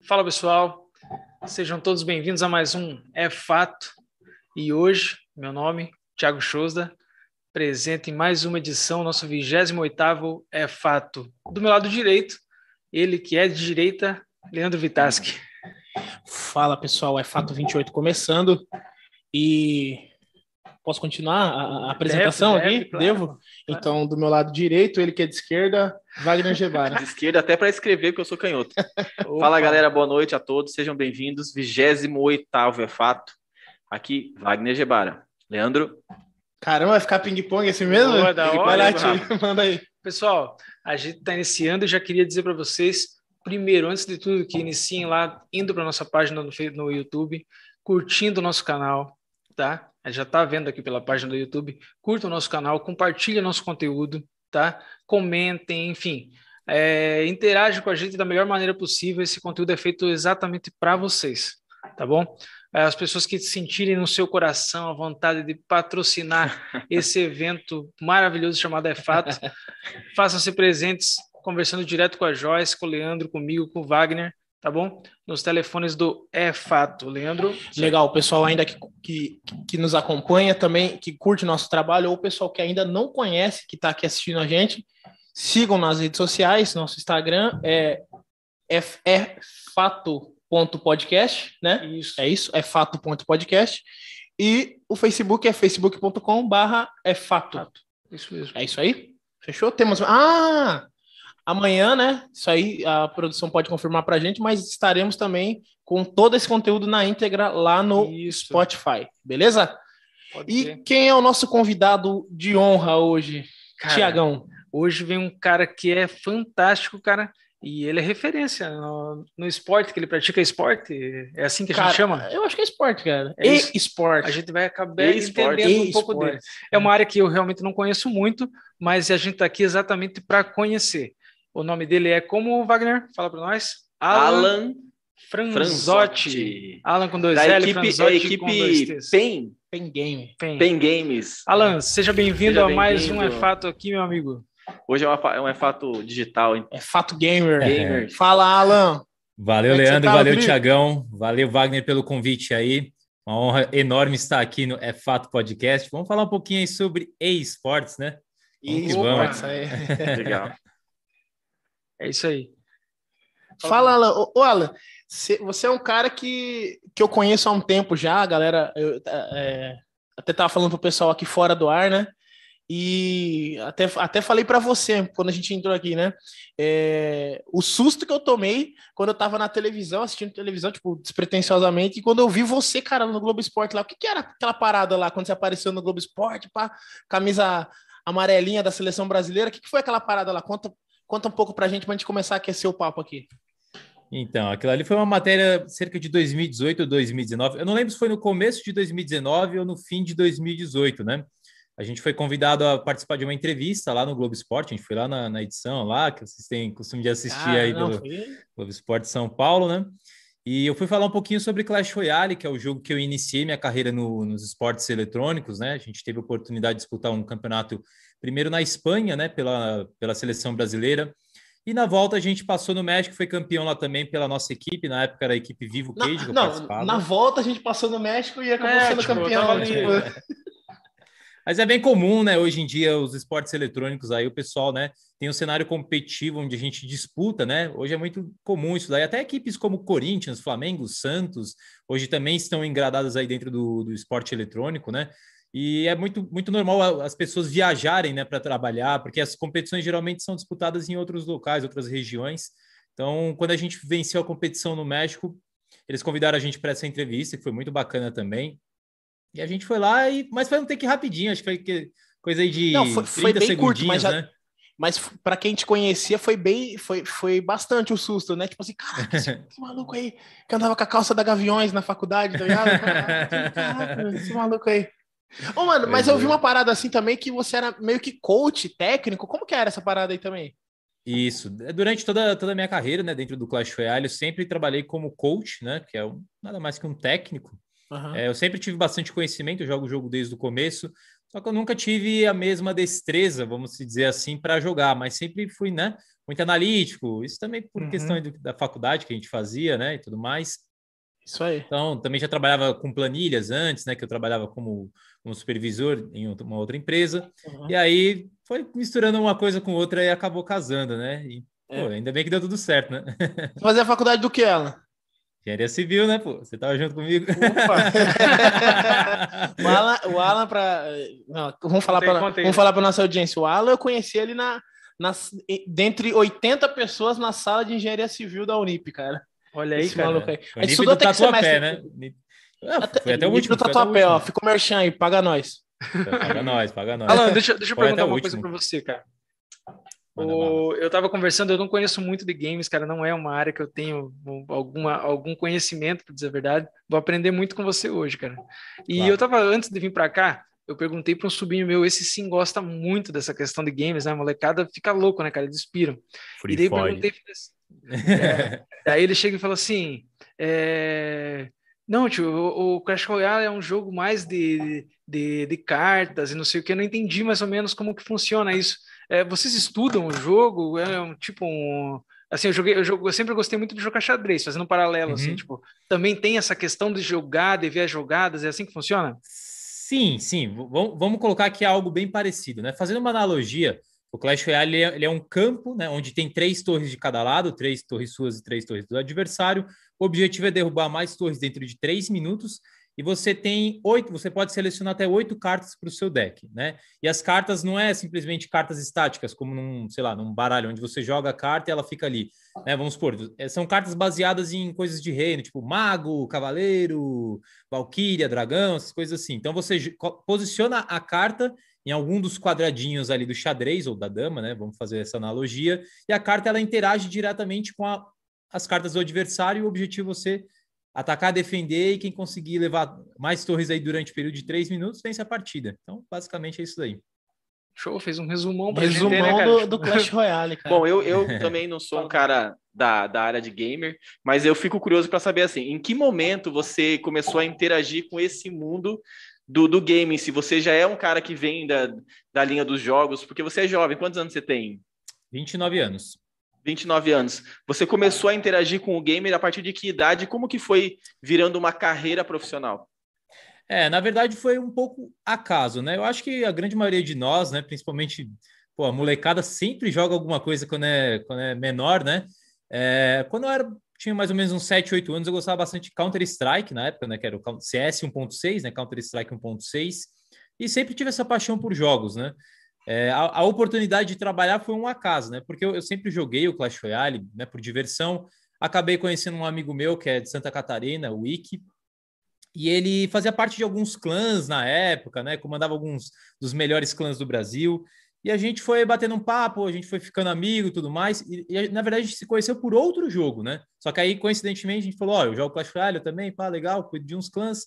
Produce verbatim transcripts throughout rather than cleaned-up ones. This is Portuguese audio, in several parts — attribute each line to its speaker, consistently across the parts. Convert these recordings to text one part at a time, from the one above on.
Speaker 1: Fala pessoal, sejam todos bem-vindos a mais um É Fato. E hoje, meu nome, Thiago Chosda, presente em mais uma edição, nosso vigésimo oitavo É Fato. Do meu lado direito, ele que é de direita, Leandro Vitaschi.
Speaker 2: Fala pessoal, É Fato vinte e oito começando e posso continuar a, a apresentação
Speaker 1: deve,
Speaker 2: aqui?
Speaker 1: deve, claro,
Speaker 2: Devo?
Speaker 1: claro.
Speaker 2: Então, do meu lado direito, ele que é de esquerda, Wagner Gebara.
Speaker 3: De esquerda até para escrever, porque eu sou canhoto. Fala galera, boa noite a todos, sejam bem-vindos. vigésimo oitavo É Fato. Aqui, Wagner Gebara. Leandro?
Speaker 2: Caramba, vai ficar ping-pong assim mesmo?
Speaker 1: Boa, da hora,
Speaker 2: vai lá,
Speaker 3: Rafa.
Speaker 2: tio, manda aí.
Speaker 1: Pessoal, a gente está iniciando e já queria dizer para vocês, primeiro, antes de tudo, que iniciem lá, indo para nossa página no, no YouTube, curtindo o nosso canal, tá? Já está vendo aqui pela página do YouTube, curta o nosso canal, compartilhe nosso conteúdo, tá? Comentem, enfim, é, interajam com a gente da melhor maneira possível. Esse conteúdo é feito exatamente para vocês, tá bom? As pessoas que sentirem no seu coração a vontade de patrocinar esse evento maravilhoso chamado É Fato, façam-se presentes, conversando direto com a Joyce, com o Leandro, comigo, com o Wagner, tá bom? Nos telefones do É Fato. Leandro?
Speaker 2: Legal, o pessoal ainda que, que, que nos acompanha também, que curte nosso trabalho, ou o pessoal que ainda não conhece, que está aqui assistindo a gente, sigam nas redes sociais, nosso Instagram é, é, é fato.podcast, né?
Speaker 1: Isso.
Speaker 2: É isso, é fato.podcast. E o Facebook é facebook.com barra é fato.
Speaker 1: Isso mesmo.
Speaker 2: É isso aí? Fechou? Temos... Ah! Amanhã, né? Isso aí a produção pode confirmar pra gente, mas estaremos também com todo esse conteúdo na íntegra lá no
Speaker 1: Isso.
Speaker 2: Spotify, beleza?
Speaker 1: Pode
Speaker 2: E
Speaker 1: ter.
Speaker 2: quem é o nosso convidado de honra hoje?
Speaker 1: Cara,
Speaker 2: Tiagão.
Speaker 1: Hoje vem um cara que é fantástico, cara, e ele é referência no, no esporte, que ele pratica esporte, é assim que a
Speaker 2: Cara,
Speaker 1: gente chama?
Speaker 2: eu acho que é esporte, cara.
Speaker 1: É isso.
Speaker 2: E esporte.
Speaker 1: A gente vai acabar
Speaker 3: E-sport.
Speaker 1: entendendo um
Speaker 2: E
Speaker 1: pouco
Speaker 2: esporte.
Speaker 1: dele. É uma área que eu realmente não conheço muito, mas a gente está aqui exatamente para conhecer. O nome dele é como, Wagner? Fala para nós.
Speaker 3: Alan
Speaker 1: Franzotti.
Speaker 3: Franzotti.
Speaker 1: Alan com dois
Speaker 3: Da
Speaker 1: L,
Speaker 3: equipe,
Speaker 1: Franzotti
Speaker 3: a
Speaker 1: com dois
Speaker 3: equipe
Speaker 1: T's.
Speaker 3: PEN,
Speaker 2: Pen Game.
Speaker 1: Pen.
Speaker 3: PEN Games.
Speaker 1: Alan, seja bem-vindo
Speaker 3: Seja
Speaker 1: a mais um
Speaker 3: bem-vindo.
Speaker 1: É Fato aqui, meu amigo.
Speaker 3: Hoje é, uma, é um É Fato digital, hein?
Speaker 2: É Fato Gamer.
Speaker 3: Gamer.
Speaker 2: Fala, Alan.
Speaker 4: Valeu,
Speaker 2: Como é que
Speaker 4: Leandro,
Speaker 2: você tá,
Speaker 4: valeu,
Speaker 2: Felipe?
Speaker 4: Tiagão, valeu, Wagner, pelo convite aí. Uma honra enorme estar aqui no É Fato Podcast. Vamos falar um pouquinho aí sobre e-sports, né? Vamos
Speaker 2: E
Speaker 4: que
Speaker 2: esportes
Speaker 4: vamos.
Speaker 2: aí.
Speaker 3: Legal.
Speaker 1: É isso aí.
Speaker 2: Fala, Alan. Ô, ô, Alan, cê- você é um cara que, que eu conheço há um tempo já, galera. Eu é, até tava falando pro pessoal aqui fora do ar, né? E até, até falei para você quando a gente entrou aqui, né? É, o susto que eu tomei quando eu tava na televisão, assistindo televisão, tipo, despretensiosamente, e quando eu vi você, cara, no Globo Esporte lá. O que, que era aquela parada lá quando você apareceu no Globo Esporte, pá, camisa amarelinha da seleção brasileira? O que, que foi aquela parada lá? Conta, conta um pouco pra gente, pra gente começar a aquecer o papo aqui.
Speaker 4: Então, aquilo ali foi uma matéria cerca de dois mil e dezoito ou dois mil e dezenove. Eu não lembro se foi no começo de dois mil e dezenove ou no fim de dois mil e dezoito, né? A gente foi convidado a participar de uma entrevista lá no Globo Esporte. A gente foi lá na, na edição lá, que vocês têm costume de assistir
Speaker 2: Ah,
Speaker 4: aí
Speaker 2: não,
Speaker 4: pelo
Speaker 2: foi-
Speaker 4: Globo Esporte São Paulo, né? E eu fui falar um pouquinho sobre Clash Royale, que é o jogo que eu iniciei minha carreira no, nos esportes eletrônicos, né? A gente teve a oportunidade de disputar um campeonato primeiro na Espanha, né? Pela, pela seleção brasileira. E na volta a gente passou no México, foi campeão lá também pela nossa equipe. Na época era a equipe Vivo Cage, que eu
Speaker 2: Na, não,
Speaker 4: participava.
Speaker 2: na volta a gente passou no México e acabou
Speaker 1: É,
Speaker 2: sendo
Speaker 1: tipo,
Speaker 2: campeão.
Speaker 1: tava ali-
Speaker 2: Tipo,
Speaker 4: Mas é bem comum, né? Hoje em dia, os esportes eletrônicos aí, o pessoal, né, tem um cenário competitivo onde a gente disputa, né? Hoje é muito comum isso daí. Até equipes como Corinthians, Flamengo, Santos, hoje também estão engradadas aí dentro do, do esporte eletrônico, né? E é muito, muito normal as pessoas viajarem, né, para trabalhar, porque as competições geralmente são disputadas em outros locais, outras regiões. Então, quando a gente venceu a competição no México, eles convidaram a gente para essa entrevista, que foi muito bacana também. E a gente foi lá, e... mas foi um take rapidinho, acho que foi que... coisa aí de
Speaker 2: não, foi, foi
Speaker 4: trinta
Speaker 2: bem curto,
Speaker 4: segundinhos,
Speaker 2: mas, já,
Speaker 4: né?
Speaker 2: mas para quem te conhecia foi bem, foi, foi bastante o susto, né? Tipo assim, caraca, esse, esse maluco aí que andava com a calça da Gaviões na faculdade, tá ligado? Caraca, esse maluco aí. Ô, mano, mas
Speaker 4: Pois
Speaker 2: eu vi
Speaker 4: é.
Speaker 2: uma parada assim também que você era meio que coach técnico. Como que era essa parada aí também?
Speaker 4: Isso. Durante toda, toda a minha carreira, né, dentro do Clash Royale, eu sempre trabalhei como coach, né, que é um, nada mais que um técnico.
Speaker 2: Uhum.
Speaker 4: É, eu sempre tive bastante conhecimento, eu jogo o jogo desde o começo, Só que eu nunca tive a mesma destreza, vamos dizer assim, para jogar, mas sempre fui, né, muito analítico. Isso também por uhum. questão do, da faculdade que a gente fazia, né, e tudo mais.
Speaker 2: Isso aí.
Speaker 4: Então, também já trabalhava com planilhas antes, né, que eu trabalhava como, como supervisor em uma outra empresa. Uhum. E aí foi misturando uma coisa com outra e acabou casando, né? E, é. pô, ainda bem que deu tudo certo, né?
Speaker 2: Fazer a faculdade do que, ela?
Speaker 4: Engenharia civil, né, pô? Você tava junto comigo.
Speaker 2: o Alan, o Alan para vamos falar para vamos falar para nossa audiência. O Alan eu conheci ele na, na dentre oitenta pessoas na sala de engenharia civil da Unip, cara.
Speaker 1: Olha aí,
Speaker 2: Esse
Speaker 1: cara.
Speaker 2: Maluco aí.
Speaker 4: A gente estudou até que semestre, né? Até, foi até o último.
Speaker 2: Do Tatuapé, ó. Fica o merchan aí, paga nós.
Speaker 4: Paga nós, paga nós.
Speaker 1: Alan, deixa, deixa eu foi perguntar uma coisa para você, cara. O, eu tava conversando, eu não conheço muito de games, cara, não é uma área que eu tenho alguma, algum conhecimento, para dizer a verdade. Vou aprender muito com você hoje, cara. E claro. eu tava, antes de vir para cá, eu perguntei para um sobrinho meu, esse sim gosta muito dessa questão de games, né? A molecada fica louco, né, cara? Eles piram.
Speaker 4: Free
Speaker 1: e daí eu
Speaker 4: Fire.
Speaker 1: perguntei, é, aí ele chega e fala assim, é, não, tio, o, o Clash Royale é um jogo mais de, de, de cartas e não sei o que, eu não entendi mais ou menos como que funciona isso. É, vocês estudam o jogo? É um tipo um... Assim, eu, joguei, eu, jogo, eu sempre gostei muito de jogar xadrez, fazendo um paralelo, uhum. assim, tipo, também tem essa questão de jogar, de ver as jogadas, é assim que funciona?
Speaker 4: Sim, sim, v vamos colocar aqui algo bem parecido, né? Fazendo uma analogia, o Clash Royale ele é, ele é um campo, né, onde tem três torres de cada lado, três torres suas e três torres do adversário. O objetivo é derrubar mais torres dentro de três minutos. E você tem oito, você pode selecionar até oito cartas para o seu deck, né? E as cartas não é simplesmente cartas estáticas, como num, sei lá, num baralho, onde você joga a carta e ela fica ali, né? Vamos supor, são cartas baseadas em coisas de reino, tipo mago, cavaleiro, valquíria, dragão, essas coisas assim. Então você posiciona a carta em algum dos quadradinhos ali do xadrez ou da dama, né? Vamos fazer essa analogia. E a carta, ela interage diretamente com a, as cartas do adversário e o objetivo é você atacar, defender, e quem conseguir levar mais torres aí durante o período de três minutos vence a partida. Então, basicamente é isso daí.
Speaker 1: Show, fez um resumão pra
Speaker 2: resumão
Speaker 1: gente, né,
Speaker 2: do, do Clash Royale, cara.
Speaker 3: Bom, eu, eu também não sou um cara da, da área de gamer, mas eu fico curioso para saber, assim, em que momento você começou a interagir com esse mundo do, do gaming? Se você já é um cara que vem da, da linha dos jogos, porque você é jovem, quantos anos você tem?
Speaker 4: vinte e nove anos.
Speaker 3: vinte e nove anos. Você começou a interagir com o gamer a partir de que idade? Como que foi virando uma carreira profissional?
Speaker 4: É, na verdade foi um pouco acaso, né? Eu acho que a grande maioria de nós, né, principalmente, pô, a molecada sempre joga alguma coisa quando é, quando é menor, né? É, quando eu era, tinha mais ou menos uns sete, oito anos, eu gostava bastante de Counter-Strike na época, né, que era o C S um ponto seis, né, Counter-Strike um ponto seis, e sempre tive essa paixão por jogos, né? É, a, a oportunidade de trabalhar foi um acaso, né? Porque eu, eu sempre joguei o Clash Royale, né, por diversão. Acabei conhecendo um amigo meu que é de Santa Catarina, o Wiki, e ele fazia parte de alguns clãs na época, né? Comandava alguns dos melhores clãs do Brasil. E a gente foi batendo um papo, a gente foi ficando amigo e tudo mais. E, e na verdade a gente se conheceu por outro jogo, né? Só que aí, coincidentemente, a gente falou: ó, oh, eu jogo Clash Royale eu também, pá, legal, cuido de uns clãs.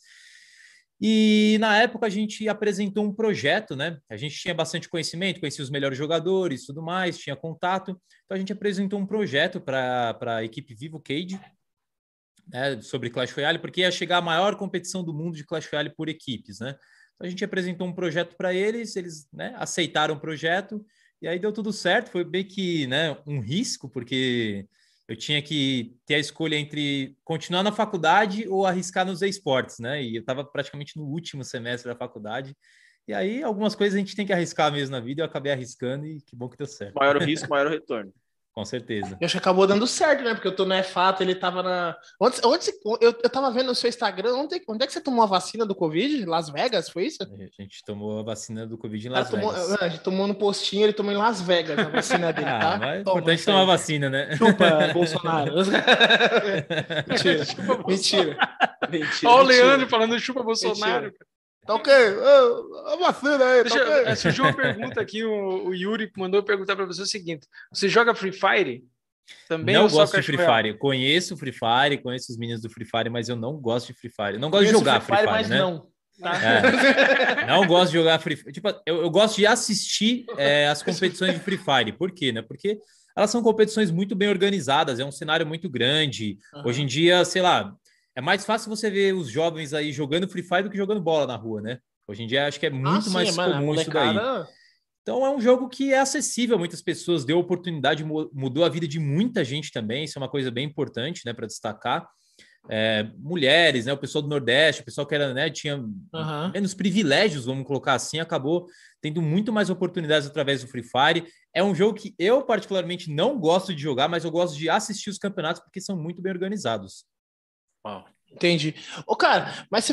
Speaker 4: E na época a gente apresentou um projeto, né? A gente tinha bastante conhecimento, conhecia os melhores jogadores, tudo mais, tinha contato. Então a gente apresentou um projeto para a equipe Vivo Cage, né, sobre Clash Royale, porque ia chegar a maior competição do mundo de Clash Royale por equipes, né? Então a gente apresentou um projeto para eles, eles, né, aceitaram o projeto e aí deu tudo certo. Foi bem que, né, um risco, porque eu tinha que ter a escolha entre continuar na faculdade ou arriscar nos esportes, né? E eu estava praticamente no último semestre da faculdade. E aí, algumas coisas a gente tem que arriscar mesmo na vida. Eu acabei arriscando e que bom que deu certo.
Speaker 3: Maior o risco, maior o retorno.
Speaker 4: Com certeza.
Speaker 2: Eu acho que acabou dando certo, né? Porque eu tô no E-Fato, ele tava na... Onde, onde você... eu, eu tava vendo no seu Instagram, onde, onde é que você tomou a vacina do Covid? Las Vegas, foi isso?
Speaker 4: A gente tomou a vacina do Covid em Las
Speaker 2: tomou,
Speaker 4: Vegas.
Speaker 2: A gente tomou no postinho, ele tomou em Las Vegas a vacina dele,
Speaker 4: ah,
Speaker 2: tá?
Speaker 4: Mas é importante tomar a vacina, né?
Speaker 2: Chupa, Bolsonaro. mentira, mentira.
Speaker 1: mentira. Olha o Leandro falando chupa Bolsonaro. Mentira.
Speaker 2: Tá ok? Oh, a vacina aí,
Speaker 1: Deixa,
Speaker 2: tá ok?
Speaker 1: Surgiu uma pergunta aqui, o, o Yuri mandou perguntar para você o seguinte: você joga Free Fire?
Speaker 4: Também não gosto de Free Fire. Eu conheço o Free Fire, conheço os meninos do Free Fire, mas eu não gosto de Free Fire. Eu não gosto conheço de jogar Free Fire, Free Fire mas né?
Speaker 2: não. Tá?
Speaker 4: É. Não gosto de jogar Free Fire. Tipo, eu, eu gosto de assistir é, as competições de Free Fire. Por quê? Né? Porque elas são competições muito bem organizadas, é um cenário muito grande. Uhum. Hoje em dia, sei lá, é mais fácil você ver os jovens aí jogando Free Fire do que jogando bola na rua, né? Hoje em dia acho que é muito ah, mais sim, comum
Speaker 2: mano,
Speaker 4: isso daí. Então é um jogo que é acessível a muitas pessoas, deu oportunidade, mudou a vida de muita gente também, isso é uma coisa bem importante, né, para destacar. É, mulheres, né, o pessoal do Nordeste, o pessoal que era, né, tinha uhum. menos privilégios, vamos colocar assim, acabou tendo muito mais oportunidades através do Free Fire. É um jogo que eu particularmente não gosto de jogar, mas eu gosto de assistir os campeonatos porque são muito bem organizados.
Speaker 2: Uau. Entendi. Ô, cara, mas você,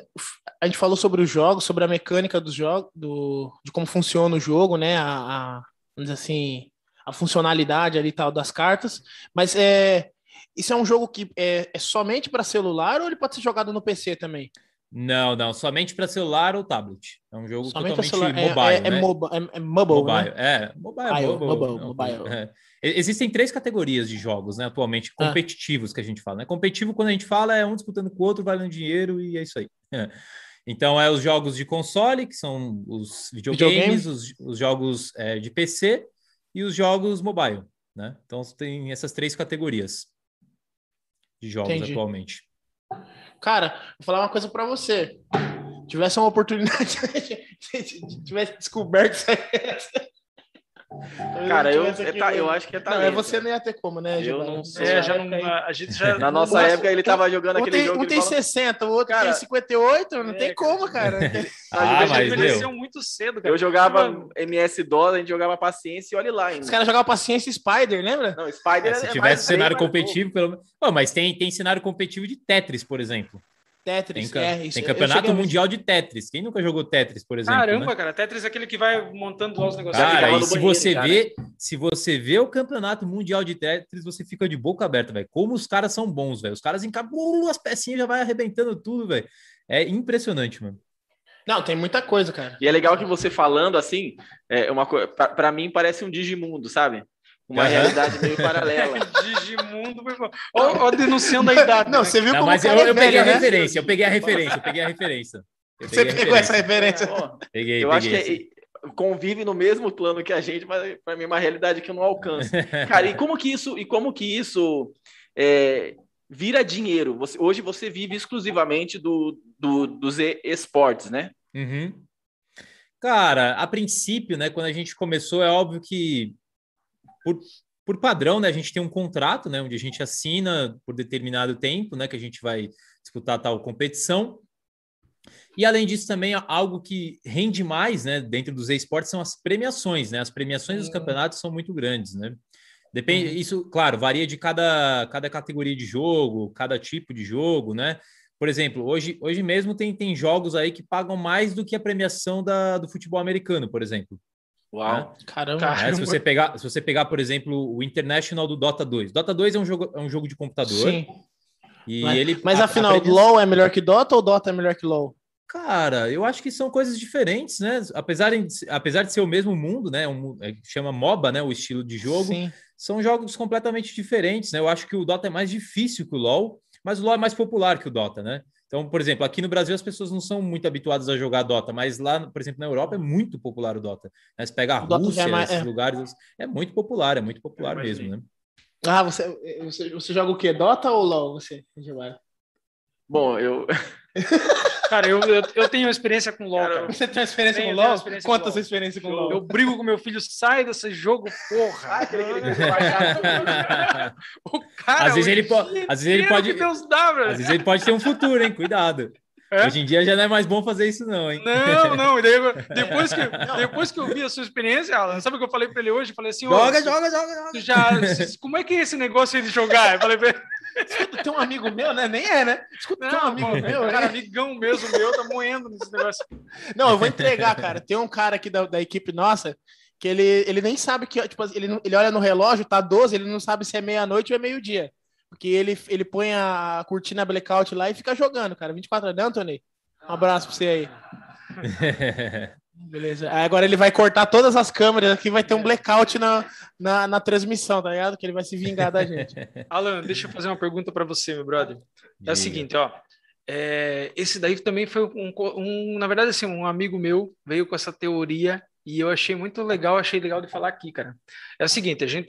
Speaker 2: a gente falou sobre os jogos, sobre a mecânica dos jogos, do, de como funciona o jogo, né? A, a, vamos dizer assim, a funcionalidade ali tal das cartas. Mas é, isso é um jogo que é, é somente para celular ou ele pode ser jogado no P C também?
Speaker 4: Não, não, somente para celular ou tablet. É um jogo somente totalmente
Speaker 2: celular,
Speaker 4: mobile,
Speaker 2: é, é,
Speaker 4: né?
Speaker 2: É, mobi é, é mobile,
Speaker 4: mobile,
Speaker 2: né?
Speaker 4: É, mobile,
Speaker 2: mobile,
Speaker 4: mobile.
Speaker 2: mobile,
Speaker 4: Não,
Speaker 2: mobile.
Speaker 4: É. Existem três categorias de jogos, né, atualmente, competitivos, ah. que a gente fala. Né? Competitivo, quando a gente fala, é um disputando com o outro, valendo dinheiro, e é isso aí. É. Então, é os jogos de console, que são os videogames, Videogame? os, os jogos é, de P C e os jogos mobile, né? Então, tem essas três categorias de jogos Entendi. atualmente.
Speaker 2: Cara, vou falar uma coisa para você. Tivesse uma oportunidade, tivesse descoberto isso aí.
Speaker 3: Cara, eu, é, tá, eu acho que é talento.
Speaker 2: Não, é você não ia ter como, né?
Speaker 3: Eu não sei.
Speaker 1: É, já não, a gente já,
Speaker 3: na nossa
Speaker 1: Nossa,
Speaker 3: época ele tava jogando
Speaker 2: um
Speaker 3: aquele
Speaker 2: tem,
Speaker 3: jogo.
Speaker 2: Um tem
Speaker 3: fala...
Speaker 2: sessenta, o outro cara, tem cinquenta e oito, não é, tem como, cara.
Speaker 4: Ah,
Speaker 1: a gente
Speaker 4: mas
Speaker 1: envelheceu muito cedo, cara.
Speaker 3: Eu jogava Mano. M S DOS, a gente jogava Paciência e olha lá ainda.
Speaker 2: Os caras jogavam Paciência e Spider, lembra?
Speaker 3: Não, Spider
Speaker 4: é, Se
Speaker 3: é
Speaker 4: tivesse
Speaker 3: mais
Speaker 4: cenário
Speaker 3: bem,
Speaker 4: competitivo, pelo menos. Oh, mas tem, tem cenário competitivo de Tetris, por exemplo.
Speaker 2: Tetris,
Speaker 4: tem,
Speaker 2: é isso.
Speaker 4: Tem campeonato mundial de Tetris. Quem nunca jogou Tetris, por exemplo?
Speaker 1: Caramba,
Speaker 4: né?
Speaker 1: cara, Tetris é aquele que vai montando lá os negócios.
Speaker 4: Cara, e se você já, vê, né? se você vê o campeonato mundial de Tetris, você fica de boca aberta, velho. Como os caras são bons, velho. Os caras encabulam as pecinhas, já vai arrebentando tudo, velho. É impressionante, mano.
Speaker 2: Não, tem muita coisa, cara.
Speaker 3: E é legal que você falando assim, é uma coisa, para mim parece um Digimundo, sabe? Uma uhum. realidade meio paralela.
Speaker 1: Digimundo, ó, denunciando a idade.
Speaker 2: Não, né? Você viu
Speaker 4: Não,
Speaker 2: como
Speaker 4: mas
Speaker 2: o
Speaker 4: eu,
Speaker 2: cara
Speaker 4: eu
Speaker 2: é
Speaker 4: peguei
Speaker 2: velho,
Speaker 4: a
Speaker 2: né?
Speaker 4: referência, eu peguei a referência, eu peguei a referência. Eu
Speaker 2: Você pegou
Speaker 4: referência.
Speaker 2: essa referência?
Speaker 3: Pô,
Speaker 4: peguei,
Speaker 3: eu
Speaker 4: peguei
Speaker 3: acho que é, convive no mesmo plano que a gente, mas para mim é uma realidade que eu não alcanço. Cara, e como que isso, e como que isso é, vira dinheiro? Você, hoje você vive exclusivamente do, do, dos esportes, né?
Speaker 4: Uhum. Cara, a princípio, né, quando a gente começou, é óbvio que por, por padrão, né, a gente tem um contrato, né, onde a gente assina por determinado tempo, né, que a gente vai disputar tal competição. E além disso também algo que rende mais, né, dentro dos esportes são as premiações, né? As premiações dos campeonatos são muito grandes, né? Depende, uhum. Isso, claro, varia de cada, cada categoria de jogo, cada tipo de jogo, né? Por exemplo, hoje, hoje mesmo tem, tem jogos aí que pagam mais do que a premiação da, do futebol americano, por exemplo.
Speaker 3: Uau,
Speaker 4: né?
Speaker 2: Caramba.
Speaker 4: É, se, você pegar, se você pegar, por exemplo, o International do Dota dois. Dota dois é um jogo, é um jogo de computador.
Speaker 2: Sim.
Speaker 4: E
Speaker 2: mas,
Speaker 4: ele,
Speaker 2: mas
Speaker 4: a,
Speaker 2: afinal,
Speaker 4: a premiação...
Speaker 2: LoL é melhor que Dota ou Dota é melhor que LoL?
Speaker 4: Cara, eu acho que são coisas diferentes, né? Apesar de, apesar de ser o mesmo mundo, né? Um, é, chama MOBA, né? O estilo de jogo.
Speaker 2: Sim.
Speaker 4: São jogos completamente diferentes, né? Eu acho que o Dota é mais difícil que o LoL, mas o LoL é mais popular que o Dota, né? Então, por exemplo, aqui no Brasil as pessoas não são muito habituadas a jogar Dota, mas lá, por exemplo, na Europa é muito popular o Dota. Né? Você pega a Rússia, é mais, esses é. lugares, é muito popular, é muito popular é mesmo, né?
Speaker 2: Ah, você, você, você joga o quê? Dota ou LoL? Você,
Speaker 3: Bom, eu...
Speaker 1: Cara, eu, eu, eu tenho experiência com LoL, cara.
Speaker 2: Você tem uma experiência tenho, com LoL? Experiência Conta a sua experiência com LoL.
Speaker 1: Eu brigo com meu filho, sai desse jogo, porra.
Speaker 4: o cara, às vezes ele pode, às vezes ele pode,
Speaker 1: Deus dá,
Speaker 4: às vezes ele pode ter um futuro, hein? Cuidado. É? Hoje em dia já não é mais bom fazer isso não, hein?
Speaker 1: Não, não. Depois que, depois que eu vi a sua experiência, Alan, sabe o que eu falei para ele hoje? Eu falei assim,
Speaker 4: joga, joga, joga, joga.
Speaker 1: Já, como é que é esse negócio aí de jogar? Eu falei pra ele,
Speaker 2: escuta, tem um amigo meu, né? Nem é, né? Escuta, tem um amigo
Speaker 1: pô,
Speaker 2: meu,
Speaker 1: cara,
Speaker 2: né?
Speaker 1: amigão mesmo meu, tá moendo nesse negócio.
Speaker 2: Não, eu vou entregar, cara. Tem um cara aqui da, da equipe nossa que ele, ele nem sabe que, tipo, ele, ele olha no relógio, tá doze, ele não sabe se é meia-noite ou é meio-dia. Porque ele, ele põe a cortina blackout lá e fica jogando, cara. vinte e quatro horas, né, Antônio? Um abraço pra você aí. Beleza. Aí agora ele vai cortar todas as câmeras aqui, vai ter um blackout na, na, na transmissão, tá ligado? Que ele vai se vingar da gente.
Speaker 1: Alan, deixa eu fazer uma pergunta para você, meu brother. É Diga. O seguinte, ó. É, esse daí também foi um, um... Na verdade, assim, um amigo meu veio com essa teoria e eu achei muito legal, achei legal de falar aqui, cara. É o seguinte, a gente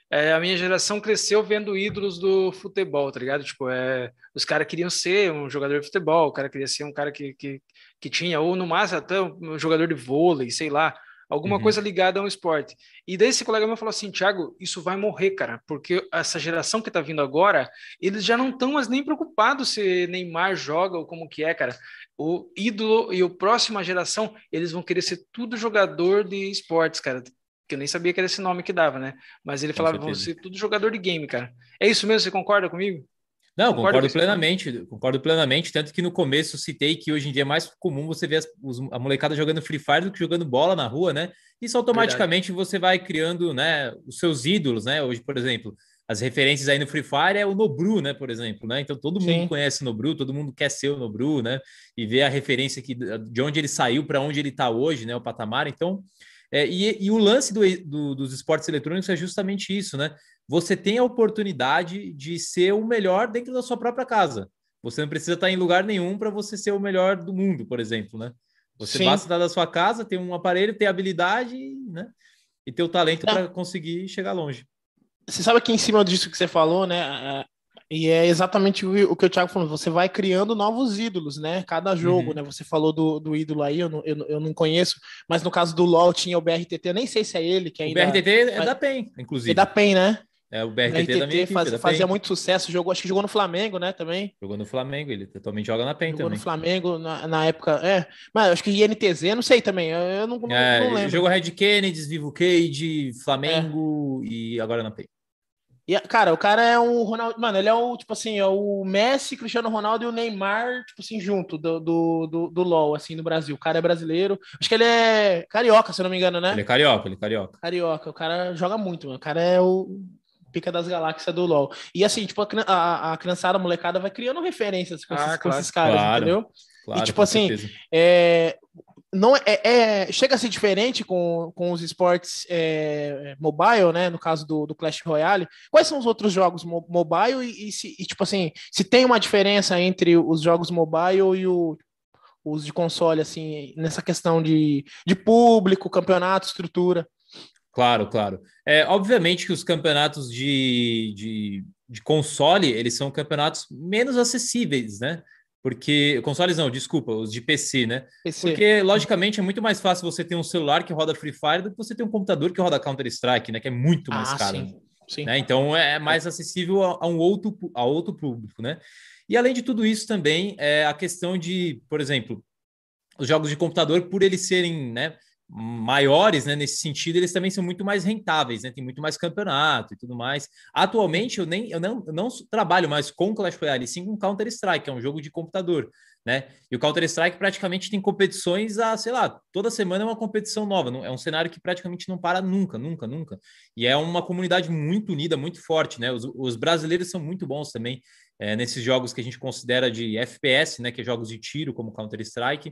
Speaker 1: é, a minha geração cresceu vendo ídolos do futebol, tá ligado? Tipo, é, os caras queriam ser um jogador de futebol, o cara queria ser um cara que, que, que tinha, ou no máximo até um jogador de vôlei, sei lá, alguma
Speaker 4: Uhum.
Speaker 1: coisa ligada a um esporte. E daí esse colega meu falou assim, Thiago, isso vai morrer, cara, porque essa geração que tá vindo agora, eles já não estão mais nem preocupados se Neymar joga ou como que é, cara. O ídolo e a próxima geração, eles vão querer ser tudo jogador de esportes, cara, que eu nem sabia que era esse nome que dava, né? Mas ele
Speaker 4: Com
Speaker 1: falava, vão
Speaker 4: certeza.
Speaker 1: ser tudo jogador de game, cara. É isso mesmo? Você concorda comigo?
Speaker 4: Não,
Speaker 1: Concorda
Speaker 4: concordo
Speaker 1: com esse nome?
Speaker 4: plenamente, concordo plenamente, tanto que no começo eu citei que hoje em dia é mais comum você ver as, os, a molecada jogando Free Fire do que jogando bola na rua, né? Isso automaticamente
Speaker 1: Verdade.
Speaker 4: você vai criando, né, os seus ídolos, né? Hoje, por exemplo, as referências aí no Free Fire é o Nobru, né, por exemplo, né? Então todo mundo
Speaker 2: Sim.
Speaker 4: conhece o Nobru, todo mundo quer ser o Nobru, né? E ver a referência que, de onde ele saiu para onde ele está hoje, né, o patamar. Então, é, e, e o lance do, do, dos esportes eletrônicos é justamente isso, né? Você tem a oportunidade de ser o melhor dentro da sua própria casa. Você não precisa estar em lugar nenhum para você ser o melhor do mundo, por exemplo, né? Você
Speaker 2: Sim.
Speaker 4: basta estar da sua casa, ter um aparelho, ter habilidade, né? E ter o talento para
Speaker 2: Não,
Speaker 4: conseguir chegar longe.
Speaker 2: você sabe que em cima disso que você falou, né? é, E é exatamente o, o que o Thiago falou. Você vai criando novos ídolos, né? Cada jogo,
Speaker 4: Uhum.
Speaker 2: né? Você falou do, do ídolo aí, eu não, eu, não- eu não conheço, mas no caso do LoL tinha o B R T T, eu nem sei se é ele que
Speaker 4: O
Speaker 2: ainda.
Speaker 4: B R T T é
Speaker 2: Mas
Speaker 4: da PEN,
Speaker 2: ele dá
Speaker 4: inclusive.
Speaker 2: PEN, né?
Speaker 4: É, o
Speaker 2: O
Speaker 4: B R T T é da minha
Speaker 2: B R T T
Speaker 4: equipe, é
Speaker 2: faz,
Speaker 4: da
Speaker 2: fazia
Speaker 4: PEN.
Speaker 2: muito sucesso, jogou, acho que jogou no Flamengo, né? Também.
Speaker 4: Jogou no Flamengo, ele atualmente joga na PEN
Speaker 2: Jogou no
Speaker 4: também.
Speaker 2: Flamengo na, na época. É, mas acho que I N T Z, não sei também. Eu, eu não, não, não
Speaker 4: É,
Speaker 2: lembro.
Speaker 4: jogou Red Kennedy, Vivo Cage,
Speaker 2: É.
Speaker 4: Flamengo e agora na PEN.
Speaker 2: E, cara, o cara é um Ronaldo. Mano, ele é o, tipo assim, é o Messi, Cristiano Ronaldo e o Neymar, tipo assim, junto do, do, do, do LoL, assim, no Brasil. O cara é brasileiro. Acho que ele é carioca, se eu não me engano,
Speaker 4: Ele
Speaker 2: né?
Speaker 4: é carioca, ele é carioca.
Speaker 2: Carioca. O cara joga muito, mano. O cara é o pica das galáxias do LoL. E assim, tipo, a, cri- a, a criançada, a molecada vai criando referências com esses,
Speaker 1: Ah,
Speaker 2: com esses
Speaker 1: claro.
Speaker 2: caras,
Speaker 4: Claro,
Speaker 2: entendeu? E
Speaker 4: claro,
Speaker 2: tipo
Speaker 4: com
Speaker 2: assim,
Speaker 4: certeza.
Speaker 2: é, não é, é- chega a ser diferente com, com os esportes é, mobile, né? No caso do, do Clash Royale. Quais são os outros jogos mo- mobile e, e se, e, tipo assim, se tem uma diferença entre os jogos mobile e o, os de console, assim, nessa questão de, de público, campeonato, estrutura?
Speaker 4: Claro, claro. É, obviamente que os campeonatos de, de, de console, eles são campeonatos menos acessíveis, né? Porque, consoles não, desculpa, os de P C, né?
Speaker 2: P C.
Speaker 4: Porque, logicamente, é muito mais fácil você ter um celular que roda Free Fire do que você ter um computador que roda Counter-Strike, né? Que é muito mais
Speaker 2: Ah,
Speaker 4: caro,
Speaker 2: sim. Sim.
Speaker 4: né? Então, é mais acessível a, a um outro, pu- a outro público, né? E, além de tudo isso, também, é a questão de, por exemplo, os jogos de computador, por eles serem, né, maiores, né, nesse sentido, eles também são muito mais rentáveis, né? Tem muito mais campeonato e tudo mais. Atualmente, eu nem eu não, eu não trabalho mais com Clash Royale, sim com Counter-Strike, que é um jogo de computador, né? E o Counter-Strike praticamente tem competições a, sei lá, toda semana é uma competição nova. É um cenário que praticamente não para nunca, nunca, nunca. E é uma comunidade muito unida, muito forte, né? Os, os brasileiros são muito bons também é, nesses jogos que a gente considera de F P S, né? Que é jogos de tiro, como Counter-Strike.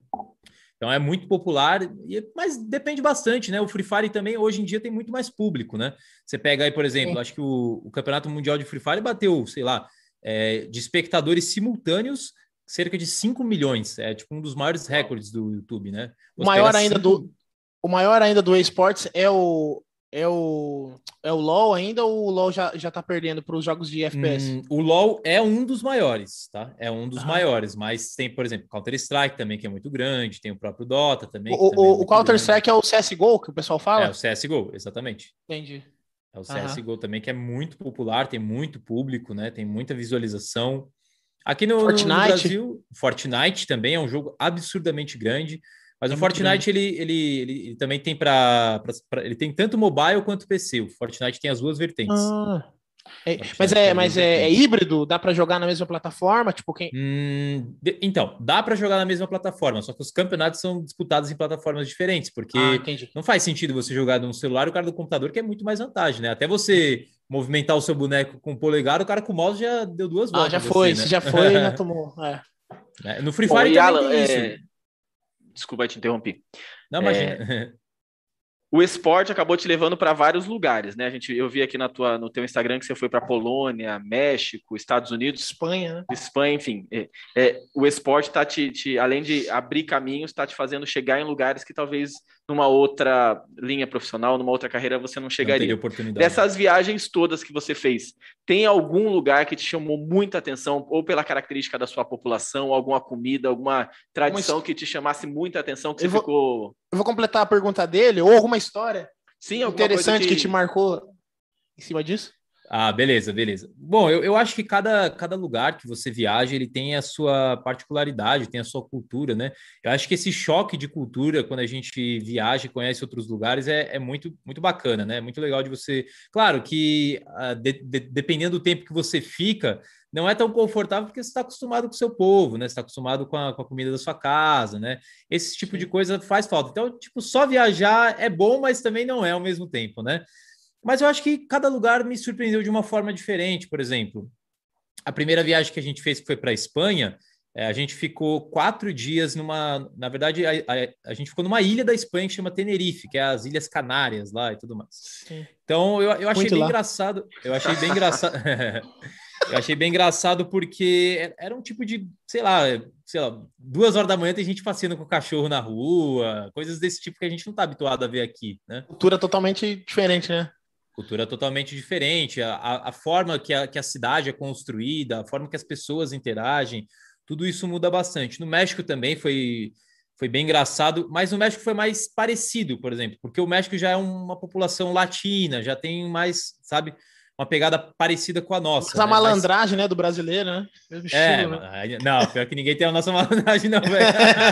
Speaker 4: Então é muito popular, mas depende bastante, né? O Free Fire também hoje em dia tem muito mais público, né? Você pega aí, por exemplo,
Speaker 2: Sim.
Speaker 4: acho que o, o Campeonato Mundial de Free Fire bateu, sei lá, é, de espectadores simultâneos, cerca de cinco milhões. É tipo um dos maiores recordes do YouTube, né?
Speaker 2: O
Speaker 4: Você pega
Speaker 2: maior ainda
Speaker 4: cinco.
Speaker 2: do, o maior ainda do esportes é o é o é o LoL ainda ou o LoL já, já tá perdendo para os jogos de F P S?
Speaker 4: Hum, o LoL é um dos maiores, tá? É um dos
Speaker 2: Ah.
Speaker 4: maiores, mas tem, por exemplo, Counter-Strike também, que é muito grande, tem o próprio Dota também, que
Speaker 2: O,
Speaker 4: também é
Speaker 2: o, o
Speaker 4: muito
Speaker 2: Counter-Strike
Speaker 4: grande.
Speaker 2: é o C S G O que o pessoal
Speaker 4: É, o
Speaker 2: fala?
Speaker 4: C S G O, exatamente.
Speaker 2: Entendi.
Speaker 4: É o
Speaker 2: Aham.
Speaker 4: C S G O também, que é muito popular, tem muito público, né? Tem muita visualização. Aqui no, no, no
Speaker 2: Fortnite
Speaker 4: Brasil, Fortnite também é um jogo absurdamente grande, mas
Speaker 2: é
Speaker 4: o
Speaker 2: muito grande.
Speaker 4: Fortnite ele, ele, ele, ele também tem para ele tem tanto mobile quanto P C. O Fortnite tem as duas vertentes.
Speaker 2: Ah. É,
Speaker 4: O
Speaker 2: mas
Speaker 4: Fortnite tem
Speaker 2: é,
Speaker 4: as duas
Speaker 2: mas é, é
Speaker 4: vertentes.
Speaker 2: híbrido? Dá para jogar na mesma plataforma? Tipo, quem.
Speaker 4: Hum, de- então, dá para jogar na mesma plataforma, só que os campeonatos são disputados em plataformas diferentes,
Speaker 2: Ah,
Speaker 4: porque
Speaker 2: entendi.
Speaker 4: não faz sentido você jogar num celular e o cara do computador, que é muito mais vantagem, né? Até você movimentar o seu boneco com o polegar, o cara com o mouse já deu duas
Speaker 2: Ah,
Speaker 4: voltas
Speaker 2: já
Speaker 4: em você,
Speaker 2: foi.
Speaker 4: né?
Speaker 2: Se já foi, já tomou. É.
Speaker 4: Né? No Free
Speaker 3: Bom,
Speaker 4: Fire
Speaker 3: e
Speaker 4: também
Speaker 3: Alan,
Speaker 4: tem isso.
Speaker 3: é... desculpa te interromper.
Speaker 4: Não,
Speaker 3: É,
Speaker 4: imagina.
Speaker 3: o esporte acabou te levando para vários lugares, né? A gente, eu vi aqui na tua, no teu Instagram que você foi para Polônia, México, Estados Unidos,
Speaker 2: Espanha, né?
Speaker 3: Espanha, enfim. É, é, o esporte tá te, te, além de abrir caminhos, está te fazendo chegar em lugares que talvez numa outra linha profissional, numa outra carreira você não chegaria.
Speaker 4: Não teria oportunidade.
Speaker 3: Dessas viagens todas que você fez, tem algum lugar que te chamou muita atenção, ou pela característica da sua população, alguma comida, alguma tradição que te chamasse muita atenção, que você
Speaker 2: eu vou,
Speaker 3: ficou...
Speaker 2: Eu vou completar a pergunta dele, ou alguma história
Speaker 3: Sim,
Speaker 2: interessante que...
Speaker 3: que
Speaker 2: te marcou em cima disso?
Speaker 4: Ah, beleza, beleza. Bom, eu, eu acho que cada, cada lugar que você viaja, ele tem a sua particularidade, tem a sua cultura, né? Eu acho que esse choque de cultura, quando a gente viaja e conhece outros lugares, é, é muito, muito bacana, né? É muito legal de você... Claro que, uh, de, de, dependendo do tempo que você fica, não é tão confortável porque você está acostumado com o seu povo, né? Você está acostumado com a, com a comida da sua casa, né? Esse tipo de coisa faz falta. Então, tipo, só viajar é bom, mas também não é ao mesmo tempo, né? Mas eu acho que cada lugar me surpreendeu de uma forma diferente. Por exemplo, a primeira viagem que a gente fez, que foi para a Espanha, é, a gente ficou quatro dias numa... Na verdade, a, a, a gente ficou numa ilha da Espanha que chama Tenerife, que é as Ilhas Canárias lá e tudo mais. Sim. Então, eu, eu achei
Speaker 2: Muito
Speaker 4: bem
Speaker 2: lá.
Speaker 4: engraçado. Eu achei bem engraçado... Eu achei bem engraçado porque era um tipo de, sei lá, sei lá, duas horas da manhã tem gente passeando com o cachorro na rua, coisas desse tipo que a gente não está habituado a ver aqui, né?
Speaker 2: Cultura totalmente diferente, né?
Speaker 4: Cultura totalmente diferente, a, a, a forma que a, que a cidade é construída, a forma que as pessoas interagem, tudo isso muda bastante. No México também foi, foi bem engraçado, mas no México foi mais parecido, por exemplo, porque o México já é uma população latina, já tem mais, sabe... uma pegada parecida com a nossa.
Speaker 2: Mas a
Speaker 4: né?
Speaker 2: malandragem, Mas... né, do brasileiro, né?
Speaker 4: Mesmo é, estilo, né? Não, pior que ninguém tem a nossa malandragem, não, velho.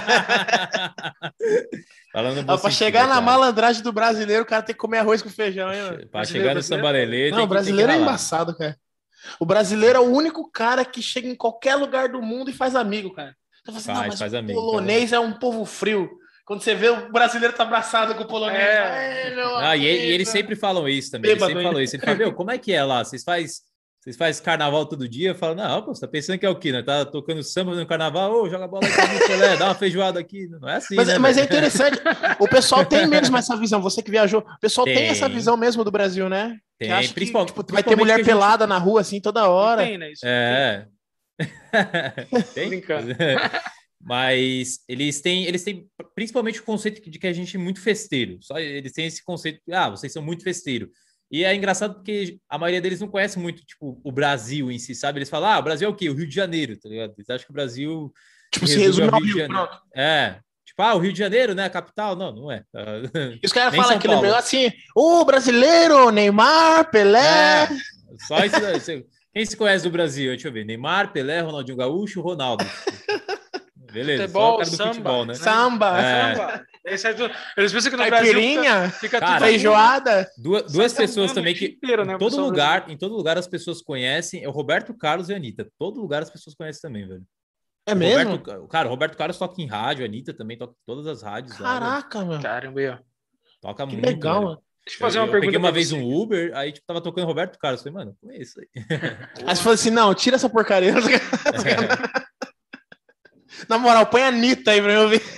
Speaker 2: Falando ah, pra chegar na malandragem do brasileiro, o cara tem que comer arroz com feijão, hein, mano?
Speaker 4: Pra chegar no sambalelê...
Speaker 2: Não, o brasileiro é embaçado, cara. O brasileiro é o único cara que chega em qualquer lugar do mundo e faz amigo, cara. Você fala assim,
Speaker 4: faz,
Speaker 2: não, mas
Speaker 4: faz
Speaker 2: o
Speaker 4: amigo,
Speaker 2: polonês é um povo frio. Quando você vê o brasileiro tá abraçado com o polonês. É.
Speaker 4: É, não, e, e eles sempre falam isso também. Eles sempre falam isso. Ele fala, meu, como é que é lá? Vocês fazem vocês faz carnaval todo dia? Eu falo, não, pô, você tá pensando que é o quê? Né? Tá tocando samba no carnaval? Ô, joga bola aqui no Pelé, dá uma feijoada aqui. Não é assim,
Speaker 2: mas,
Speaker 4: né?
Speaker 2: Mas é interessante. O pessoal tem mesmo essa visão. Você que viajou, o pessoal tem, tem essa visão mesmo do Brasil, né?
Speaker 4: Tem,
Speaker 2: que acha
Speaker 4: principalmente,
Speaker 2: que, tipo, vai ter mulher gente... pelada na rua, assim, toda hora.
Speaker 1: Tem, né? Isso
Speaker 4: é. Tem? Brincando. Mas eles têm, eles têm principalmente o conceito de que a gente é muito festeiro. Só eles têm esse conceito de, ah, vocês são muito festeiro. E é engraçado porque a maioria deles não conhece muito, tipo, o Brasil em si, sabe? Eles falam, ah, o Brasil é o quê? O Rio de Janeiro, tá ligado? Eles acham que o Brasil...
Speaker 2: Tipo, se resume ao
Speaker 4: Rio,
Speaker 2: Rio, pronto.
Speaker 4: É. Tipo, ah, o Rio de Janeiro, né? A capital? Não, não é.
Speaker 2: E os caras falam aquele negócio assim, ô, brasileiro, Neymar, Pelé...
Speaker 4: É, só isso daí. Quem se conhece do Brasil? Deixa eu ver. Neymar, Pelé, Ronaldinho Gaúcho, Ronaldo. Beleza,
Speaker 1: futebol,
Speaker 4: só o cara do
Speaker 1: samba,
Speaker 4: futebol, né?
Speaker 2: Samba,
Speaker 4: é.
Speaker 1: samba. Esse é do... Eles pensam que no
Speaker 2: Caipirinha,
Speaker 1: Brasil fica, fica
Speaker 2: cara, tudo feijoada.
Speaker 4: Duas, duas pessoas também que
Speaker 1: inteiro, né,
Speaker 4: em todo lugar, brasileiro. em todo lugar as pessoas conhecem, é o Roberto Carlos e a Anitta. Todo lugar as pessoas conhecem também, velho.
Speaker 2: É
Speaker 4: o
Speaker 2: mesmo?
Speaker 4: Roberto, cara, o Roberto Carlos toca em rádio, a Anitta também toca em todas as rádios.
Speaker 2: Caraca,
Speaker 4: lá,
Speaker 2: mano.
Speaker 1: Caramba, eu.
Speaker 4: Toca
Speaker 2: que
Speaker 4: muito,
Speaker 2: legal,
Speaker 4: velho.
Speaker 2: mano.
Speaker 1: Deixa eu fazer
Speaker 4: eu,
Speaker 1: uma
Speaker 4: eu
Speaker 1: pergunta.
Speaker 4: Peguei uma vez
Speaker 1: você.
Speaker 4: um Uber, aí tipo, tava tocando Roberto Carlos. Falei, mano, como é isso aí?
Speaker 2: Aí você falou assim, não, tira essa porcaria. É. Na moral, põe a Anitta aí pra eu ouvir.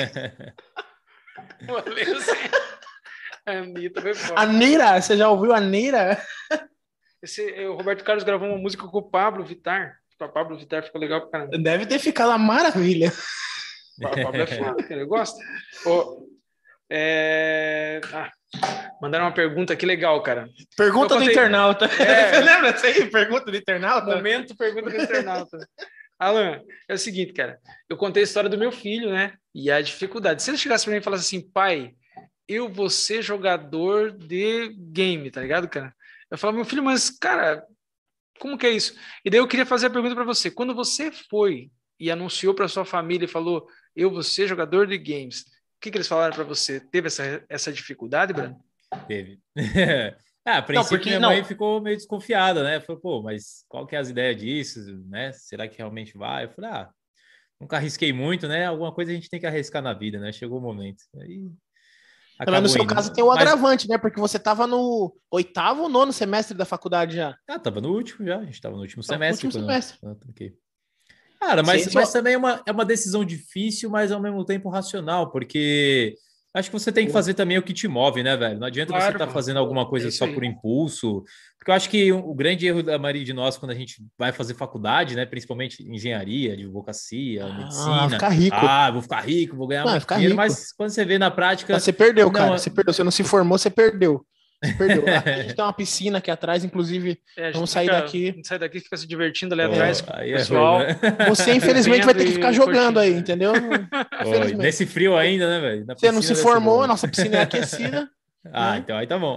Speaker 1: A Anitta foi foda.
Speaker 2: A Nira, você já ouviu a Nira?
Speaker 1: Esse, o Roberto Carlos gravou uma música com o Pablo Vittar. O Pablo Vittar ficou legal pra caramba.
Speaker 2: Deve ter ficado uma maravilha.
Speaker 1: O Pablo é foda, cara, eu gosto. Oh, é... ah, mandaram uma pergunta aqui legal, cara.
Speaker 2: Pergunta
Speaker 1: contei...
Speaker 2: do internauta.
Speaker 1: É...
Speaker 2: Lembra disso aí? Pergunta do internauta?
Speaker 1: Momento pergunta do internauta. Alan, é o seguinte, cara. Eu contei a história do meu filho, né? E a dificuldade. Se ele chegasse pra mim e falasse assim, pai, eu vou ser jogador de game, tá ligado, cara? Eu falo, meu filho, mas, cara, como que é isso? E daí eu queria fazer a pergunta para você. Quando você foi e anunciou para sua família e falou, eu vou ser jogador de games, o que, que eles falaram para você? Teve essa, essa dificuldade, Brano?
Speaker 4: Teve. Ah, a princípio, não, porque, minha mãe não. ficou meio desconfiada, né? Falou, pô, mas qual que é as ideias disso, né? Será que realmente vai? Eu falei, ah, nunca arrisquei muito, né? Alguma coisa a gente tem que arriscar na vida, né? Chegou o momento. Aí,
Speaker 2: mas no seu indo. caso tem o agravante, mas... né? Porque você estava no oitavo ou nono semestre da faculdade já.
Speaker 4: Ah, tava no último já. A gente estava no último tá, semestre.
Speaker 2: Último semestre.
Speaker 4: Eu... Okay. Cara, mas, sim, mas também é uma, é uma decisão difícil, mas ao mesmo tempo racional, porque Acho que você tem que fazer também o que te move, né, velho? Não adianta claro, você estar tá fazendo alguma coisa é só aí. Por impulso, porque eu acho que o grande erro da maioria de nós, quando a gente vai fazer faculdade, né, principalmente engenharia, advocacia, ah, medicina...
Speaker 2: ficar rico.
Speaker 4: Ah, vou ficar rico, vou ganhar não, muito dinheiro, rico. Mas quando você vê na prática...
Speaker 2: Mas você perdeu, não, cara, você perdeu. Você não se formou, você perdeu. Você perdeu. Aqui a gente tem uma piscina aqui atrás, inclusive, é, vamos sair
Speaker 1: fica,
Speaker 2: daqui.
Speaker 1: A gente sai daqui, fica se divertindo ali oh, atrás com o pessoal.
Speaker 4: É ruim,
Speaker 2: né? Você, infelizmente, vai ter que ficar jogando aí, entendeu?
Speaker 4: Oh, nesse frio ainda, né, velho?
Speaker 2: Você não se formou, a nossa piscina é aquecida.
Speaker 4: Ah, né? Então aí tá bom.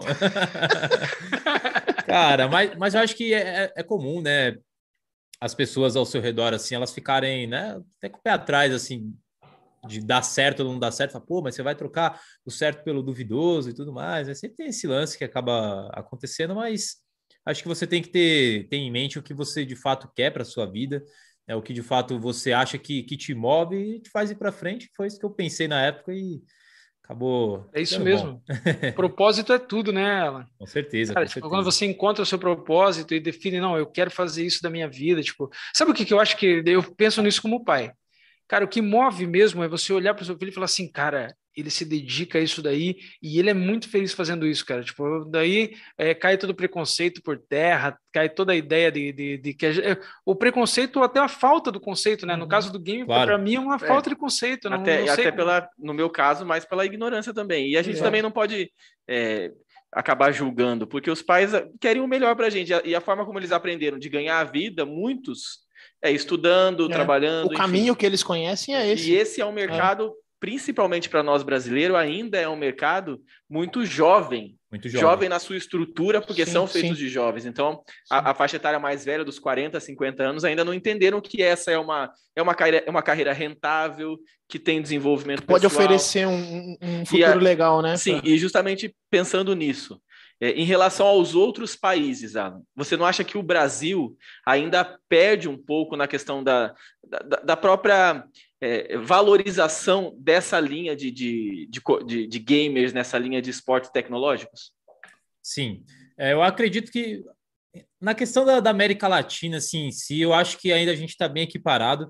Speaker 4: Cara, mas, mas eu acho que é, é comum, né? As pessoas ao seu redor, assim, elas ficarem, né? Até com o pé atrás, assim, de dar certo ou não dar certo. Fala, pô, mas você vai trocar o certo pelo duvidoso e tudo mais. Né? Sempre tem esse lance que acaba acontecendo, mas acho que você tem que ter, ter em mente o que você de fato quer para sua vida, né? O que de fato você acha que, que te move e te faz ir para frente. Foi isso que eu pensei na época e acabou.
Speaker 1: É isso mesmo. Propósito é tudo, né, Alan?
Speaker 4: Com certeza.
Speaker 1: Cara,
Speaker 4: com
Speaker 1: tipo,
Speaker 4: certeza.
Speaker 1: quando você encontra o seu propósito e define, não, eu quero fazer isso da minha vida, tipo, sabe o que, que eu acho que eu penso nisso como pai? Cara, o que move mesmo é você olhar para o seu filho e falar assim, cara, ele se dedica a isso daí e ele é muito feliz fazendo isso, cara. Tipo, daí é, cai todo o preconceito por terra, cai toda a ideia de, de, de que a, o preconceito ou até a falta do conceito, né? No caso do game, claro. Para mim é uma falta é. de conceito. Não,
Speaker 3: até
Speaker 1: não
Speaker 3: até pela, no meu caso, mais pela ignorância também. E a gente é. também não pode é, acabar julgando, porque os pais querem o melhor para a gente. E a forma como eles aprenderam de ganhar a vida, muitos... É, estudando, é. trabalhando.
Speaker 2: O caminho enfim. que eles conhecem é esse.
Speaker 3: E esse é um mercado, é. principalmente para nós brasileiros, ainda é um mercado muito jovem.
Speaker 4: Muito jovem.
Speaker 3: Jovem na sua estrutura, porque sim, são feitos
Speaker 2: sim.
Speaker 3: de jovens. Então, a, a faixa etária mais velha, dos quarenta, cinquenta anos, ainda não entenderam que essa é uma, é uma, carreira, é uma carreira rentável, que tem desenvolvimento
Speaker 2: Pode
Speaker 3: pessoal.
Speaker 2: Pode oferecer um, um futuro a, legal, né?
Speaker 3: Sim,
Speaker 2: pra...
Speaker 3: e justamente pensando nisso. É, em relação aos outros países, Alan, você não acha que o Brasil ainda perde um pouco na questão da, da, da própria é, valorização dessa linha de, de, de, de, de gamers, nessa linha de esportes tecnológicos?
Speaker 4: Sim, é, eu acredito que na questão da, da América Latina, assim, em si, eu acho que ainda a gente está bem equiparado,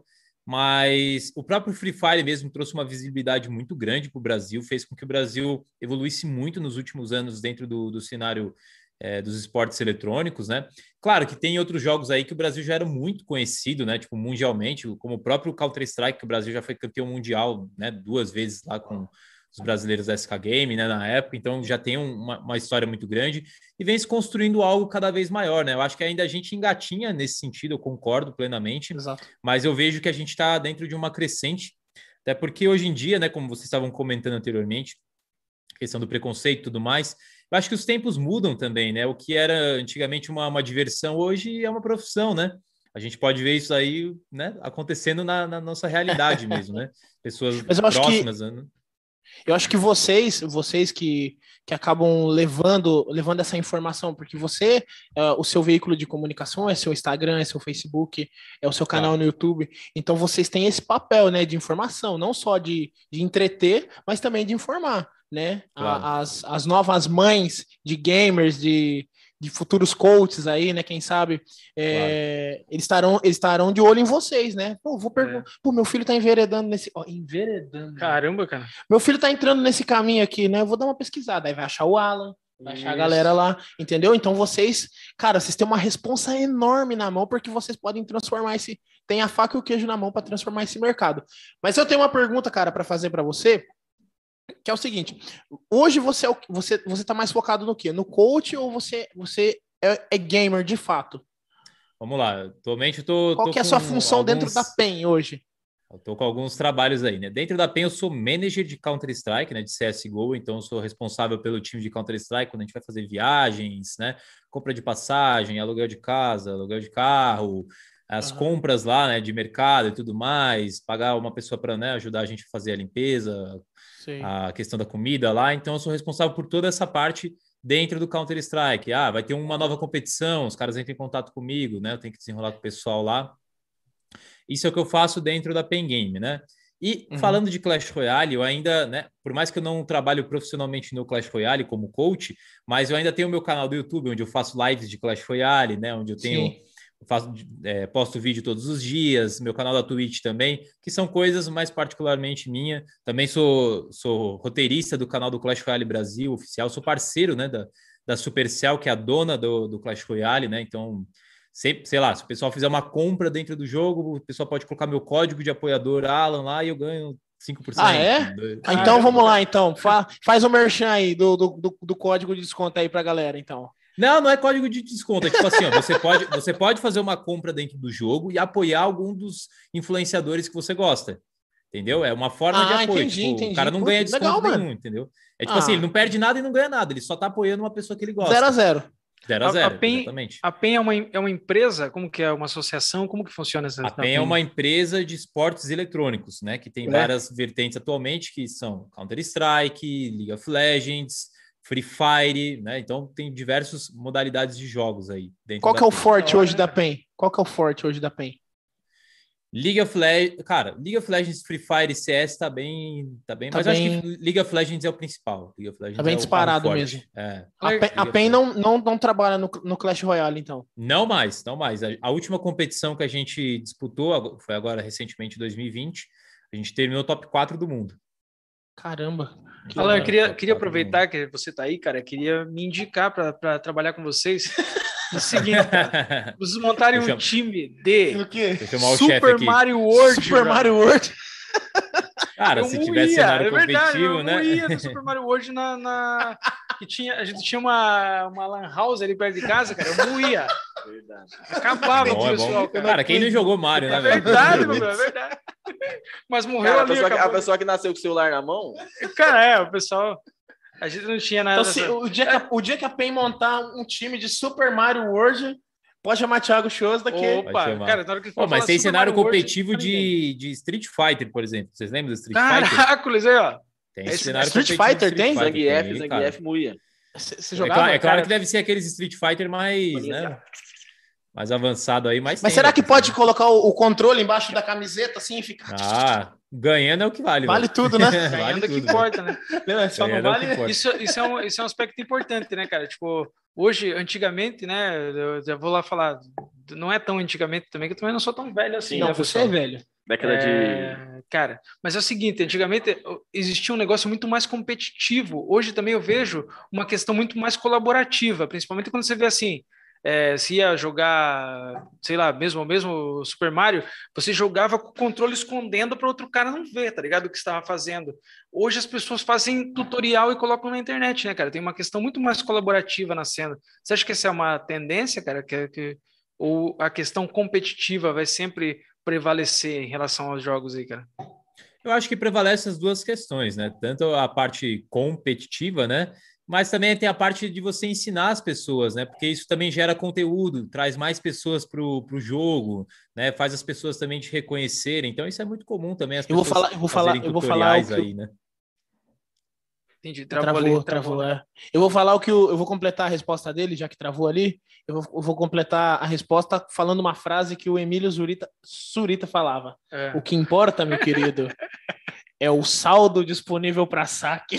Speaker 4: mas o próprio Free Fire mesmo trouxe uma visibilidade muito grande para o Brasil, fez com que o Brasil evoluísse muito nos últimos anos dentro do, do cenário é, dos esportes eletrônicos, né? Claro que tem outros jogos aí que o Brasil já era muito conhecido, né? Tipo, mundialmente, como o próprio Counter-Strike, que o Brasil já foi campeão mundial, né? Duas vezes lá com os brasileiros da S K Game, né, na época, então já tem uma, uma história muito grande e vem se construindo algo cada vez maior, né? Eu acho que ainda a gente engatinha nesse sentido, eu concordo plenamente,
Speaker 2: Exato.
Speaker 4: Mas eu vejo que a gente está dentro de uma crescente, até porque hoje em dia, né, como vocês estavam comentando anteriormente, questão do preconceito e tudo mais, eu acho que os tempos mudam também, né? O que era antigamente uma, uma diversão, hoje é uma profissão, né? A gente pode ver isso aí, né, acontecendo na, na nossa realidade mesmo, né? Pessoas
Speaker 2: Mas eu acho
Speaker 4: próximas,
Speaker 2: que...
Speaker 4: né?
Speaker 2: Eu acho que vocês, vocês que, que acabam levando, levando essa informação, porque você, uh, o seu veículo de comunicação é seu Instagram, é seu Facebook, é o seu canal claro. no YouTube, então vocês têm esse papel, né, de informação, não só de, de entreter, mas também de informar, né, claro. as, as novas mães de gamers, de, de futuros coaches aí, né, quem sabe, é, claro. eles, estarão, eles estarão de olho em vocês, né, pô, vou perguntar, é. pô, meu filho tá enveredando nesse, ó, enveredando,
Speaker 1: caramba, cara,
Speaker 2: meu filho tá entrando nesse caminho aqui, né, eu vou dar uma pesquisada, aí vai achar o Alan, vai achar a galera lá, entendeu? Então vocês, cara, vocês têm uma responsa enorme na mão, porque vocês podem transformar esse, tem a faca e o queijo na mão para transformar esse mercado. Mas eu tenho uma pergunta, cara, para fazer para você, que é o seguinte, hoje você, é o, você, você tá mais focado no quê? No coach ou você, você é, é gamer de fato?
Speaker 4: Vamos lá, atualmente eu tô...
Speaker 2: Qual
Speaker 4: tô
Speaker 2: que é a sua função
Speaker 4: alguns...
Speaker 2: dentro da P E N hoje?
Speaker 4: Eu tô com alguns trabalhos aí, né? Dentro da P E N eu sou manager de Counter-Strike, né? De C S G O, então eu sou responsável pelo time de Counter-Strike quando a gente vai fazer viagens, né? Compra de passagem, aluguel de casa, aluguel de carro, as uhum. compras lá, né? De mercado e tudo mais, pagar uma pessoa para, né, ajudar a gente a fazer a limpeza, Sim. a questão da comida lá. Então eu sou responsável por toda essa parte dentro do Counter-Strike. Ah, vai ter uma nova competição, os caras entram em contato comigo, né? Eu tenho que desenrolar com o pessoal lá. Isso é o que eu faço dentro da Pen Game, né? E uhum. falando de Clash Royale, eu ainda, né? Por mais que eu não trabalho profissionalmente no Clash Royale como coach, mas eu ainda tenho o meu canal do YouTube, onde eu faço lives de Clash Royale, né? Onde eu tenho Sim. faço, é, posto vídeo todos os dias, meu canal da Twitch também, que são coisas mais particularmente minha. Também sou, sou roteirista do canal do Clash Royale Brasil oficial, sou parceiro, né, da, da Supercell, que é a dona do, do Clash Royale, né? Então, sempre, sei lá, se o pessoal fizer uma compra dentro do jogo, o pessoal pode colocar meu código de apoiador Alan lá e eu ganho cinco por cento.
Speaker 2: Ah, é?
Speaker 4: Do...
Speaker 2: Ah, então vamos lá, então. Fa faz o merchan aí do, do, do, do código de desconto aí pra galera, então.
Speaker 4: Não, não é código de desconto. É tipo assim, ó, você pode, você pode fazer uma compra dentro do jogo e apoiar algum dos influenciadores que você gosta. Entendeu? É uma forma
Speaker 2: ah,
Speaker 4: de apoio.
Speaker 2: Entendi,
Speaker 4: tipo,
Speaker 2: entendi.
Speaker 4: O cara não
Speaker 2: Pô,
Speaker 4: ganha desconto
Speaker 2: legal,
Speaker 4: nenhum,
Speaker 2: mano.
Speaker 4: entendeu? É tipo
Speaker 2: ah.
Speaker 4: assim, ele não perde nada e não ganha nada. Ele só tá apoiando uma pessoa que ele gosta.
Speaker 2: Zero a zero.
Speaker 4: Zero a zero,
Speaker 1: a PEN,
Speaker 4: exatamente.
Speaker 1: A PEN é uma, é uma empresa? Como que é? Uma associação? Como que funciona essa?
Speaker 4: A PEN é uma empresa de esportes eletrônicos, né? Que tem é. várias vertentes atualmente, que são Counter-Strike, League of Legends, Free Fire, né? Então tem diversas modalidades de jogos aí. Dentro
Speaker 2: Qual
Speaker 4: da
Speaker 2: que é o
Speaker 4: PEN.
Speaker 2: forte hoje da PEN? Qual que é o forte hoje da PEN?
Speaker 4: League of Legends, cara, League of Legends, Free Fire e C S tá bem, tá bem,
Speaker 2: tá
Speaker 4: mas
Speaker 2: bem...
Speaker 4: acho que League of Legends é o principal. League of Legends
Speaker 2: tá bem
Speaker 4: é
Speaker 2: disparado mesmo.
Speaker 4: É.
Speaker 2: A PEN, a PEN não, não, não trabalha no, no Clash Royale, então?
Speaker 4: Não mais, não mais. A, a última competição que a gente disputou foi agora recentemente, em dois mil e vinte. A gente terminou top quatro do mundo.
Speaker 2: Caramba.
Speaker 1: Que Alan, eu queria, queria aproveitar que você tá aí, cara, queria me indicar para trabalhar com vocês. É o seguinte, cara, vocês montarem um time de Super Mario World.
Speaker 2: Super Mario World.
Speaker 4: Cara,
Speaker 1: eu
Speaker 4: se
Speaker 1: moía,
Speaker 4: tivesse cenário
Speaker 1: é verdade,
Speaker 4: competitivo,
Speaker 1: eu
Speaker 4: né?
Speaker 1: Eu do Super Mario World na... na... Que tinha, a gente tinha uma, uma lan house ali perto de casa, cara, eu moía. Verdade. Acabava
Speaker 4: bom,
Speaker 1: com o pessoal,
Speaker 4: é cara. Cara, quem não jogou Mario, né,
Speaker 1: velho? É verdade, meu, é verdade. Mas morreu
Speaker 3: cara,
Speaker 1: ali.
Speaker 3: A pessoa, que, a pessoa que nasceu com o celular na mão?
Speaker 1: Cara, é, o pessoal... A gente não tinha nada...
Speaker 2: Então, se, o, dia que a, o dia que a PEN montar um time de Super Mario World... Pode chamar Thiago Shows daqui.
Speaker 1: Opa, cara, na hora que
Speaker 4: oh, mas tem cenário competitivo World, de, de Street Fighter, por exemplo. Vocês lembram do Street
Speaker 1: Caraca,
Speaker 4: Fighter?
Speaker 1: Caracoles aí, ó.
Speaker 4: Tem
Speaker 2: esse cenário Street Fighter, tem?
Speaker 3: Zangief, Zangief muia.
Speaker 2: Você jogava? É
Speaker 4: claro, é claro que deve ser aqueles Street Fighter mais, né, mais avançado aí. Mas,
Speaker 2: mas
Speaker 4: tem,
Speaker 2: será
Speaker 4: né,
Speaker 2: que pode né? colocar o, o controle embaixo da camiseta assim e ficar...
Speaker 4: Ah, ganhando é o que vale.
Speaker 2: Vale
Speaker 4: velho.
Speaker 2: tudo, né?
Speaker 1: Ganhando vale tudo, que importa, né?
Speaker 2: Não, só não vale...
Speaker 1: É isso, isso, é um, isso é um aspecto importante, né, cara? Tipo, hoje, antigamente, né, eu já vou lá falar... Não é tão antigamente também, que eu também não sou tão velho assim.
Speaker 2: Não,
Speaker 1: né,
Speaker 2: você é velho.
Speaker 3: Década
Speaker 1: é...
Speaker 3: de...
Speaker 1: Cara, mas é o seguinte, antigamente existia um negócio muito mais competitivo. Hoje também eu vejo uma questão muito mais colaborativa, principalmente quando você vê assim, é, se ia jogar, sei lá, mesmo mesmo Super Mario, você jogava com o controle escondendo para outro cara não ver, tá ligado? O que estava fazendo. Hoje as pessoas fazem tutorial e colocam na internet, né, cara? Tem uma questão muito mais colaborativa na cena. Você acha que essa é uma tendência, cara, que, que... ou a questão competitiva vai sempre prevalecer em relação aos jogos aí, cara?
Speaker 4: Eu acho que prevalece as duas questões, né? Tanto a parte competitiva, né? Mas também tem a parte de você ensinar as pessoas, né? Porque isso também gera conteúdo, traz mais pessoas para o jogo, né? Faz as pessoas também te reconhecerem. Então, isso é muito comum também. As
Speaker 2: eu vou falar, eu vou falar, eu vou falar o que
Speaker 4: aí, né?
Speaker 1: Entendi,
Speaker 2: travou, travou, ali, travou, travou é. Eu vou falar o que eu, eu vou completar a resposta dele, já que travou ali. Eu vou, eu vou completar a resposta falando uma frase que o Emílio Zurita, Zurita falava. É. O que importa, meu querido, é o saldo disponível para saque.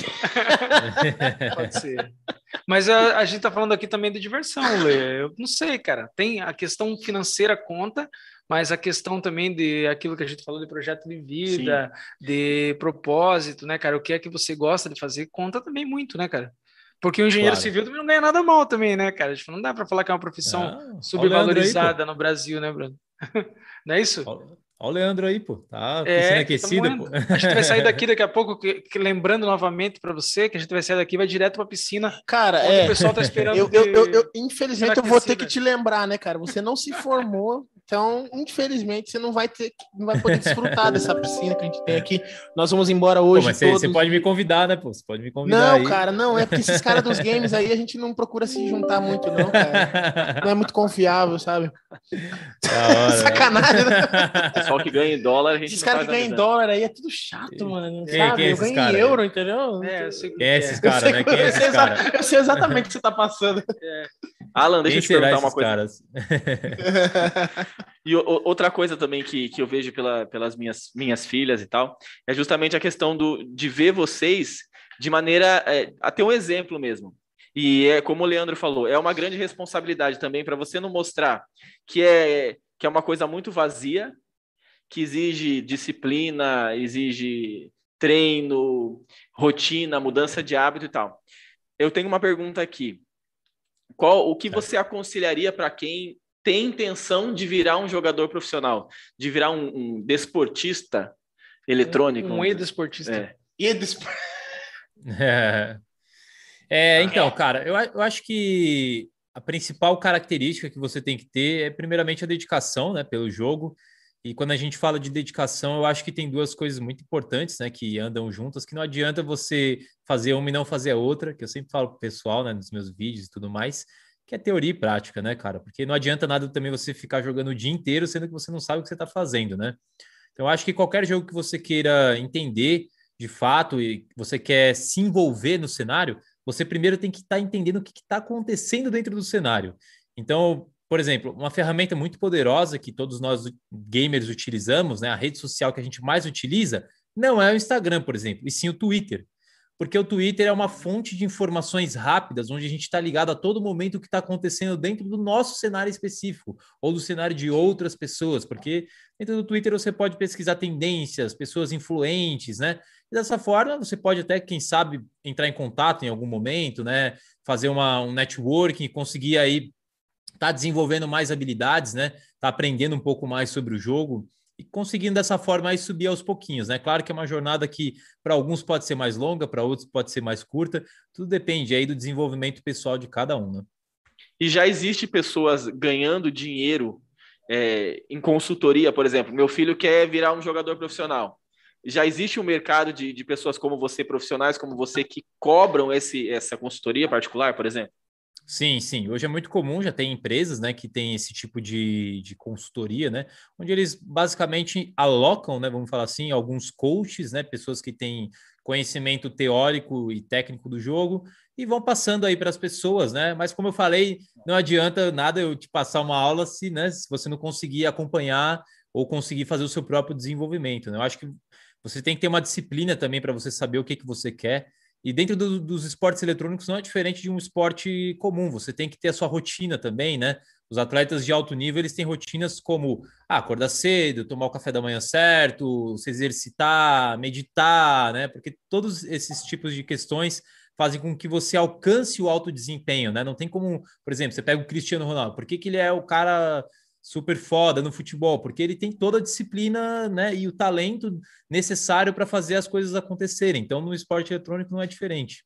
Speaker 1: Pode ser. Mas a, a gente tá falando aqui também de diversão, Lê. Eu não sei, cara. Tem a questão financeira conta, mas a questão também de aquilo que a gente falou de projeto de vida, Sim. de propósito, né, cara? O que é que você gosta de fazer conta também muito, né, cara? Porque o engenheiro claro. civil também não ganha nada mal também, né, cara? Tipo, não dá para falar que é uma profissão ah, subvalorizada aí, no Brasil, né, Bruno? Não é isso?
Speaker 4: Olha o Leandro aí, pô. Tá piscina é, aquecida, pô.
Speaker 1: A gente vai sair daqui daqui a pouco, que, que, lembrando novamente para você que a gente vai sair daqui e vai direto para piscina.
Speaker 2: Cara, é.
Speaker 1: O pessoal tá esperando.
Speaker 2: Eu, eu, eu, eu infelizmente, eu vou ter que te lembrar, né, cara? Você não se formou. Então, infelizmente, você não vai ter, não vai poder desfrutar dessa piscina que a gente tem aqui. Nós vamos embora hoje. Pô,
Speaker 4: mas
Speaker 2: todos...
Speaker 4: você pode me convidar, né, pô? Você pode me convidar.
Speaker 2: Não,
Speaker 4: aí.
Speaker 2: cara, não. É porque esses caras dos games aí a gente não procura se juntar muito, não, cara. Não é muito confiável, sabe?
Speaker 4: Hora,
Speaker 2: Sacanagem, né?
Speaker 3: O pessoal que ganha em dólar, a gente
Speaker 2: Esses caras que ganham em dólar aí é tudo chato, mano.
Speaker 4: Quem,
Speaker 2: sabe?
Speaker 4: quem é
Speaker 2: eu ganho
Speaker 4: cara,
Speaker 2: em euro,
Speaker 4: né?
Speaker 2: entendeu?
Speaker 1: É, eu sei
Speaker 4: quem é esses caras, né? Quem é esses caras?
Speaker 2: Eu sei exatamente o que você tá passando.
Speaker 3: É. Alan, deixa
Speaker 4: quem
Speaker 3: eu te perguntar uma coisa.
Speaker 4: Caras?
Speaker 3: E o, outra coisa também que, que eu vejo pela, pelas minhas, minhas filhas e tal, é justamente a questão do, de ver vocês de maneira, é, a ter um exemplo mesmo. E é como o Leandro falou, é uma grande responsabilidade também para você não mostrar que é, que é uma coisa muito vazia, que exige disciplina, exige treino, rotina, mudança de hábito e tal. Eu tenho uma pergunta aqui. Qual, o que você aconselharia para quem tem intenção de virar um jogador profissional, de virar um, um desportista eletrônico?
Speaker 1: Um, um e-desportista.
Speaker 3: É.
Speaker 2: E-despor...
Speaker 4: É, é, então, cara, eu, eu acho que a principal característica que você tem que ter é, primeiramente, a dedicação, né, pelo jogo. E quando a gente fala de dedicação, eu acho que tem duas coisas muito importantes, né, que andam juntas, que não adianta você fazer uma e não fazer a outra, que eu sempre falo pro pessoal, né, nos meus vídeos e tudo mais, que é teoria e prática, né, cara? Porque não adianta nada também você ficar jogando o dia inteiro, sendo que você não sabe o que você tá fazendo, né? Então, eu acho que qualquer jogo que você queira entender de fato e você quer se envolver no cenário, você primeiro tem que estar tá entendendo o que está acontecendo dentro do cenário. Então, por exemplo, uma ferramenta muito poderosa que todos nós gamers utilizamos, né, a rede social que a gente mais utiliza, não é o Instagram, por exemplo, e sim o Twitter. Porque o Twitter é uma fonte de informações rápidas, onde a gente está ligado a todo momento o que está acontecendo dentro do nosso cenário específico, ou do cenário de outras pessoas, porque dentro do Twitter você pode pesquisar tendências, pessoas influentes, né? E dessa forma, você pode até, quem sabe, entrar em contato em algum momento, né? Fazer uma, um networking, conseguir aí estar tá desenvolvendo mais habilidades, né? Tá aprendendo um pouco mais sobre o jogo e conseguindo dessa forma aí subir aos pouquinhos, né? Claro que é uma jornada que para alguns pode ser mais longa, para outros pode ser mais curta, tudo depende aí do desenvolvimento pessoal de cada um, né?
Speaker 3: E já existe pessoas ganhando dinheiro é, em consultoria, por exemplo, meu filho quer virar um jogador profissional. Já existe um mercado de, de pessoas como você, profissionais como você, que cobram esse, essa consultoria particular, por exemplo?
Speaker 4: Sim, sim. Hoje é muito comum, já tem empresas, né, que tem esse tipo de, de consultoria, né, onde eles basicamente alocam, né, vamos falar assim, alguns coaches, né, pessoas que têm conhecimento teórico e técnico do jogo e vão passando aí para as pessoas, né, mas como eu falei, não adianta nada eu te passar uma aula se, né, se você não conseguir acompanhar ou conseguir fazer o seu próprio desenvolvimento, né. Eu acho que você tem que ter uma disciplina também para você saber o que, que você quer. E dentro do, dos esportes eletrônicos não é diferente de um esporte comum. Você tem que ter a sua rotina também, né? Os atletas de alto nível, eles têm rotinas como ah, acordar cedo, tomar o café da manhã certo, se exercitar, meditar, né? Porque todos esses tipos de questões fazem com que você alcance o alto desempenho, né? Não tem como, por exemplo, você pega o Cristiano Ronaldo. Por que, que ele é o cara super foda no futebol? Porque ele tem toda a disciplina, né, e o talento necessário para fazer as coisas acontecerem. Então, no esporte eletrônico não é diferente.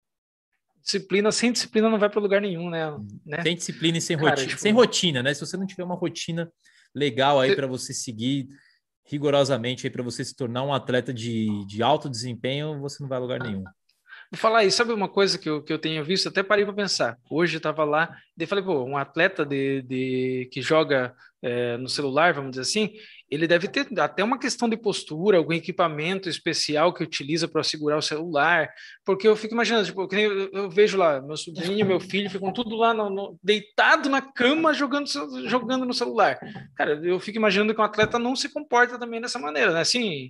Speaker 1: Disciplina, sem disciplina não vai para lugar nenhum, né? né?
Speaker 4: Sem disciplina e sem
Speaker 1: Cara,
Speaker 4: rotina.
Speaker 1: tipo...
Speaker 4: Sem rotina, né? Se você não tiver uma rotina legal aí para você seguir rigorosamente aí para você se tornar um atleta de, de alto desempenho, você não vai a lugar nenhum.
Speaker 1: Vou falar aí, sabe uma coisa que eu, que eu tenho visto? Até parei para pensar. Hoje eu estava lá, daí falei, pô, um atleta de, de, que joga é, no celular, vamos dizer assim, ele deve ter até uma questão de postura, algum equipamento especial que utiliza para segurar o celular, porque eu fico imaginando, tipo, eu, eu vejo lá, meu sobrinho, meu filho, ficam tudo lá no, no, deitado na cama jogando, jogando no celular. Cara, eu fico imaginando que um atleta não se comporta também dessa maneira, né? Assim...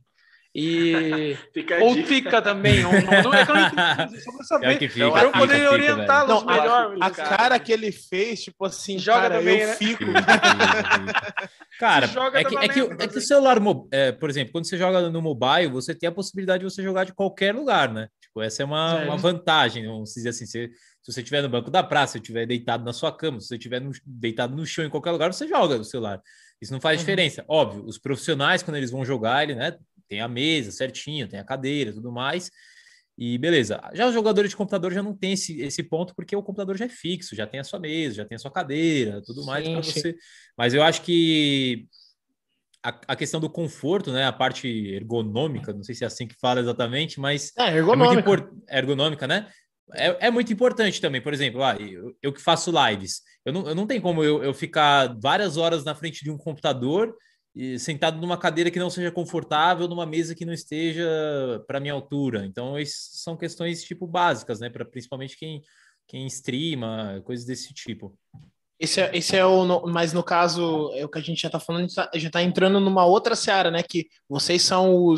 Speaker 1: E
Speaker 3: fica
Speaker 1: ou fica também, ou não, não é que eu não entendi, só pra saber,
Speaker 4: que fica,
Speaker 1: para eu poder
Speaker 4: fica,
Speaker 1: orientá-los
Speaker 2: fica,
Speaker 1: melhor.
Speaker 2: A, a cara que ele fez, tipo assim,
Speaker 1: joga
Speaker 2: cara,
Speaker 1: também,
Speaker 2: eu
Speaker 1: né?
Speaker 2: fico.
Speaker 4: Cara,
Speaker 1: joga,
Speaker 4: é que, é, que, é que o celular, é, por exemplo, quando você joga no mobile, você tem a possibilidade de você jogar de qualquer lugar, né? Tipo, essa é uma, uma vantagem, vamos dizer assim. Se, se você estiver no banco da praça, se estiver deitado na sua cama, se você estiver no, deitado no chão em qualquer lugar, você joga no celular. Isso não faz uhum. diferença. Óbvio, os profissionais, quando eles vão jogar, ele, né? Tem a mesa certinho, tem a cadeira, tudo mais. E beleza. Já os jogadores de computador já não tem esse, esse ponto, porque o computador já é fixo, já tem a sua mesa, já tem a sua cadeira, tudo sim, mais para você. Mas eu acho que a, a questão do conforto, né? A parte ergonômica, não sei se é assim que fala exatamente, mas
Speaker 2: é ergonômica,
Speaker 4: é muito import... ergonômica, né? É, é muito importante também, por exemplo, ah, eu, eu que faço lives, eu não, eu não tenho como eu, eu ficar várias horas na frente de um computador e sentado numa cadeira que não seja confortável, numa mesa que não esteja para minha altura. Então, isso são questões tipo básicas, né? Para principalmente quem, quem streama, coisas desse tipo.
Speaker 2: Esse é, esse é o. Mas no caso, é o que a gente já está falando, já está entrando numa outra seara, né? Que vocês são os,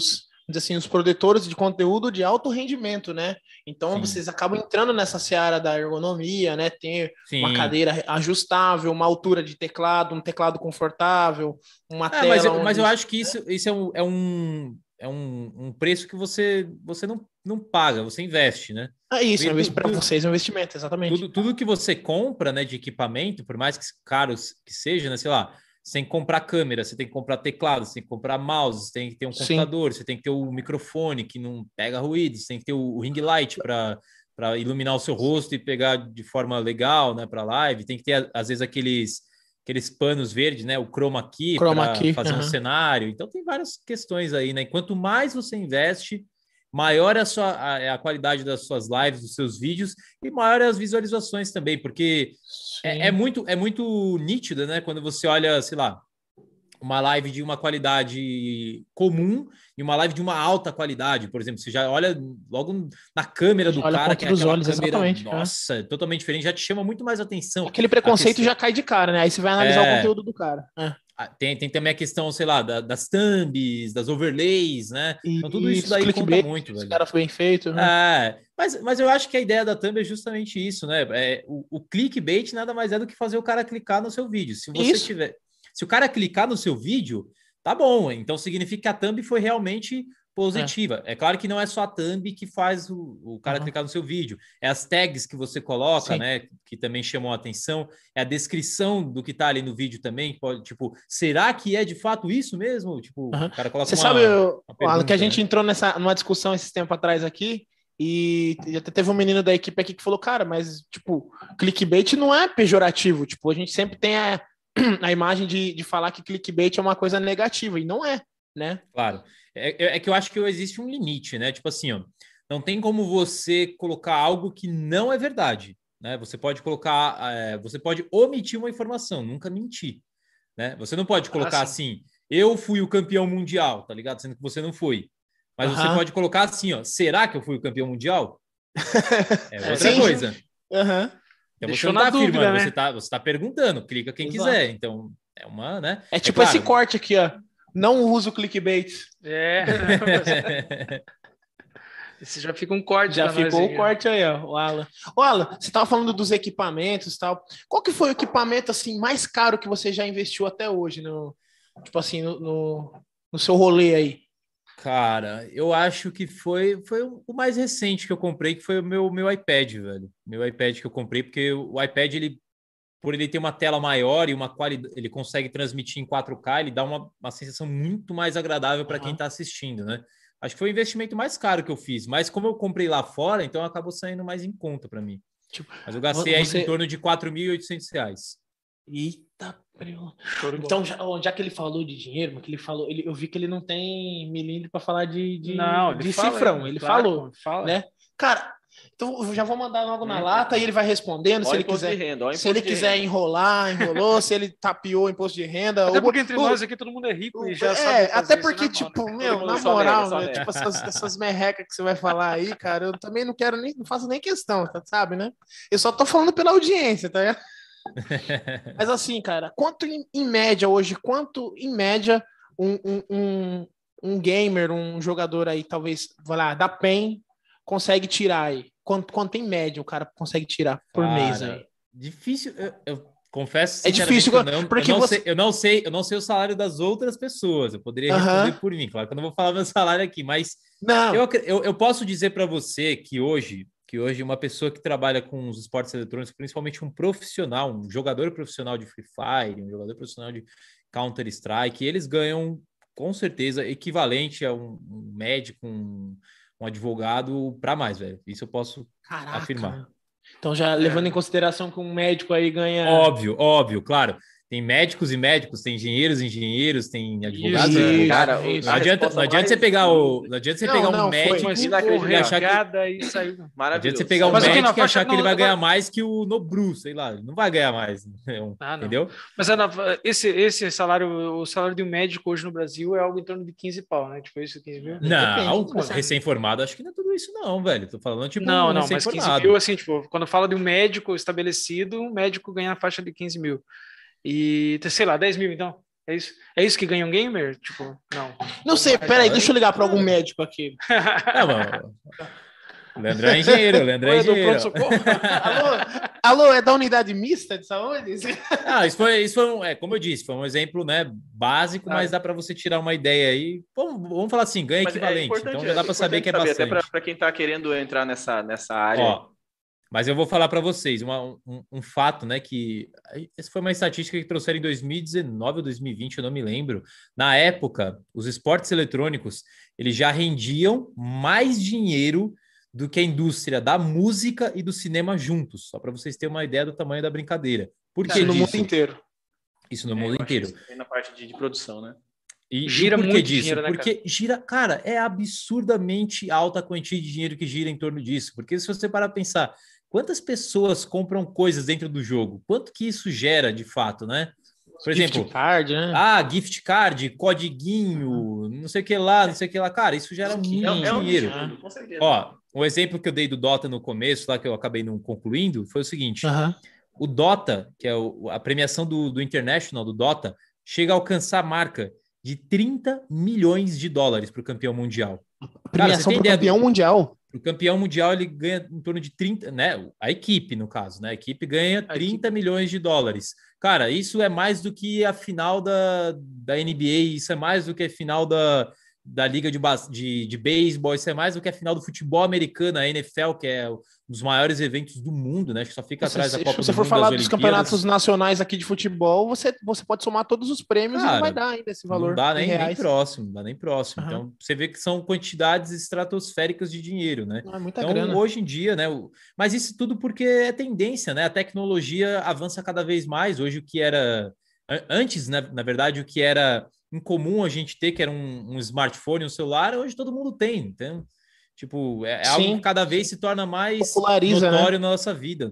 Speaker 2: assim, os produtores de conteúdo de alto rendimento, né? Então, Sim. vocês acabam entrando nessa seara da ergonomia, né? Ter Sim. uma cadeira ajustável, uma altura de teclado, um teclado confortável, uma é, tela...
Speaker 4: Mas eu,
Speaker 2: onde...
Speaker 4: mas eu acho que isso, isso é um... É um... É um, um preço que você, você não, não paga, você investe, né?
Speaker 2: É isso, é para vocês é um investimento, exatamente.
Speaker 4: Tudo, tudo que você compra, né, de equipamento, por mais que caro que seja, né, sei lá, você tem que comprar câmera, você tem que comprar teclado, você tem que comprar mouse, você tem que ter um computador, Sim. você tem que ter o microfone que não pega ruído, você tem que ter o, o ring light para para iluminar o seu rosto e pegar de forma legal, né, para live, tem que ter às vezes aqueles aqueles panos verdes, né? O chroma key para fazer uhum. um cenário. Então tem várias questões aí, né? E quanto mais você investe, maior é a, sua, a, a qualidade das suas lives, dos seus vídeos, e maior é as visualizações também, porque é, é, muito, é muito nítido, né? Quando você olha, sei lá, uma live de uma qualidade comum e uma live de uma alta qualidade, por exemplo, você já olha logo na câmera do cara, que é aquela
Speaker 2: olhos,
Speaker 4: câmera, nossa, é. totalmente diferente, já te chama muito mais atenção.
Speaker 2: Aquele preconceito questão... já cai de cara, né? Aí você vai analisar é... o conteúdo do cara. É.
Speaker 4: Tem, tem também a questão, sei lá, da, das thumbs, das overlays, né? E, então tudo isso daí conta muito, velho.
Speaker 2: Esse cara foi bem feito, né?
Speaker 4: É, mas, mas eu acho que a ideia da thumb é justamente isso, né? É, o, o clickbait nada mais é do que fazer o cara clicar no seu vídeo. Se você isso. tiver... Se o cara clicar no seu vídeo, tá bom. Então significa que a thumb foi realmente positiva. É, é claro que não é só a thumb que faz o, o cara uhum. clicar no seu vídeo. É as tags que você coloca, Sim. né? Que também chamam a atenção. É a descrição do que tá ali no vídeo também. Pode, tipo, será que é de fato isso mesmo? Tipo, uhum. o cara coloca
Speaker 2: Você uma, sabe, uma pergunta, que a gente né? entrou nessa, numa discussão esse tempo atrás aqui, e até teve um menino da equipe aqui que falou, cara, mas, tipo, clickbait não é pejorativo. Tipo, a gente sempre tem a a imagem de, de falar que clickbait é uma coisa negativa, e não é, né?
Speaker 4: Claro. É, é que eu acho que existe um limite, né? Tipo assim, ó, não tem como você colocar algo que não é verdade, né? Você pode colocar, é, você pode omitir uma informação, nunca mentir, né? Você não pode colocar ah, assim, eu fui o campeão mundial, tá ligado? Sendo que você não foi. Mas uh-huh. você pode colocar assim, ó, será que eu fui o campeão mundial? É outra Sim. coisa.
Speaker 2: Aham. Uhum.
Speaker 4: Então você não está afirmando, né? você está você tá perguntando, clica quem Exato. quiser. Então, é uma, né?
Speaker 2: É tipo é claro. esse corte aqui, ó. Não usa o clickbait.
Speaker 1: É. Esse já fica um corte.
Speaker 2: Já ficou o um corte aí, ó, o Alan. Ô, Alan, você estava falando dos equipamentos e tal. Qual que foi o equipamento assim mais caro que você já investiu até hoje? No, tipo assim, no, no, no seu rolê aí?
Speaker 4: Cara, eu acho que foi, foi o mais recente que eu comprei, que foi o meu, meu iPad, velho. Meu iPad que eu comprei, porque o iPad, ele, por ele ter uma tela maior e uma qualidade, ele consegue transmitir em quatro K, ele dá uma, uma sensação muito mais agradável para uhum. quem está assistindo, né? Acho que foi o investimento mais caro que eu fiz, mas como eu comprei lá fora, então acabou saindo mais em conta para mim. Tipo, mas eu gastei você... aí em torno de quatro mil e oitocentos reais.
Speaker 2: Eita, então, já, já que ele falou de dinheiro, que ele falou, ele, eu vi que ele não tem milímetro para falar de, de,
Speaker 1: não,
Speaker 2: de
Speaker 1: fala,
Speaker 2: cifrão. Ele
Speaker 1: claro,
Speaker 2: falou,
Speaker 1: fala.
Speaker 2: né? Cara, então eu já vou mandar logo na hum, lata e ele vai respondendo. Se ele quiser, renda, se ele quiser enrolar, enrolou. Se ele tapeou imposto de renda.
Speaker 1: Até porque entre o, nós aqui todo mundo é rico o, e já
Speaker 2: é,
Speaker 1: sabe
Speaker 2: até
Speaker 1: isso,
Speaker 2: porque,
Speaker 1: né,
Speaker 2: tipo,
Speaker 1: mano?
Speaker 2: meu, na moral, né, tipo, essas, essas merrecas que você vai falar aí, cara, eu também não quero nem, não faço nem questão, tá, sabe, né? Eu só tô falando pela audiência, tá ligado? Mas assim, cara, quanto em, em média hoje, quanto em média um, um, um, um gamer, um jogador aí, talvez, vai lá, da PEN, consegue tirar aí? Quanto, quanto em média o cara consegue tirar por cara, mês aí?
Speaker 4: Difícil, eu, eu confesso
Speaker 2: é difícil,
Speaker 4: eu não,
Speaker 2: porque
Speaker 4: eu não,
Speaker 2: você...
Speaker 4: sei, eu não sei, eu não sei o salário das outras pessoas, eu poderia responder uh-huh. por mim, claro que eu não vou falar meu salário aqui, mas não. Eu, eu, eu posso dizer para você que hoje que hoje uma pessoa que trabalha com os esportes eletrônicos, principalmente um profissional, um jogador profissional de Free Fire, um jogador profissional de Counter-Strike, eles ganham, com certeza, equivalente a um, um médico, um, um advogado para mais, velho. Isso eu posso Caraca. afirmar.
Speaker 2: Então, já levando é. em consideração que um médico aí ganha...
Speaker 4: Óbvio, óbvio, claro. Tem médicos e médicos, tem engenheiros e engenheiros, tem advogados e advogados. Cara, não adianta, não adianta você pegar o, não adianta você não, pegar um não, médico
Speaker 1: e achar que
Speaker 4: e saiu. Não adianta você pegar um mas médico e achar que ele vai ganhar mais que o Nobru, sei lá, ele não vai ganhar mais, ah, entendeu?
Speaker 1: Mas esse esse salário, o salário de um médico hoje no Brasil é algo em torno de quinze pau, né? Tipo isso, quinze mil.
Speaker 4: Não, recém-formado, acho que não é tudo isso não, velho. Tô falando tipo
Speaker 1: não, não, mas quinze mil assim, tipo, quando fala de um médico estabelecido, um médico ganha a faixa de quinze mil. E, sei lá, dez mil, então? É isso, é isso que ganha um gamer? Tipo, não.
Speaker 2: Não sei, peraí, deixa eu ligar para algum médico aqui.
Speaker 4: Não, mano. O Leandrão é engenheiro, o Leandrão é engenheiro.
Speaker 2: Alô, alô, é da unidade mista de saúde?
Speaker 4: Ah, isso foi, isso foi um, é, como eu disse, foi um exemplo, né, básico, ah. mas dá para você tirar uma ideia aí. Vamos, vamos falar assim, ganha mas equivalente. É então já dá para saber que é saber, bastante.
Speaker 3: Até para quem está querendo entrar nessa, nessa área.
Speaker 4: Ó, mas eu vou falar para vocês uma, um, um fato, né, que essa foi uma estatística que trouxeram em dois mil e dezenove ou dois mil e vinte, eu não me lembro. Na época, os esportes eletrônicos, eles já rendiam mais dinheiro do que a indústria da música e do cinema juntos, só para vocês terem uma ideia do tamanho da brincadeira. Por que
Speaker 2: Isso no
Speaker 4: disso?
Speaker 2: mundo inteiro.
Speaker 4: Isso no
Speaker 3: é,
Speaker 4: mundo inteiro.
Speaker 3: Na parte de, de produção, né?
Speaker 4: E gira e muito disso? dinheiro, né, Porque cara? gira, cara, é absurdamente alta a quantia de dinheiro que gira em torno disso. Porque se você parar para pensar, quantas pessoas compram coisas dentro do jogo? Quanto que isso gera de fato, né? Por
Speaker 2: gift
Speaker 4: exemplo,
Speaker 2: card, né?
Speaker 4: ah, gift card, codiguinho, não sei o que lá, não sei o que lá. Cara, isso gera muito é, é dinheiro. Um com certeza. Ó, o exemplo que eu dei do Dota no começo, lá que eu acabei não concluindo, foi o seguinte.
Speaker 2: Uhum.
Speaker 4: O Dota, que é o, a premiação do, do International, do Dota, chega a alcançar a marca de trinta milhões de dólares para o campeão mundial.
Speaker 2: A premiação para o campeão do... mundial?
Speaker 4: O campeão mundial, ele ganha em torno de trinta, né? A equipe, no caso, né? A equipe ganha trinta milhões de dólares. Cara, isso é mais do que a final da, da N B A, isso é mais do que a final da, da Liga de, de, de Beisebol, isso é mais do que a final do futebol americano, a N F L, que é um dos maiores eventos do mundo, né? Acho que só fica atrás
Speaker 2: se,
Speaker 4: da Copa do Mundo.
Speaker 2: Se você for falar dos campeonatos nacionais aqui de futebol, você, você pode somar todos os prêmios. Cara, e não vai dar ainda esse valor.
Speaker 4: Não dá nem, nem próximo, não dá nem próximo. Uhum. Então, você vê que são quantidades estratosféricas de dinheiro, né?
Speaker 2: É muita
Speaker 4: então,
Speaker 2: grana.
Speaker 4: Hoje em dia, né? Mas isso tudo porque é tendência, né? A tecnologia avança cada vez mais. Hoje, o que era... Antes, né, na verdade, o que era incomum a gente ter, que era um, um smartphone, um celular, hoje todo mundo tem, então... Tipo, é Sim. algo que cada vez se torna mais
Speaker 2: Populariza,
Speaker 4: notório
Speaker 2: né?
Speaker 4: na nossa vida.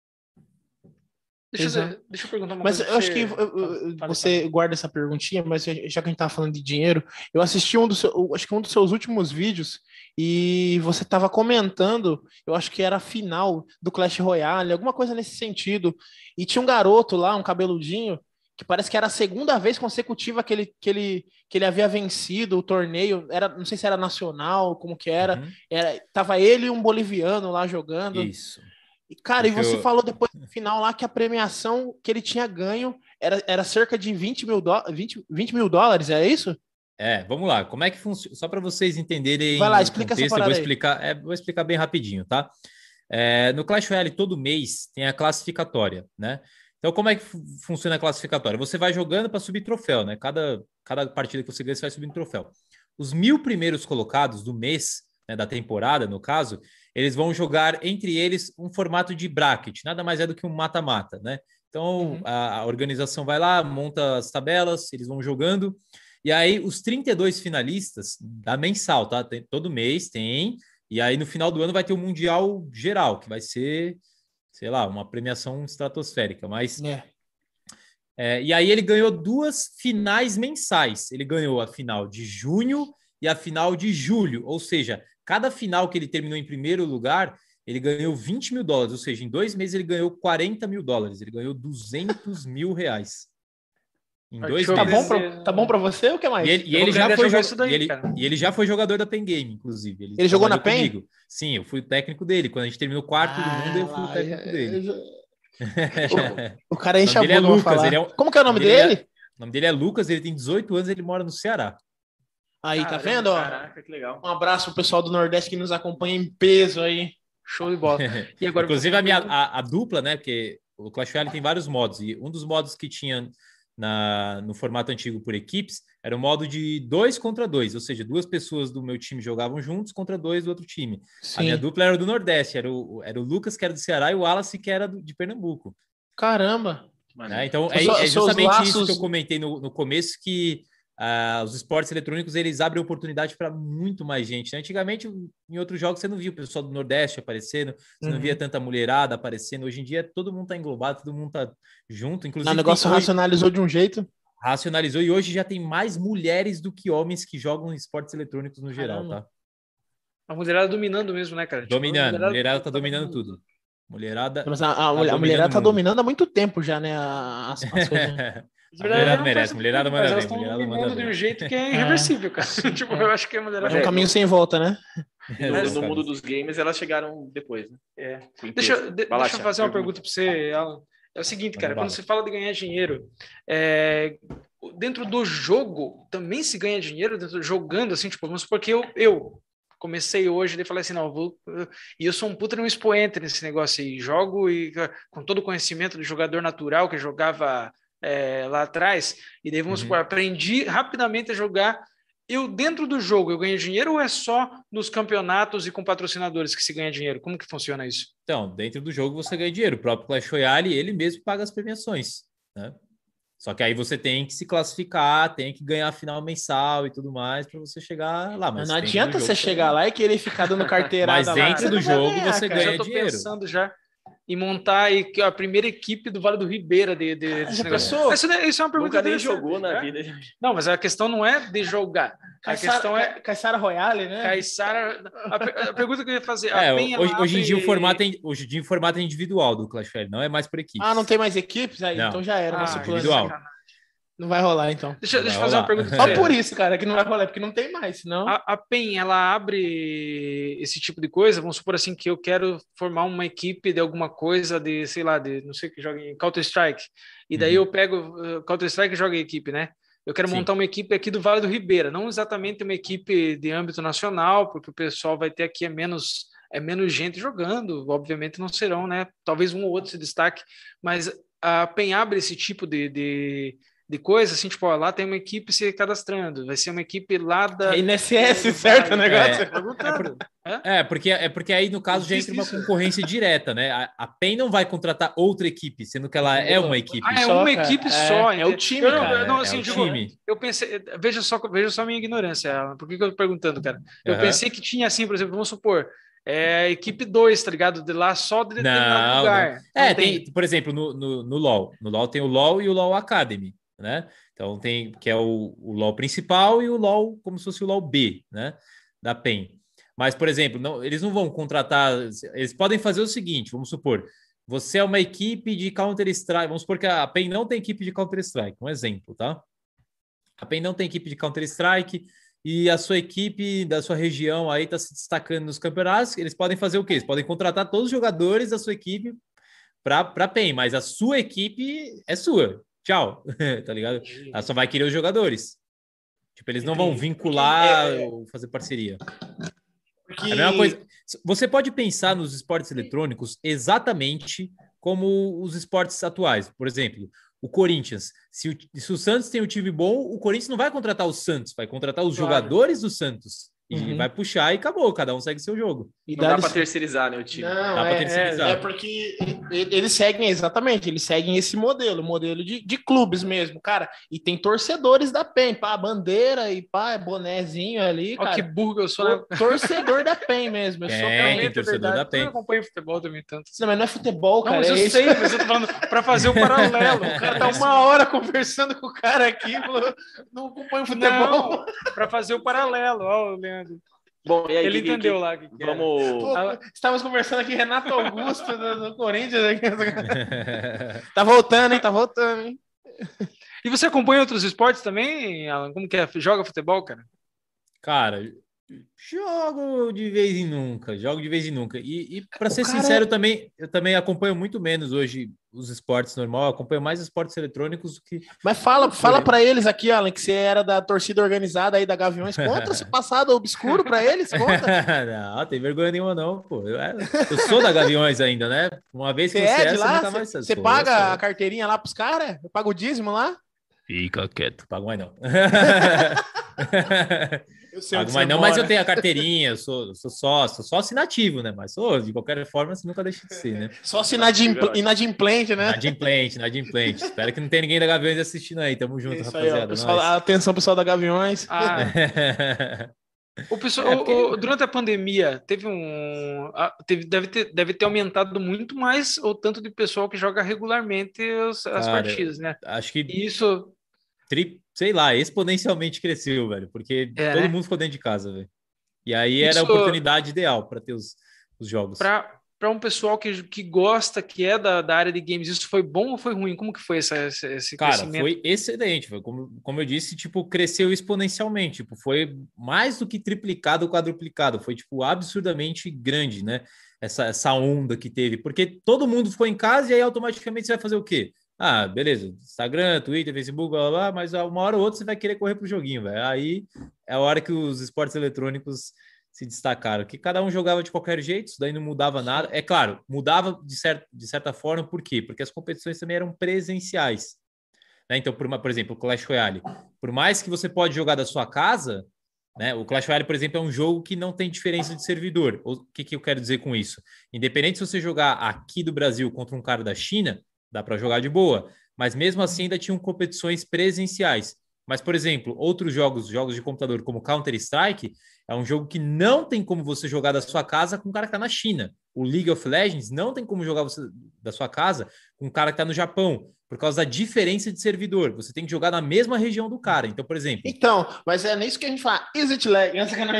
Speaker 1: Deixa eu, deixa eu perguntar uma
Speaker 2: mas
Speaker 1: coisa.
Speaker 2: Mas eu acho que eu, fala, você fala. guarda essa perguntinha, mas já que a gente tá falando de dinheiro, eu assisti um dos, seu, acho que um dos seus últimos vídeos e você estava comentando, eu acho que era a final do Clash Royale, alguma coisa nesse sentido, e tinha um garoto lá, um cabeludinho, que parece que era a segunda vez consecutiva que ele, que ele, que ele havia vencido o torneio, era, não sei se era nacional, como que era, uhum. era tava ele e um boliviano lá jogando.
Speaker 4: Isso.
Speaker 2: E, cara, Porque e você eu... falou depois no final lá que a premiação que ele tinha ganho era, era cerca de vinte mil, do... vinte, vinte mil dólares, é isso?
Speaker 4: É, vamos lá, como é que funciona? Só para vocês entenderem.
Speaker 2: Vai lá, explica
Speaker 4: contexto,
Speaker 2: essa parada
Speaker 4: eu vou explicar, é, vou explicar bem rapidinho, tá? É, no Clash Royale, todo mês tem a classificatória, né? Então, como é que funciona a classificatória? Você vai jogando para subir troféu, né? Cada, cada partida que você ganha, você vai subindo troféu. Os mil primeiros colocados do mês, né, da temporada, no caso, eles vão jogar entre eles um formato de bracket. Nada mais é do que um mata-mata, né? Então, uhum. a, a organização vai lá, monta as tabelas, eles vão jogando. E aí, os trinta e dois finalistas da mensal, tá? Tem, todo mês tem. E aí, no final do ano, vai ter o Mundial Geral, que vai ser... sei lá, uma premiação estratosférica, mas... É. É, e aí ele ganhou duas finais mensais. Ele ganhou a final de junho e a final de julho. Ou seja, cada final que ele terminou em primeiro lugar, ele ganhou vinte mil dólares. Ou seja, em dois meses ele ganhou quarenta mil dólares. Ele ganhou duzentos mil reais. Em dois
Speaker 2: tá
Speaker 4: meses.
Speaker 2: Bom pra, tá bom para você ou o que mais?
Speaker 4: E ele, e ele já foi jo- daí, e, ele, e ele já foi jogador da Pen Game, inclusive.
Speaker 2: Ele, ele jogou na Pen?
Speaker 4: Comigo. Sim, eu fui o técnico dele. Quando a gente terminou o quarto ah, do mundo, eu fui o técnico
Speaker 2: é,
Speaker 4: dele.
Speaker 2: o, o cara enche a boca
Speaker 4: é Lucas, ele é um,
Speaker 2: Como que é o nome dele?
Speaker 4: É, o nome dele é Lucas, ele tem dezoito anos, ele mora no Ceará.
Speaker 2: Aí,
Speaker 3: Caramba,
Speaker 2: tá vendo?
Speaker 3: Caraca, que legal.
Speaker 2: Um abraço pro pessoal do Nordeste que nos acompanha em peso aí. Show de bola.
Speaker 4: E agora, inclusive, a, minha, a, a dupla, né? Porque o Clash Royale tem vários modos, e um dos modos que tinha na, no formato antigo por equipes era o modo de dois contra dois, ou seja, duas pessoas do meu time jogavam juntos contra dois do outro time. Sim. A minha dupla era do Nordeste, era o, era o Lucas, que era do Ceará, e o Wallace, que era do, de Pernambuco.
Speaker 2: Caramba!
Speaker 4: Né? Então, é, é justamente laços... isso que eu comentei no, no começo, que uh, os esportes eletrônicos, eles abrem oportunidade para muito mais gente. Né? Antigamente, em outros jogos, você não via o pessoal do Nordeste aparecendo, você uhum. não via tanta mulherada aparecendo. Hoje em dia, todo mundo está englobado, todo mundo está junto. Inclusive,
Speaker 2: o negócio tem... racionalizou de um jeito.
Speaker 4: Racionalizou, e hoje já tem mais mulheres do que homens que jogam esportes eletrônicos no geral, Caramba. tá?
Speaker 1: A mulherada dominando mesmo, né, cara?
Speaker 4: Dominando, tipo, a mulherada, mulherada tá dominando tudo. Mulherada.
Speaker 2: Mas a, a, tá a mulherada tá dominando há muito tempo já, né? As, as
Speaker 1: De verdade,
Speaker 4: mulherada
Speaker 1: não
Speaker 4: merece,
Speaker 1: faz
Speaker 4: mulherada
Speaker 1: sentido,
Speaker 4: manda
Speaker 1: mas elas
Speaker 4: bem,
Speaker 1: estão
Speaker 4: mulherada manda
Speaker 1: mimando de
Speaker 4: bem.
Speaker 1: um jeito que é irreversível, cara. Tipo, eu acho que a mulherada...
Speaker 2: É um caminho sem volta, né?
Speaker 3: E no, no mundo dos games, elas chegaram depois, né?
Speaker 1: É.
Speaker 3: Com
Speaker 1: Deixa,
Speaker 3: peso.
Speaker 1: eu- de-
Speaker 3: Vai lá,
Speaker 1: deixa eu
Speaker 3: Thiago,
Speaker 1: fazer uma
Speaker 3: pergunta.
Speaker 1: pergunta para você, Alan. É o seguinte,
Speaker 4: Manda
Speaker 1: cara, quando
Speaker 4: bala.
Speaker 1: você fala de ganhar dinheiro, é, dentro do jogo também se ganha dinheiro, dentro, jogando assim, tipo, vamos supor que eu, eu comecei hoje e falei assim, não, eu vou, eu- e eu sou um puta de um expoente nesse negócio aí, jogo e com todo o conhecimento do jogador natural que jogava é, lá atrás, e daí vamos
Speaker 4: Uhum.
Speaker 1: supor, aprendi rapidamente a jogar. Eu, dentro do jogo, eu ganho dinheiro ou é só nos campeonatos e com patrocinadores que se ganha dinheiro? Como que funciona isso?
Speaker 4: Então, dentro do jogo você ganha dinheiro. O próprio Clash Royale, ele mesmo paga as premiações, né? Só que aí você tem que se classificar, tem que ganhar a final mensal e tudo mais para você chegar lá. Mas
Speaker 2: Não
Speaker 4: dentro
Speaker 2: adianta
Speaker 4: do jogo
Speaker 2: você chegar lá e querer ficar dando carteirada
Speaker 4: Mas
Speaker 2: lá.
Speaker 4: dentro
Speaker 2: Você
Speaker 4: do
Speaker 2: não vai
Speaker 4: jogo
Speaker 2: ganhar,
Speaker 4: você
Speaker 2: cara.
Speaker 4: ganha
Speaker 1: Já tô
Speaker 4: dinheiro.
Speaker 1: pensando já em montar aí que a primeira equipe do Vale do Ribeira de, de, desse
Speaker 2: Já
Speaker 1: negócio.
Speaker 2: pensou?
Speaker 1: Isso, né, isso é uma pergunta
Speaker 3: Nunca nem
Speaker 1: interessante,
Speaker 3: jogou na
Speaker 1: né?
Speaker 3: vida.
Speaker 1: Não, mas a questão não é de jogar. A
Speaker 2: Caissara,
Speaker 1: questão é
Speaker 2: Ca- Caissara Royale, né?
Speaker 1: Caissara. A, per- a pergunta que eu ia fazer. A
Speaker 4: É,
Speaker 1: PEN, ela
Speaker 4: hoje, hoje em dia o
Speaker 1: abre-
Speaker 4: formato é, hoje em dia o formato é individual do Clash Royale, não é mais por equipes.
Speaker 2: Ah, não tem mais equipes? Aí,
Speaker 4: Não.
Speaker 2: então já era o nosso
Speaker 1: Ah,
Speaker 2: plano.
Speaker 4: individual.
Speaker 1: sacanagem.
Speaker 2: Não vai rolar, então.
Speaker 1: Deixa,
Speaker 4: Não
Speaker 1: deixa eu
Speaker 4: vai
Speaker 1: fazer uma
Speaker 4: rolar.
Speaker 1: pergunta pra
Speaker 2: Só
Speaker 1: você.
Speaker 2: por isso, cara, que não vai rolar, porque não tem mais, senão...
Speaker 1: A, a PEN, ela abre esse tipo de coisa, vamos supor assim, que eu quero formar uma equipe de alguma coisa, de, sei lá, de, não sei o que joga em Counter-Strike, e daí
Speaker 4: Uhum.
Speaker 1: eu pego uh, Counter-Strike e jogo em equipe, né? Eu quero
Speaker 4: Sim.
Speaker 1: montar uma equipe aqui do Vale do Ribeira, não exatamente uma equipe de âmbito nacional, porque o pessoal vai ter aqui é menos, é menos gente jogando, obviamente não serão, né? Talvez um ou outro se destaque, mas a PEN abre esse tipo de... de de coisa, assim, tipo, ó, lá tem uma equipe se cadastrando, vai ser uma equipe lá da...
Speaker 2: É I N S S,
Speaker 1: é, do
Speaker 2: certo o
Speaker 1: Vale.
Speaker 2: negócio?
Speaker 4: É,
Speaker 1: Perguntando.
Speaker 4: É, porque, é porque aí, no caso, já
Speaker 1: Existe
Speaker 4: entra uma
Speaker 1: isso?
Speaker 4: concorrência direta, né? A, a PEN não vai contratar outra equipe, sendo que ela é uma equipe.
Speaker 1: Ah, é
Speaker 2: Só,
Speaker 1: uma
Speaker 2: cara.
Speaker 1: equipe
Speaker 2: É,
Speaker 1: só.
Speaker 2: é o
Speaker 1: entendeu?
Speaker 2: time,
Speaker 1: eu não,
Speaker 4: cara,
Speaker 1: não,
Speaker 4: é
Speaker 1: assim,
Speaker 4: o
Speaker 1: digo,
Speaker 4: time.
Speaker 1: eu pensei, veja só, veja só a minha ignorância, Alan, por que, que eu tô perguntando, cara? Eu
Speaker 4: Aham.
Speaker 1: pensei que tinha assim, por exemplo, vamos supor, é a equipe dois, tá ligado? De lá só de determinado
Speaker 4: Não,
Speaker 1: lugar.
Speaker 4: não. É,
Speaker 1: Não
Speaker 4: tem, por exemplo, no, no, no LoL. No LoL tem o LoL e o LoL Academy, né? Então tem, que é o, o LoL principal e o LoL, como se fosse o LoL B, né? Da PEN. Mas, por exemplo, não, eles não vão contratar. Eles podem fazer o seguinte: vamos supor, você é uma equipe de Counter-Strike. Vamos supor que a PEN não tem equipe de Counter-Strike, um exemplo, tá? A PEN não tem equipe de Counter-Strike e a sua equipe da sua região aí está se destacando nos campeonatos. Eles podem fazer o quê? Eles podem contratar todos os jogadores da sua equipe para a PEN, mas a sua equipe é sua. Tchau, tá ligado? Ela só vai querer os jogadores. Tipo, eles não vão vincular
Speaker 2: Porque, é, é...
Speaker 4: ou fazer parceria.
Speaker 2: Porque...
Speaker 4: A mesma coisa. Você pode pensar nos esportes eletrônicos exatamente como os esportes atuais. Por exemplo, o Corinthians. Se o, se o Santos tem um time bom, o Corinthians não vai contratar o Santos, vai contratar os
Speaker 1: Claro.
Speaker 4: jogadores do Santos. E
Speaker 2: Uhum.
Speaker 4: vai puxar e acabou, cada um segue seu jogo.
Speaker 2: E
Speaker 3: Não dá
Speaker 2: dá
Speaker 3: pra terceirizar, né, o time.
Speaker 2: Não,
Speaker 4: Dá pra
Speaker 2: é,
Speaker 4: terceirizar.
Speaker 2: é, é porque eles seguem, exatamente, eles seguem esse modelo, modelo de, de clubes mesmo, cara. E tem torcedores da PEN, pá, bandeira e pá, bonezinho ali,
Speaker 1: Ó,
Speaker 2: cara.
Speaker 1: que burro que eu sou, né?
Speaker 2: Tor- Torcedor da PEN mesmo. É,
Speaker 4: É,
Speaker 2: só
Speaker 4: tem
Speaker 2: realmente
Speaker 4: torcedor
Speaker 1: verdade.
Speaker 4: da
Speaker 1: Eu
Speaker 4: PEN.
Speaker 1: não acompanho futebol também tanto.
Speaker 2: Não, mas não é futebol,
Speaker 1: Não,
Speaker 2: cara.
Speaker 1: mas eu
Speaker 2: é isso.
Speaker 1: sei, mas eu tô falando para fazer o paralelo.
Speaker 2: O cara tá uma hora conversando com o cara aqui, falou, não acompanha futebol.
Speaker 1: Não, para fazer o paralelo, ó, o Leandro.
Speaker 3: Bom, e aí,
Speaker 1: Ele
Speaker 3: que- que-
Speaker 1: entendeu
Speaker 3: que-
Speaker 1: lá. Que que era.
Speaker 3: Vamos.
Speaker 2: Pô,
Speaker 1: Ah,
Speaker 2: estávamos conversando aqui, Renato Augusto do, do Corinthians. Tá voltando, hein? Tá voltando, hein?
Speaker 1: E você acompanha outros esportes também, Alan? Como que é? Joga futebol, cara?
Speaker 4: Cara, jogo de vez em nunca, jogo de vez em nunca. E, e para
Speaker 2: O
Speaker 4: ser
Speaker 2: cara
Speaker 4: sincero,
Speaker 2: é-
Speaker 4: também, eu também acompanho muito menos hoje os esportes normal, eu acompanho mais esportes eletrônicos do que.
Speaker 2: Mas fala, fala para eles aqui, Alan, que você era da torcida organizada aí da Gaviões. Conta esse passado obscuro para eles, conta.
Speaker 4: Não, tem vergonha nenhuma, não, pô. Eu, eu sou da Gaviões ainda, né? Uma vez que
Speaker 2: Você
Speaker 4: você
Speaker 2: é de
Speaker 4: você
Speaker 2: lá?
Speaker 4: nunca mais
Speaker 2: Você
Speaker 4: sou,
Speaker 2: paga
Speaker 4: eu sou.
Speaker 2: a carteirinha lá pros caras? Eu pago o dízimo lá?
Speaker 4: Fica quieto, pago mais não.
Speaker 2: Eu sei
Speaker 4: Pago
Speaker 2: onde
Speaker 4: mais
Speaker 2: você
Speaker 4: não, mas
Speaker 2: mora.
Speaker 4: eu tenho a carteirinha, eu sou, eu sou sócio, sou sócio inativo, né? Mas sou, de qualquer forma, você nunca deixa de ser, né?
Speaker 2: Só se inadimpl- inadimplente, né?
Speaker 4: Inadimplente, inadimplente. Espero que não tenha ninguém da Gaviões assistindo aí. Tamo junto,
Speaker 2: Isso aí, ó,
Speaker 4: rapaziada.
Speaker 2: pessoal,
Speaker 4: Nós.
Speaker 2: atenção, pessoal da Gaviões.
Speaker 1: Ah, o pessoal,
Speaker 4: É, porque-
Speaker 1: o- o- durante a pandemia, teve um. ah, Teve, deve, ter, deve ter aumentado muito mais o tanto de pessoal que joga regularmente as, as
Speaker 4: Cara,
Speaker 1: partidas, né?
Speaker 4: Acho que,
Speaker 1: E isso.
Speaker 4: tri, sei lá, exponencialmente cresceu, velho. Porque
Speaker 1: É,
Speaker 4: todo
Speaker 1: né?
Speaker 4: mundo ficou dentro de casa, velho. E aí era a
Speaker 1: Isso-
Speaker 4: oportunidade ideal para ter os, os jogos.
Speaker 1: Para para um pessoal que, que gosta, que é da, da área de games, isso foi bom ou foi ruim? Como que foi essa, essa, esse
Speaker 4: Cara,
Speaker 1: crescimento?
Speaker 4: foi excelente. Foi como, como eu disse, tipo, cresceu exponencialmente. Tipo, foi mais do que triplicado, quadruplicado. Foi, tipo, absurdamente grande, né? Essa, essa onda que teve. Porque todo mundo ficou em casa e aí automaticamente você vai fazer o quê? Ah, beleza. Instagram, Twitter, Facebook, blá, blá, blá, mas uma hora ou outra você vai querer correr pro joguinho, velho. Aí é a hora que os esportes eletrônicos se destacaram, que cada um jogava de qualquer jeito, isso daí não mudava nada. É claro, mudava de, cer de certa forma, por quê? Porque as competições também eram presenciais. Né? Então, por, uma, por exemplo, o Clash Royale, por mais que você pode jogar da sua casa, né? O Clash Royale, por exemplo, é um jogo que não tem diferença de servidor. O que, que eu quero dizer com isso? Independente se você jogar aqui do Brasil contra um cara da China, dá para jogar de boa, mas mesmo assim ainda tinham competições presenciais. Mas, por exemplo, outros jogos, jogos de computador como Counter-Strike, é um jogo que não tem como você jogar da sua casa com um cara que está na China. O League of Legends não tem como jogar você da sua casa com um cara que está no Japão, por causa da diferença de servidor. Você tem que jogar na mesma região do cara. Então, por exemplo...
Speaker 2: Então, mas é nisso que a gente fala. Exit lag.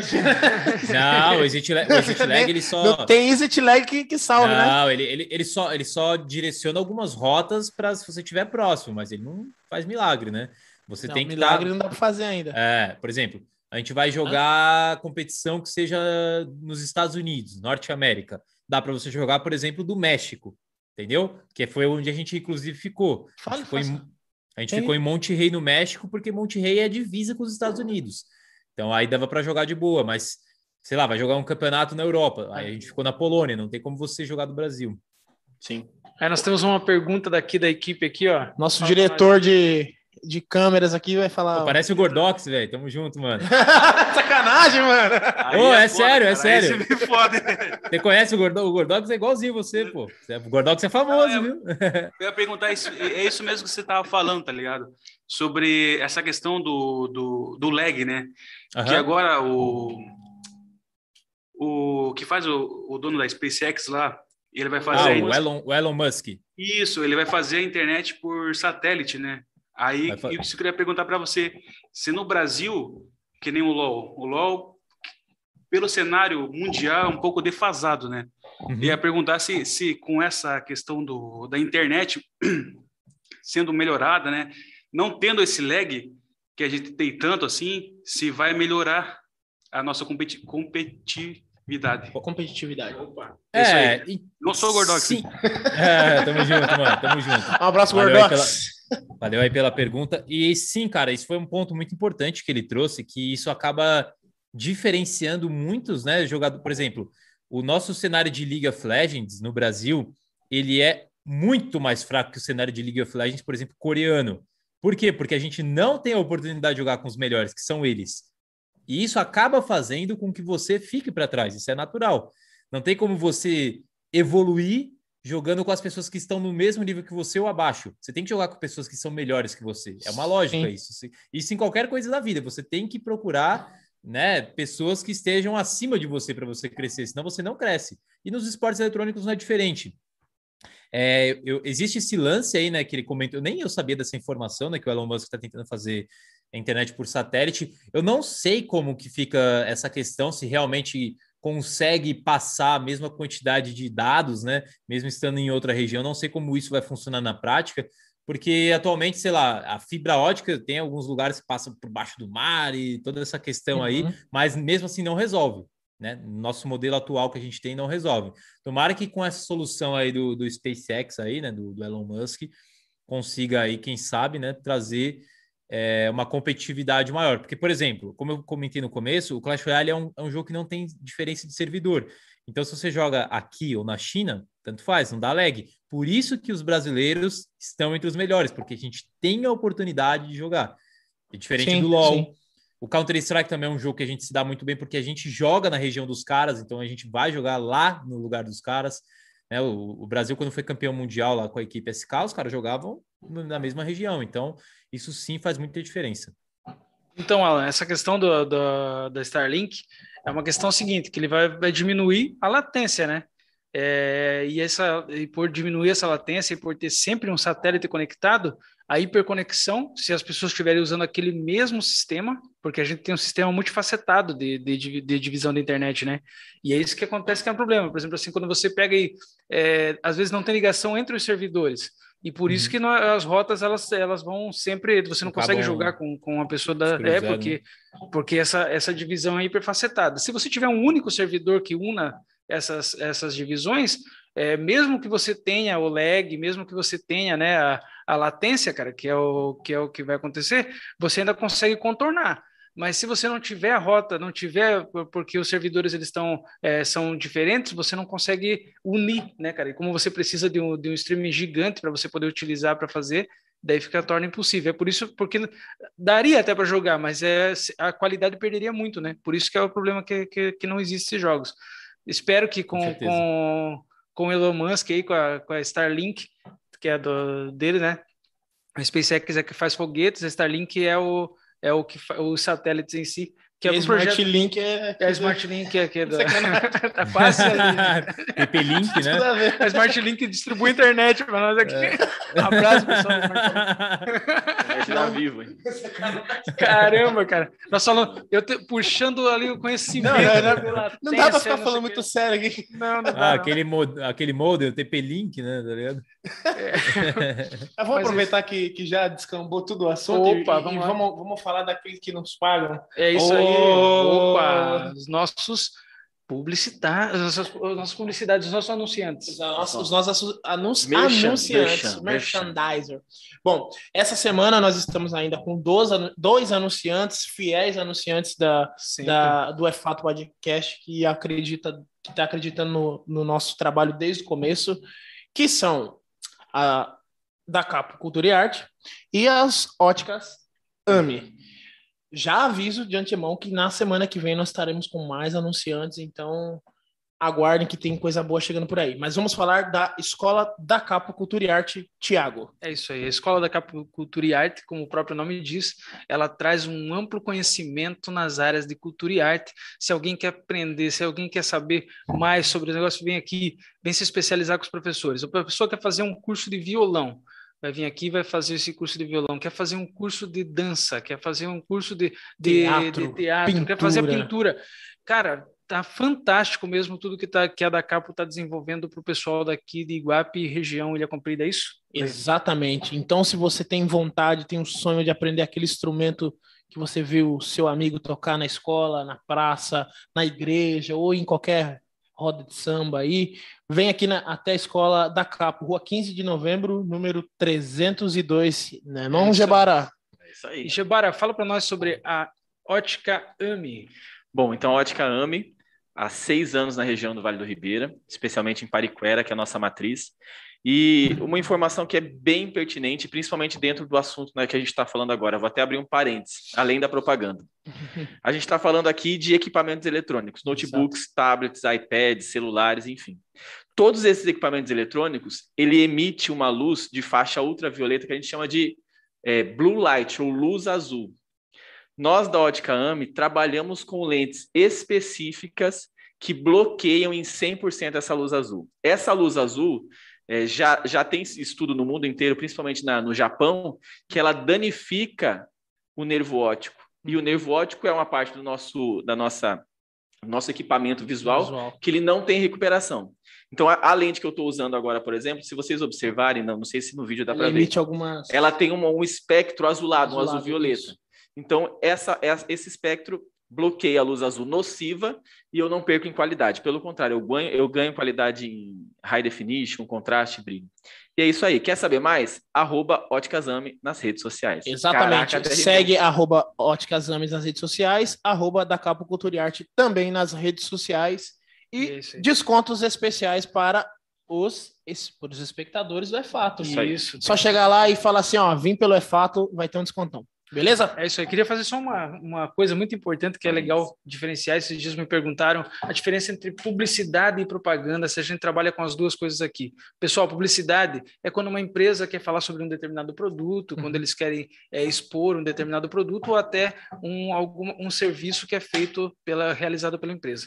Speaker 4: Não, o Exit lag, o Exit lag ele só...
Speaker 2: Não tem Exit lag que, que salve,
Speaker 4: não,
Speaker 2: né?
Speaker 4: Não, ele, ele, ele, só, ele só direciona algumas rotas para se você estiver próximo, mas ele não faz milagre, né? Você
Speaker 2: não,
Speaker 4: tem que
Speaker 2: milagre
Speaker 4: tá...
Speaker 2: não dá para fazer ainda.
Speaker 4: É, por exemplo, a gente vai jogar ah. competição que seja nos Estados Unidos, Norte América. Dá para você jogar, por exemplo, do México, entendeu? Que foi onde a gente, inclusive, ficou.
Speaker 2: Fala,
Speaker 4: a gente, ficou em, a gente
Speaker 2: Tem.
Speaker 4: ficou em Monte Rey, no México, porque Monte Rey é divisa com os Estados Unidos. Então, aí dava para jogar de boa, mas, sei lá, vai jogar um campeonato na Europa. Aí a gente ficou na Polônia, não tem como você jogar do Brasil.
Speaker 2: Sim.
Speaker 1: Aí nós temos uma pergunta daqui da equipe aqui, ó.
Speaker 2: Nosso Fala diretor de... de câmeras aqui vai falar.
Speaker 4: Pô, parece o Gordox, velho. Tamo junto, mano.
Speaker 2: Sacanagem, mano.
Speaker 4: Ô, é, é foda, sério,
Speaker 5: cara.
Speaker 4: é sério.
Speaker 5: Aí você me fode.
Speaker 4: Você conhece o Gordox? O Gordox é igualzinho você, pô. O Gordox é famoso,
Speaker 5: Não, é,
Speaker 4: viu?
Speaker 5: Eu ia perguntar isso, é isso mesmo que você tava falando, tá ligado? Sobre essa questão do, do, do lag, né? Uhum. Que agora o o que faz o, o dono da SpaceX lá, ele vai fazer
Speaker 4: ah, o, Elon, o Elon Musk.
Speaker 5: Isso, ele vai fazer a internet por satélite, né? Aí,
Speaker 4: fa...
Speaker 5: isso que eu queria perguntar para você, se no Brasil, que nem o LoL, o LoL, pelo cenário mundial, é um pouco defasado, né? Uhum. Eu ia perguntar se, se com essa questão do, da internet sendo melhorada, né? Não tendo esse lag que a gente tem tanto assim, se vai melhorar a nossa competi competitividade.
Speaker 2: Competitividade.
Speaker 5: Opa.
Speaker 4: É,
Speaker 5: e... Não sou Gordox.
Speaker 4: Sim. É, tamo junto, mano. Tamo junto.
Speaker 2: Um abraço,
Speaker 4: Valeu
Speaker 2: Gordox.
Speaker 4: Aí pela... Valeu aí pela pergunta. E sim, cara, isso foi um ponto muito importante que ele trouxe, que isso acaba diferenciando muitos, né, jogadores. Por exemplo, o nosso cenário de League of Legends no Brasil, ele é muito mais fraco que o cenário de League of Legends, por exemplo, coreano. Por quê? Porque a gente não tem a oportunidade de jogar com os melhores, que são eles. E isso acaba fazendo com que você fique para trás. Isso é natural. Não tem como você evoluir jogando com as pessoas que estão no mesmo nível que você ou abaixo. Você tem que jogar com pessoas que são melhores que você. É uma lógica. Sim. isso. Isso em qualquer coisa da vida. Você tem que procurar, né, pessoas que estejam acima de você para você crescer, senão você não cresce. E nos esportes eletrônicos não é diferente. É, eu, existe esse lance aí, né, que ele comentou, nem eu sabia dessa informação, né, que o Elon Musk está tentando fazer a internet por satélite. Eu não sei como que fica essa questão, se realmente consegue passar a mesma quantidade de dados, né, mesmo estando em outra região. Não sei como isso vai funcionar na prática, porque atualmente, sei lá, a fibra ótica tem alguns lugares que passam por baixo do mar e toda essa questão uhum. aí, mas mesmo assim não resolve. Né? Nosso modelo atual que a gente tem não resolve. Tomara que com essa solução aí do, do SpaceX aí, né, do, do Elon Musk, consiga aí, quem sabe, né, trazer é, uma competitividade maior. Porque, por exemplo, como eu comentei no começo, o Clash Royale é um, é um jogo que não tem diferença de servidor. Então, se você joga aqui ou na China, tanto faz, não dá lag. Por isso que os brasileiros estão entre os melhores, porque a gente tem a oportunidade de jogar. É diferente sim, do LoL. Sim. O Counter-Strike também é um jogo que a gente se dá muito bem, porque a gente joga na região dos caras, então a gente vai jogar lá no lugar dos caras. Né? O, o Brasil, quando foi campeão mundial lá com a equipe S K, os caras jogavam na mesma região. Então, isso sim faz muita diferença.
Speaker 1: Então, Alan, essa questão do, do, da Starlink é uma questão seguinte, que ele vai, vai diminuir a latência, né? É, e, essa, e por diminuir essa latência e por ter sempre um satélite conectado, a hiperconexão, se as pessoas estiverem usando aquele mesmo sistema, porque a gente tem um sistema multifacetado de, de, de divisão da internet, né? E é isso que acontece que é um problema. Por exemplo, assim, quando você pega e, é, às vezes não tem ligação entre os servidores, e por isso que nós, as rotas, elas, elas vão sempre, você não consegue jogar com, com uma pessoa da... É, porque, porque essa, essa divisão é hiperfacetada. Se você tiver um único servidor que una essas, essas divisões, é, mesmo que você tenha o lag, mesmo que você tenha, né, a, a latência, cara, que é, o, que é o que vai acontecer, você ainda consegue contornar. Mas se você não tiver a rota, não tiver, porque os servidores eles estão, é, são diferentes, você não consegue unir, né, cara? E como você precisa de um, de um streaming gigante para você poder utilizar para fazer, daí fica torna impossível. É por isso, porque daria até para jogar, mas é, a qualidade perderia muito, né? Por isso que é o problema que, que, que não existe esses jogos. Espero que com, com, com, com o Elon Musk aí, com a, com a Starlink, que é do, dele, né? A SpaceX é que faz foguetes, a Starlink é o é o que os satélites em si, que é o
Speaker 2: Smart
Speaker 1: projeto...
Speaker 2: Link é
Speaker 1: é a Smart Link é que é da... tá quase ali.
Speaker 4: T P Link, né?
Speaker 1: A Smart Link distribui internet para nós aqui. É. Um abraço, pessoal.
Speaker 3: Imagina vivo, hein?
Speaker 1: Caramba, cara. Nós falamos, eu te, puxando ali o conhecimento.
Speaker 2: Não, não,
Speaker 1: né,
Speaker 2: não, não dá para ficar falando muito sério aqui.
Speaker 1: Não, não
Speaker 4: ah,
Speaker 1: dá.
Speaker 4: Aquele, mod, aquele modem, o T P Link, né? Tá ligado?
Speaker 1: É.
Speaker 2: Vamos
Speaker 1: Mas
Speaker 2: aproveitar isso... que, que já descambou tudo o assunto.
Speaker 1: Opa,
Speaker 2: e,
Speaker 1: vamos,
Speaker 2: e vamos, vamos falar daqueles que nos pagam.
Speaker 1: É isso
Speaker 2: oh!
Speaker 1: aí. Opa, os nossos publicitários, as nossas, as nossas publicidades, os nossos anunciantes.
Speaker 2: Os nossos, os nossos anunci
Speaker 3: Merchan,
Speaker 2: anunciantes,
Speaker 3: merchan,
Speaker 2: merchandiser. Bom, essa semana nós estamos ainda com dois, dois anunciantes, fiéis anunciantes da, da, do É Fato Podcast, que acredita, que está acreditando no, no nosso trabalho desde o começo, que são a da Capo Cultura e Arte e as óticas AMI. Já aviso de antemão que na semana que vem nós estaremos com mais anunciantes, então aguardem que tem coisa boa chegando por aí. Mas vamos falar da Escola da Capo Cultura e Arte, Tiago.
Speaker 1: É isso aí. A Escola da Capo Cultura e Arte, como o próprio nome diz, ela traz um amplo conhecimento nas áreas de cultura e arte. Se alguém quer aprender, se alguém quer saber mais sobre o negócio, vem aqui, vem se especializar com os professores. O professor quer fazer um curso de violão, vai vir aqui e vai fazer esse curso de violão, quer fazer um curso de dança, quer fazer um curso de, de teatro, de teatro quer fazer pintura. Cara, tá fantástico mesmo tudo que, tá, que a da Capo está desenvolvendo para o pessoal daqui de Iguape, região Ilha Comprida, é isso?
Speaker 2: Exatamente. Então, se você tem vontade, tem um sonho de aprender aquele instrumento que você viu seu amigo tocar na escola, na praça, na igreja ou em qualquer roda de samba aí, vem aqui na, até a Escola da Capo, Rua quinze de Novembro, número trezentos e dois, né? Não, é Gebara?
Speaker 3: É isso aí.
Speaker 1: E Gebara, fala para nós sobre a Ótica AMI.
Speaker 3: Bom, então a Ótica AMI, há seis anos na região do Vale do Ribeira, especialmente em Pariquera, que é a nossa matriz. E uma informação que é bem pertinente, principalmente dentro do assunto, né, que a gente está falando agora. Vou até abrir um parênteses, além da propaganda. A gente está falando aqui de equipamentos eletrônicos, notebooks, Exato. tablets, iPads, celulares, enfim. Todos esses equipamentos eletrônicos, ele emite uma luz de faixa ultravioleta que a gente chama de é, blue light, ou luz azul. Nós, da Ótica AMI, trabalhamos com lentes específicas que bloqueiam em cem por cento essa luz azul. Essa luz azul... É, já, já tem estudo no mundo inteiro, principalmente na, no Japão, que ela danifica o nervo óptico. E o nervo óptico é uma parte do nosso, da nossa, nosso equipamento visual, visual que ele não tem recuperação. Então, a, a lente que eu estou usando agora, por exemplo, se vocês observarem, não, não sei se no vídeo dá para ver,
Speaker 2: algumas...
Speaker 3: ela tem uma, um espectro azulado, azulado, um azul violeta. Isso. Então, essa, esse espectro bloqueia a luz azul nociva e eu não perco em qualidade. Pelo contrário, eu ganho, eu ganho qualidade em high definition, contraste, brilho. E é isso aí. Quer saber mais? Arroba Óticasami nas redes sociais.
Speaker 2: Exatamente. Caraca, segue arroba Óticasami nas redes sociais, arroba da Capo Cultura e Arte também nas redes sociais e descontos especiais para os, para os espectadores do É Fato.
Speaker 1: Isso, isso.
Speaker 2: Só chegar lá e falar assim, ó, vim pelo É Fato, vai ter um descontão. Beleza?
Speaker 1: É isso aí. Queria fazer só uma, uma coisa muito importante que é legal diferenciar. Esses dias me perguntaram a diferença entre publicidade e propaganda, se a gente trabalha com as duas coisas aqui. Pessoal, publicidade é quando uma empresa quer falar sobre um determinado produto, uhum. quando eles querem é, expor um determinado produto ou até um, algum, um serviço que é feito pela, realizado pela empresa.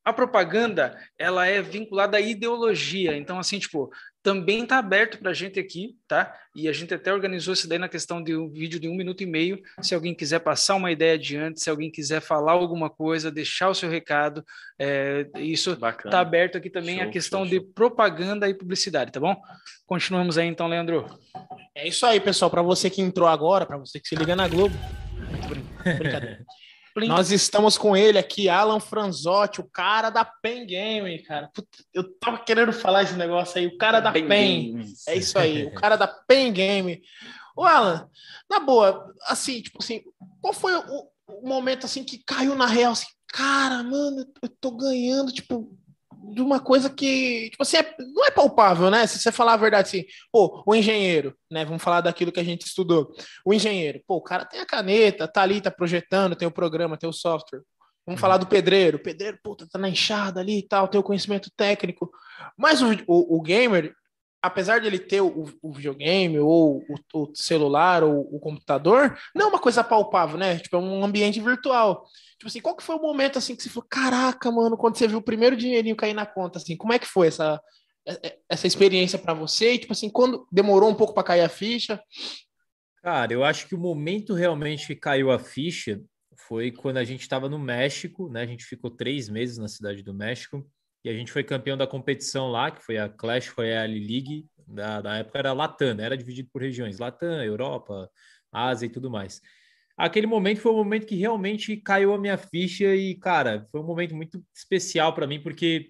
Speaker 1: a propaganda, ela é vinculada à ideologia. Então, assim, tipo, também está aberto para a gente aqui, tá? E a gente até organizou isso daí na questão de um vídeo de um minuto e meio. Se alguém quiser passar uma ideia adiante, se alguém quiser falar alguma coisa, deixar o seu recado, é, isso está aberto aqui também, show, a questão show, de show. propaganda e publicidade, tá bom? Continuamos aí então, Leandro.
Speaker 2: É isso aí, pessoal. Para você que entrou agora, para você que se liga na Globo. Brincadeira. Nós estamos com ele aqui, Alan Franzotti, o cara da Pen Game, cara. Puta, eu tava querendo falar esse negócio aí, o cara da Pen. Pen. É isso aí, o cara da Pen Game. Ô, Alan, na boa, assim, tipo assim, qual foi o, o momento, assim, que caiu na real, assim, cara, mano, eu tô ganhando, tipo, de uma coisa que, tipo assim, é, não é palpável, né? Se você falar a verdade, assim, pô, o engenheiro, né? Vamos falar daquilo que a gente estudou. O engenheiro, pô, o cara tem a caneta, tá ali, tá projetando, tem o programa, tem o software. Vamos uhum. falar do pedreiro. O pedreiro, puta, tá na enxada ali e tal, tem o conhecimento técnico. Mas o, o, o gamer, apesar de ele ter o, o videogame, ou o, o celular, ou o computador, não é uma coisa palpável, né? Tipo, é um ambiente virtual. Tipo assim, qual que foi o momento, assim, que você falou, caraca, mano, quando você viu o primeiro dinheirinho cair na conta, assim, como é que foi essa, essa experiência para você? E, tipo assim, quando demorou um pouco para cair a ficha?
Speaker 4: Cara, eu acho que o momento realmente que caiu a ficha foi quando a gente estava no México, né? A gente ficou três meses na cidade do México e a gente foi campeão da competição lá, que foi a Clash Royale League, da, da época era Latam, né? Era dividido por regiões, Latam, Europa, Ásia e tudo mais. Aquele momento foi um momento que realmente caiu a minha ficha e, cara, foi um momento muito especial para mim, porque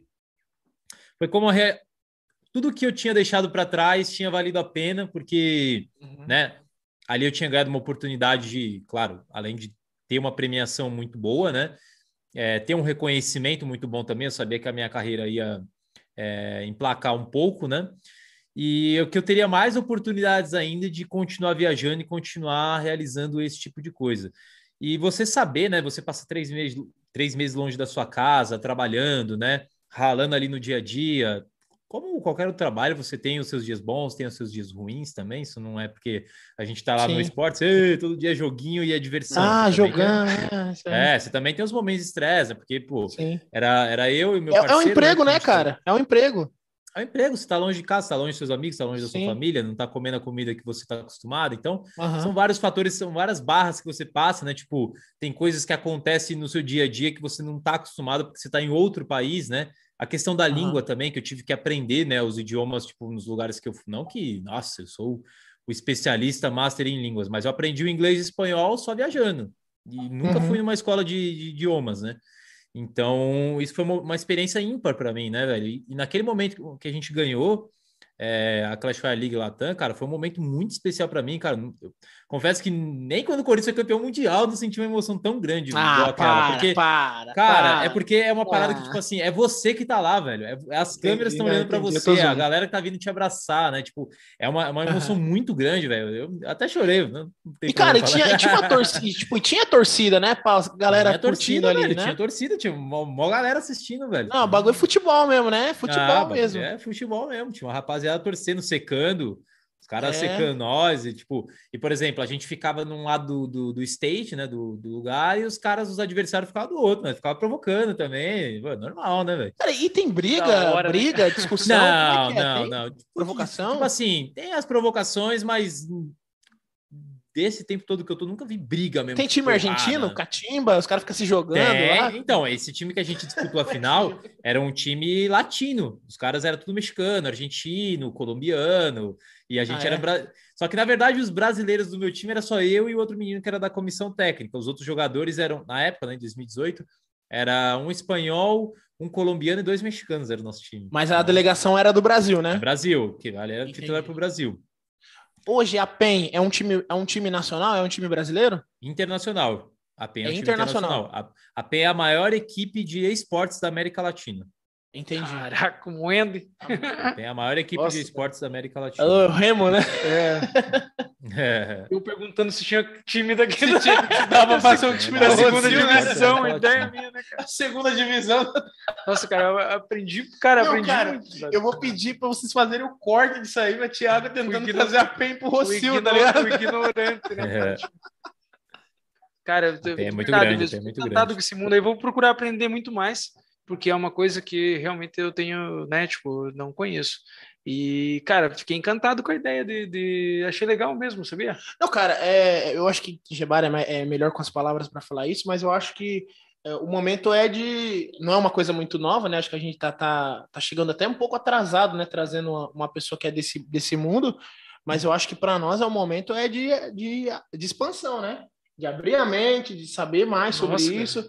Speaker 4: foi como a re... tudo que eu tinha deixado para trás tinha valido a pena, porque, uhum. né, ali eu tinha ganhado uma oportunidade de, claro, além de ter uma premiação muito boa, né, é, ter um reconhecimento muito bom também, eu sabia que a minha carreira ia é, emplacar um pouco, né, e eu, que eu teria mais oportunidades ainda de continuar viajando e continuar realizando esse tipo de coisa. E você saber, né? Você passa três meses, três meses longe da sua casa, trabalhando, né? Ralando ali no dia a dia. Como qualquer outro trabalho, você tem os seus dias bons, tem os seus dias ruins também. Isso não é porque a gente tá lá Sim. no esporte, você, todo dia é joguinho e é diversão.
Speaker 2: Ah, jogando.
Speaker 4: Tem... É, você também tem os momentos de estresse, né? Porque, pô, era, era eu e meu
Speaker 2: é,
Speaker 4: parceiro...
Speaker 2: É um emprego,
Speaker 4: né,
Speaker 2: né, cara? Tá... É um emprego.
Speaker 4: É um emprego, você está longe de casa, está longe dos seus amigos, está longe da sua Sim. família, não está comendo a comida que você está acostumado. Então, uhum. são vários fatores, são várias barras que você passa, né? Tipo, tem coisas que acontecem no seu dia a dia que você não está acostumado porque você está em outro país, né? A questão da uhum. língua também, que eu tive que aprender, né? Os idiomas, tipo, nos lugares que eu fui. Não que, nossa, eu sou o especialista master em línguas, mas eu aprendi o inglês e espanhol só viajando. E nunca uhum. fui numa escola de, de idiomas, né? Então, isso foi uma, uma experiência ímpar para mim, né, velho? E, e naquele momento que a gente ganhou é, a Clash Royale League Latam, cara, foi um momento muito especial para mim, cara. Eu confesso que nem quando o Corinthians foi campeão mundial não senti uma emoção tão grande
Speaker 2: ah,
Speaker 4: igual aquela.
Speaker 2: Para,
Speaker 4: porque,
Speaker 2: para,
Speaker 4: cara,
Speaker 2: para,
Speaker 4: é porque é uma parada ah. que, tipo assim, é você que tá lá, velho. É, as câmeras estão olhando para você, a galera que tá vindo te abraçar, né? Tipo, é uma, uma emoção uhum. muito grande, velho. Eu até chorei. Não
Speaker 2: e, cara, tinha, tinha uma torcida, tipo, tinha torcida, né? Pra galera
Speaker 4: tinha torcida
Speaker 2: ali,
Speaker 4: velho,
Speaker 2: né?
Speaker 4: Tinha torcida, tinha uma, uma galera assistindo, velho.
Speaker 2: Não, o bagulho é futebol mesmo, né? Futebol
Speaker 4: ah,
Speaker 2: mesmo.
Speaker 4: É futebol mesmo. Tinha uma rapaziada torcendo, secando, os caras é. secando nós, e tipo, e por exemplo, a gente ficava num lado do, do, do stage, né, do, do lugar, e os caras, os adversários ficavam do outro, né, ficava provocando também, pô, normal, né, velho?
Speaker 2: E tem briga, hora, briga, né? Discussão?
Speaker 4: Não,
Speaker 2: é é?
Speaker 4: não,
Speaker 2: tem?
Speaker 4: não. Tipo,
Speaker 2: Provocação?
Speaker 4: Tipo assim, tem as provocações, mas desse tempo todo que eu tô, nunca vi briga mesmo.
Speaker 2: Tem time porrada. Argentino, catimba, os caras ficam se jogando
Speaker 4: tem.
Speaker 2: lá.
Speaker 4: Então, esse time que a gente disputou a final era um time latino. Os caras eram tudo mexicano, argentino, colombiano, e a gente ah, era... É? Bra... Só que, na verdade, os brasileiros do meu time era só eu e o outro menino que era da comissão técnica. Os outros jogadores eram, na época, né, em dois mil e dezoito, era um espanhol, um colombiano e dois mexicanos era o nosso time.
Speaker 2: Mas a delegação era do Brasil, né?
Speaker 4: É Brasil, que ali era titular pro Brasil.
Speaker 2: Hoje a Pen é um time, é um time nacional? É um time brasileiro?
Speaker 4: Internacional. A Pen é, é um time
Speaker 2: internacional.
Speaker 4: internacional. A, a Pen é a maior equipe de esportes da América Latina.
Speaker 2: Entendi.
Speaker 1: Caraca, moendo.
Speaker 4: Tem a maior equipe Nossa. de esportes da América Latina.
Speaker 2: O Remo, né?
Speaker 1: É. é. Eu perguntando se tinha time daqui do time. Dava pra fazer um time da segunda divisão, ideia minha, né, cara?
Speaker 2: Segunda divisão.
Speaker 1: Nossa, cara, eu aprendi. Cara, Não, aprendi
Speaker 2: cara,
Speaker 1: muito.
Speaker 2: Eu vou pedir pra vocês fazerem o corte disso aí, o Thiago tentando fazer a Pen pro Rocio, tá ligado?
Speaker 1: O ignorante, né? É. Cara, eu
Speaker 4: é muito grande,
Speaker 1: mesmo,
Speaker 4: é muito
Speaker 1: encantado
Speaker 4: grande.
Speaker 1: com esse mundo aí. Vou procurar aprender muito mais. porque é uma coisa que realmente eu tenho, né, tipo, não conheço. E, cara, fiquei encantado com a ideia de, de... achei legal mesmo, sabia?
Speaker 2: Não, cara, é, eu acho que Gebara é, mais- é melhor com as palavras para falar isso, mas eu acho que é, o momento é de. Não é uma coisa muito nova, né? Acho que a gente tá, tá, tá chegando até um pouco atrasado, né? Trazendo uma, uma pessoa que é desse, desse mundo, mas eu acho que para nós é o momento é de, de, de expansão, né? De abrir a mente, de saber mais sobre
Speaker 1: Nossa,
Speaker 2: isso,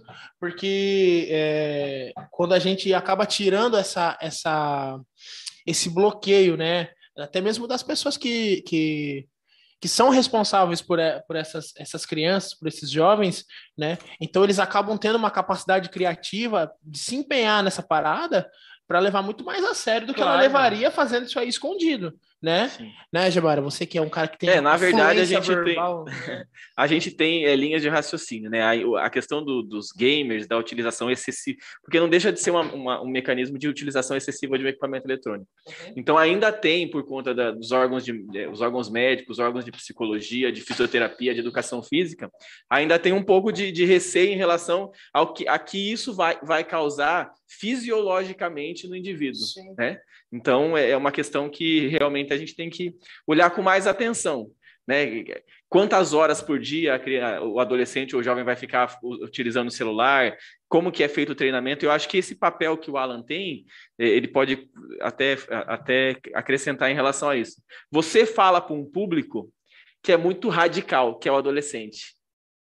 Speaker 2: porque é, quando a gente acaba tirando essa, essa, esse bloqueio, né? Até mesmo das pessoas que, que, que são responsáveis por, eh, por essas, essas crianças, por esses jovens, né? Então eles acabam tendo uma capacidade criativa de se empenhar nessa parada para levar muito mais a sério do que ela
Speaker 1: Claro,
Speaker 2: levaria fazendo isso aí escondido, né?
Speaker 3: Sim.
Speaker 2: Né, Gebara? Você que é um cara que tem
Speaker 3: É, na verdade, a
Speaker 2: fluência
Speaker 3: gente
Speaker 2: verbal.
Speaker 3: tem, a gente tem é, linhas de raciocínio, né? A, a questão do- dos gamers, da utilização excessiva, porque não deixa de ser uma- uma- um mecanismo de utilização excessiva de um equipamento eletrônico. Então, ainda tem, por conta da- dos órgãos, de, é, os órgãos médicos, órgãos de psicologia, de fisioterapia, de educação física, ainda tem um pouco de, de receio em relação ao que, a que isso vai, vai causar fisiologicamente no indivíduo,
Speaker 2: Sim.
Speaker 3: né? Então, é é uma questão que realmente a gente tem que olhar com mais atenção, né? Quantas horas por dia a cri- o adolescente ou o jovem vai ficar u- utilizando o celular? Como que é feito o treinamento? Eu acho que esse papel que o Alan tem, eh, ele pode até, até acrescentar em relação a isso. Você fala para um público que é muito radical, que é o adolescente.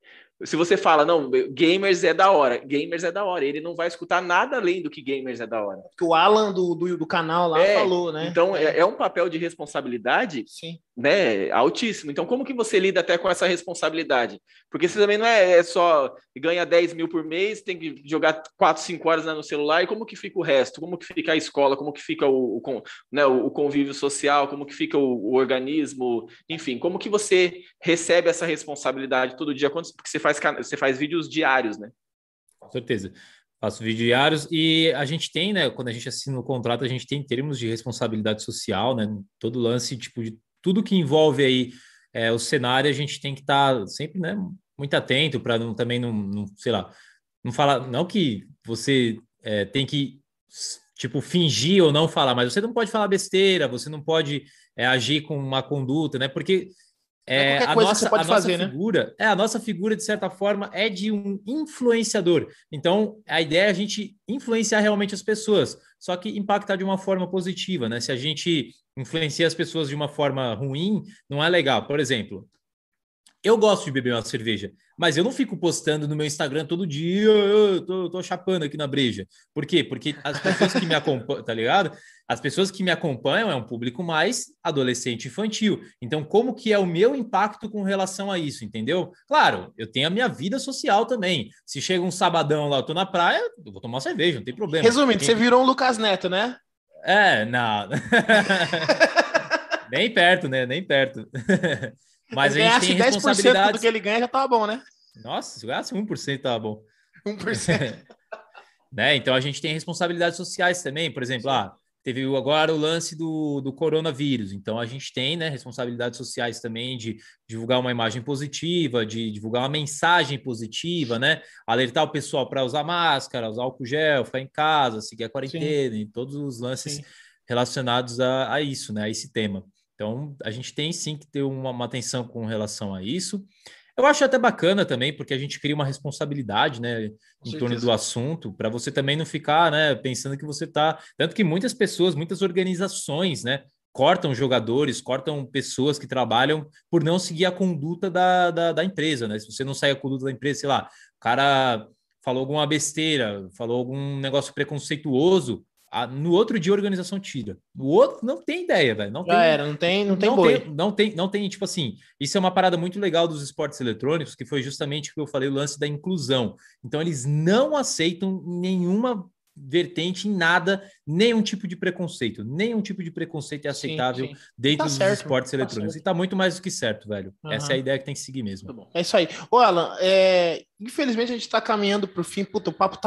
Speaker 3: Se você fala, não, gamers é da hora, gamers é da hora, ele não vai escutar nada além do que gamers é da hora.
Speaker 2: Que o Alan do, do, do canal lá
Speaker 3: É,
Speaker 2: falou, né?
Speaker 3: Então, é, é um papel de responsabilidade,
Speaker 2: Sim.
Speaker 3: né, altíssimo. Então, como que você lida até com essa responsabilidade? Porque você também não é, é só ganha dez mil por mês, tem que jogar quatro, cinco horas no celular, e como que fica o resto? Como que fica a escola? Como que fica o, o, con- né, o convívio social? Como que fica o, o organismo? Enfim, como que você recebe essa responsabilidade todo dia? Quando, porque você faz, cana- você faz vídeos diários, né?
Speaker 4: Com certeza. Faço vídeos diários e a gente tem, né? Quando a gente assina o contrato, a gente tem termos de responsabilidade social, né? Todo lance, tipo, de tudo que envolve aí é, o cenário, a gente tem que estar sempre, né? Muito atento para não, também não, não, sei lá, não falar, não que você é, tem que, tipo, fingir ou não falar, mas você não pode falar besteira, você não pode é, agir com uma conduta, né? Porque
Speaker 2: É
Speaker 4: é,
Speaker 2: qualquer
Speaker 4: a
Speaker 2: coisa que
Speaker 4: nossa,
Speaker 2: você pode
Speaker 4: a nossa
Speaker 2: fazer, né?
Speaker 4: figura, é a nossa figura de certa forma é de um influenciador. Então, a ideia é a gente influenciar realmente as pessoas, só que impactar de uma forma positiva, né? Se a gente influencia as pessoas de uma forma ruim, não é legal. Por exemplo, eu gosto de beber uma cerveja, mas eu não fico postando no meu Instagram todo dia, eu tô, tô chapando aqui na breja. Por quê? Porque as pessoas que me acompanham, tá ligado? As pessoas que me acompanham é um público mais adolescente infantil. Então, como que é o meu impacto com relação a isso, entendeu? Claro, eu tenho a minha vida social também. Se chega um sabadão lá, eu tô na praia, eu vou tomar uma cerveja, não tem problema.
Speaker 2: Resumindo,
Speaker 4: Quem...
Speaker 2: você virou um Lucas Neto, né?
Speaker 4: É, não. Nem perto, né? Nem perto. Mas
Speaker 2: Ele
Speaker 4: a gente
Speaker 2: ganhasse
Speaker 4: tem
Speaker 2: dez por cento do
Speaker 4: responsabilidades.
Speaker 2: que ele ganha, já tava bom, né?
Speaker 4: Nossa, se ganhasse um por cento, tá bom.
Speaker 2: um por cento.
Speaker 4: Né? Então a gente tem responsabilidades sociais também, por exemplo, ah, teve agora o lance do, do coronavírus, então a gente tem, né, responsabilidades sociais também de divulgar uma imagem positiva, de divulgar uma mensagem positiva, né? Alertar o pessoal para usar máscara, usar álcool gel, ficar em casa, seguir a quarentena, sim, e todos os lances sim, relacionados a, a isso, né? A esse tema. Então a gente tem sim que ter uma, uma atenção com relação a isso. Eu acho até bacana também, porque a gente cria uma responsabilidade, né, em torno do assunto, para você também não ficar, né, pensando que você está... Tanto que muitas pessoas, muitas organizações, né, cortam jogadores, cortam pessoas que trabalham por não seguir a conduta da, da, da empresa, né? Se você não segue a conduta da empresa, sei lá, o cara falou alguma besteira, falou algum negócio preconceituoso, a, no outro dia a organização tira. No outro, não tem ideia, velho. Não
Speaker 2: Já
Speaker 4: tem,
Speaker 2: era, não tem, não tem
Speaker 4: não
Speaker 2: boi.
Speaker 4: Tem, não, tem, não tem, tipo assim, isso é uma parada muito legal dos esportes eletrônicos, que foi justamente o que eu falei, o lance da inclusão. Então, eles não aceitam nenhuma vertente em nada, nenhum tipo de preconceito. Nenhum tipo de preconceito é aceitável sim, sim. dentro tá dos certo, esportes eletrônicos. Tá e tá muito mais do que certo, velho. Uhum. Essa é a ideia que tem que seguir mesmo.
Speaker 2: É isso aí. Ô, Alan, é... infelizmente a gente tá caminhando pro fim. Puta, o papo tá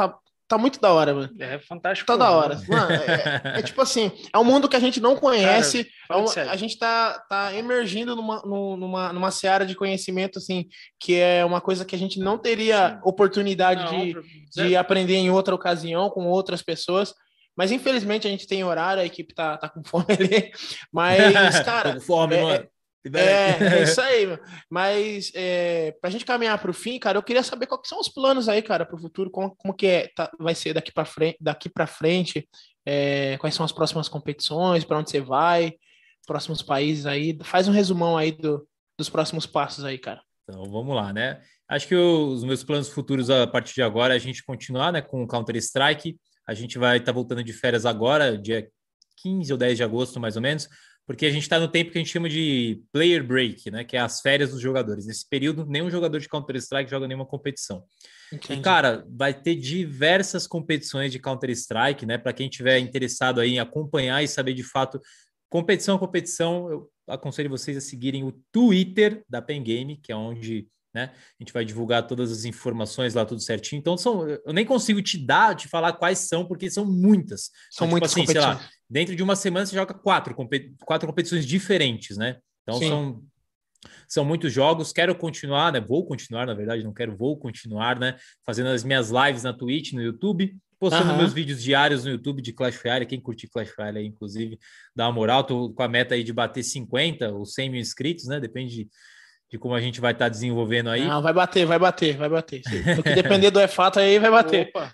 Speaker 2: tá muito da hora, mano.
Speaker 1: É fantástico.
Speaker 2: Tá da hora. Mano, é, é, é tipo assim, é um mundo que a gente não conhece, cara, é um, a gente tá, tá emergindo numa, numa, numa seara de conhecimento, assim, que é uma coisa que a gente não teria Sim. oportunidade não, de, de aprender em outra ocasião, com outras pessoas. Mas, infelizmente, a gente tem horário, a equipe tá, tá com fome ali. Mas, cara...
Speaker 4: Tô com fome,
Speaker 2: é,
Speaker 4: mano.
Speaker 2: É, é isso aí, meu. Mas é, pra gente caminhar pro fim, cara, eu queria saber quais são os planos aí, cara, pro futuro, como, como que é, tá, vai ser daqui pra frente, daqui pra frente é, quais são as próximas competições, para onde você vai, próximos países aí, faz um resumão aí do, dos próximos passos aí, cara.
Speaker 4: Então, vamos lá, né? Acho que os meus planos futuros a partir de agora é a gente continuar, né, com o Counter-Strike. A gente vai estar tá voltando de férias agora, dia quinze ou dez de agosto, mais ou menos, porque a gente está no tempo que a gente chama de player break, né? Que é as férias dos jogadores. Nesse período, nenhum jogador de Counter-Strike joga nenhuma competição. Entendi. E, cara, vai ter diversas competições de Counter-Strike, né? Para quem tiver interessado aí em acompanhar e saber de fato, competição a competição, eu aconselho vocês a seguirem o Twitter da Pen Game, que é onde... né? A gente vai divulgar todas as informações lá, tudo certinho. Então, são, eu nem consigo te dar, te falar quais são, porque são muitas.
Speaker 2: São
Speaker 4: então,
Speaker 2: muitas
Speaker 4: tipo assim,
Speaker 2: competições.
Speaker 4: sei lá, dentro de uma semana você joga quatro, quatro competições diferentes, né? Então, são, são muitos jogos. Quero continuar, né? Vou continuar, na verdade, não quero, vou continuar, né? Fazendo as minhas lives na Twitch, no YouTube, postando uhum. meus vídeos diários no YouTube de Clash Royale. Quem curtir Clash Royale aí, inclusive, dá uma moral. Tô com a meta aí de bater cinquenta ou cem mil inscritos, né? Depende de de como a gente vai estar tá desenvolvendo aí.
Speaker 2: Não, vai bater, vai bater, vai bater. Do que depender do E-Fato aí, vai bater.
Speaker 4: Opa.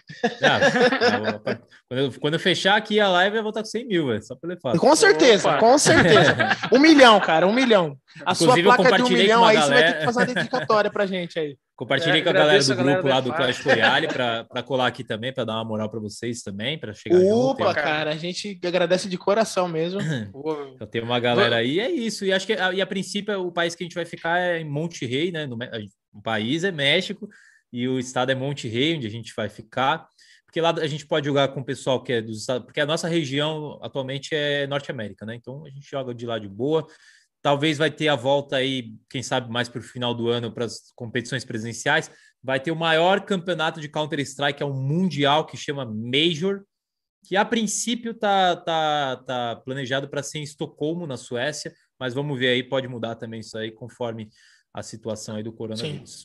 Speaker 4: Não, quando, eu, quando eu fechar aqui a live, eu vou estar com cem mil, véio, só pelo E-Fato.
Speaker 2: Com certeza, Opa. com certeza. Um milhão, cara, um milhão. A
Speaker 4: Inclusive,
Speaker 2: sua placa de um milhão aí,
Speaker 4: galera...
Speaker 2: você vai ter que fazer uma dedicatória pra gente aí.
Speaker 4: Compartilhei
Speaker 1: é,
Speaker 4: com a galera do
Speaker 1: a galera
Speaker 4: grupo lá do Clash Royale para colar aqui também, para dar uma moral para vocês também, para chegar
Speaker 2: Opa,
Speaker 4: junto.
Speaker 2: cara, a gente agradece de coração mesmo.
Speaker 4: Eu tenho uma galera aí, é isso. E acho que a, e a princípio o país que a gente vai ficar é em Monte Rey, né? No, o país é México e o estado é Monte Rey, onde a gente vai ficar. Porque lá a gente pode jogar com o pessoal que é dos estados, porque a nossa região atualmente é Norte América, né? Então a gente joga de lá de boa. Talvez vai ter a volta aí, quem sabe mais para o final do ano, para as competições presenciais. Vai ter o maior campeonato de Counter-Strike, é um mundial que chama Major, que a princípio tá, tá, tá planejado para ser em Estocolmo, na Suécia, mas vamos ver aí, pode mudar também isso aí, conforme a situação aí do coronavírus.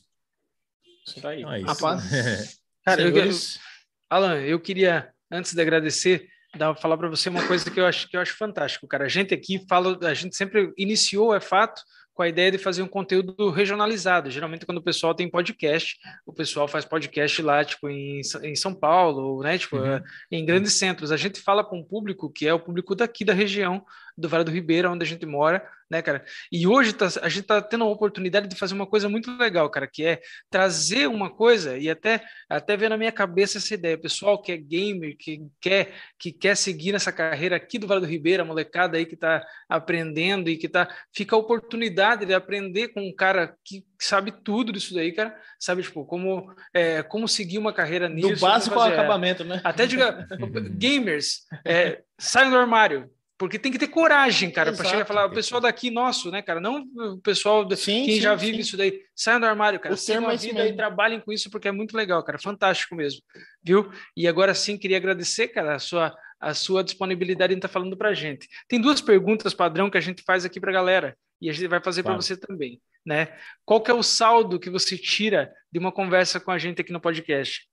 Speaker 2: Sim. Isso aí.
Speaker 4: Então é isso.
Speaker 2: Rapaz,
Speaker 1: cara, eu quero... Alan, eu queria, antes de agradecer, Dá para falar para você uma coisa que eu acho que eu acho fantástico, cara. A gente aqui fala, a gente sempre iniciou, é fato, com a ideia de fazer um conteúdo regionalizado. Geralmente, quando o pessoal tem podcast, o pessoal faz podcast lá, tipo, em, em São Paulo, né? Tipo, uhum. em grandes centros. A gente fala com um público que é o público daqui da região, do Vale do Ribeira, onde a gente mora, né, cara? E hoje tá, a gente tá tendo a oportunidade de fazer uma coisa muito legal, cara, que é trazer uma coisa e até, até ver na minha cabeça essa ideia. O pessoal que é gamer, que quer, que quer seguir nessa carreira aqui do Vale do Ribeira, a molecada aí que tá aprendendo e que tá... Fica a oportunidade de aprender com um cara que sabe tudo disso daí, cara. Sabe, tipo, como, é, como seguir uma carreira nisso.
Speaker 2: Do básico ao acabamento, né?
Speaker 1: Até diga, gamers, é, saiam do armário. Porque tem que ter coragem, cara, para chegar e falar, o pessoal daqui nosso, né, cara? Não o pessoal, de, sim, quem sim, já vive sim. isso daí. Saiam do armário, cara. Tenham uma vida e trabalhem com isso, porque é muito legal, cara. Fantástico mesmo, viu? E agora sim, queria agradecer, cara, a sua, a sua disponibilidade em estar falando pra gente. Tem duas perguntas padrão que a gente faz aqui pra galera, e a gente vai fazer claro. para você também, né? Qual que é o saldo que você tira de uma conversa com a gente aqui no podcast?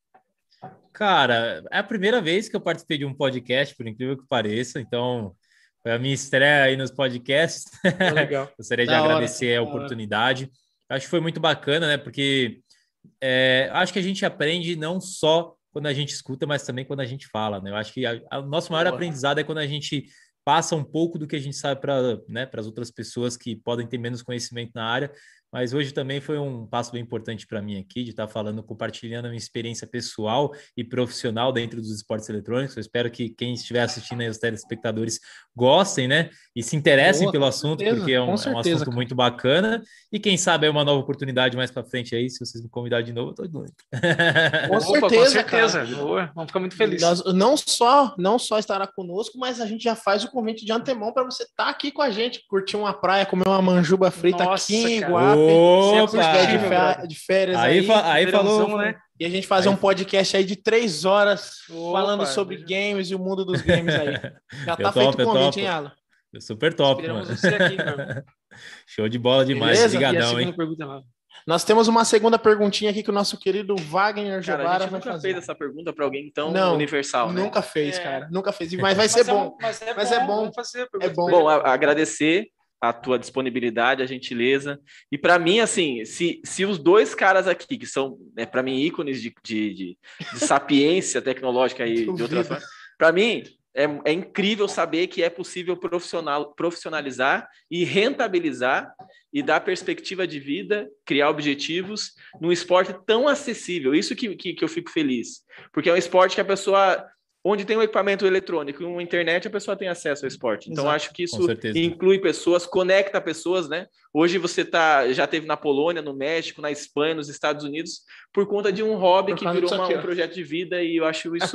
Speaker 4: Cara, é a primeira vez que eu participei de um podcast, por incrível que pareça, então... Foi a minha estreia aí nos podcasts.
Speaker 1: Legal.
Speaker 4: Gostaria de
Speaker 2: da
Speaker 4: agradecer
Speaker 2: hora,
Speaker 4: a oportunidade. Acho que foi muito bacana, né? Porque é, acho que a gente aprende não só quando a gente escuta, mas também quando a gente fala, né? Eu acho que o nosso maior Boa. aprendizado é quando a gente passa um pouco do que a gente sabe para, né, para as outras pessoas que podem ter menos conhecimento na área. Mas hoje também foi um passo bem importante para mim aqui, de estar falando, compartilhando a minha experiência pessoal e profissional dentro dos esportes eletrônicos. Eu espero que quem estiver assistindo aí, os telespectadores, gostem, né? E se interessem Boa, pelo assunto, certeza, porque é um, certeza, é um assunto cara. muito bacana. E quem sabe é uma nova oportunidade mais para frente aí, se vocês me convidarem de novo, eu tô doido.
Speaker 2: Com
Speaker 1: Opa,
Speaker 2: certeza,
Speaker 1: com certeza. Boa. Vamos ficar muito felizes.
Speaker 2: Nós, não, só, não só estará conosco, mas a gente já faz o convite de antemão para você estar tá aqui com a gente, curtir uma praia, comer uma manjuba frita Nossa, aqui em Iguape.
Speaker 4: Opa,
Speaker 2: de, de férias
Speaker 4: aí.
Speaker 2: Aí,
Speaker 4: fa aí falou,
Speaker 1: né?
Speaker 2: E a gente fazer aí, um podcast aí de três horas Opa, falando sobre já... games e o mundo dos games aí. Já tá feito o convite, hein, Alan?
Speaker 4: Super top, mano. Você aqui, show de bola demais, brigadão, hein? Pergunta,
Speaker 2: nós temos uma segunda perguntinha aqui que o nosso querido Wagner
Speaker 3: Cara,
Speaker 2: Jovara
Speaker 3: a gente
Speaker 2: vai
Speaker 3: nunca
Speaker 2: fazer.
Speaker 3: fez essa pergunta para alguém tão
Speaker 2: Não,
Speaker 3: universal, né?
Speaker 2: Nunca fez, é. cara. Nunca fez. Mas vai ser mas bom. É, mas é mas bom. É bom.
Speaker 3: Fazer é bom. Bom, a, agradecer a tua disponibilidade, a gentileza. E para mim, assim, se, se os dois caras aqui, que são, né, para mim, ícones de, de, de, de sapiência tecnológica e de outras formas, para mim... É, é incrível saber que é possível profissional, profissionalizar e rentabilizar e dar perspectiva de vida, criar objetivos num esporte tão acessível. Isso que, que, que eu fico feliz. Porque é um esporte que a pessoa... Onde tem um equipamento eletrônico e uma internet, a pessoa tem acesso ao esporte. Então, Exato. acho que isso inclui pessoas, conecta pessoas, né? Hoje você tá, já esteve na Polônia, no México, na Espanha, nos Estados Unidos, por conta de um hobby que virou uma, um projeto de vida, e eu acho isso...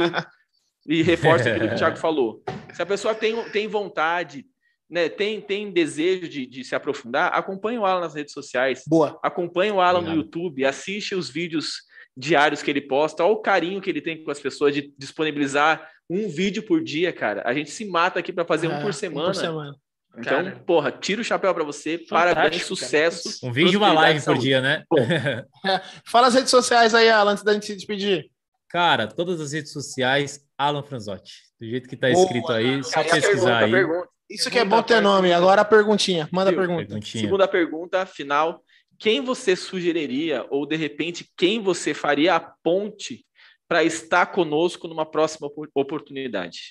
Speaker 3: E reforça aquilo que o Thiago falou. Se a pessoa tem, tem vontade, né, tem, tem desejo de, de se aprofundar, acompanhe o Alan nas redes sociais.
Speaker 2: Boa.
Speaker 3: Acompanhe o Alan Obrigado. no YouTube, assiste os vídeos diários que ele posta, olha o carinho que ele tem com as pessoas de disponibilizar um vídeo por dia, cara. A gente se mata aqui para fazer é, um por semana. Um por semana. Então, cara, porra, tira o chapéu para você, parabéns, sucesso.
Speaker 4: Cara. Um vídeo e uma live por dia, né?
Speaker 2: Fala as redes sociais aí, Alan, antes da gente se despedir.
Speaker 4: Cara, todas as redes sociais, Alan Franzotti. Do jeito que tá escrito Boa, aí, só pesquisar aí.
Speaker 3: Pergunta.
Speaker 2: Isso que é bom ter nome. Agora a perguntinha. Manda a pergunta.
Speaker 3: Perguntinha. Segunda pergunta, final. Quem você sugeriria, ou de repente, quem você faria a ponte para estar conosco numa próxima oportunidade?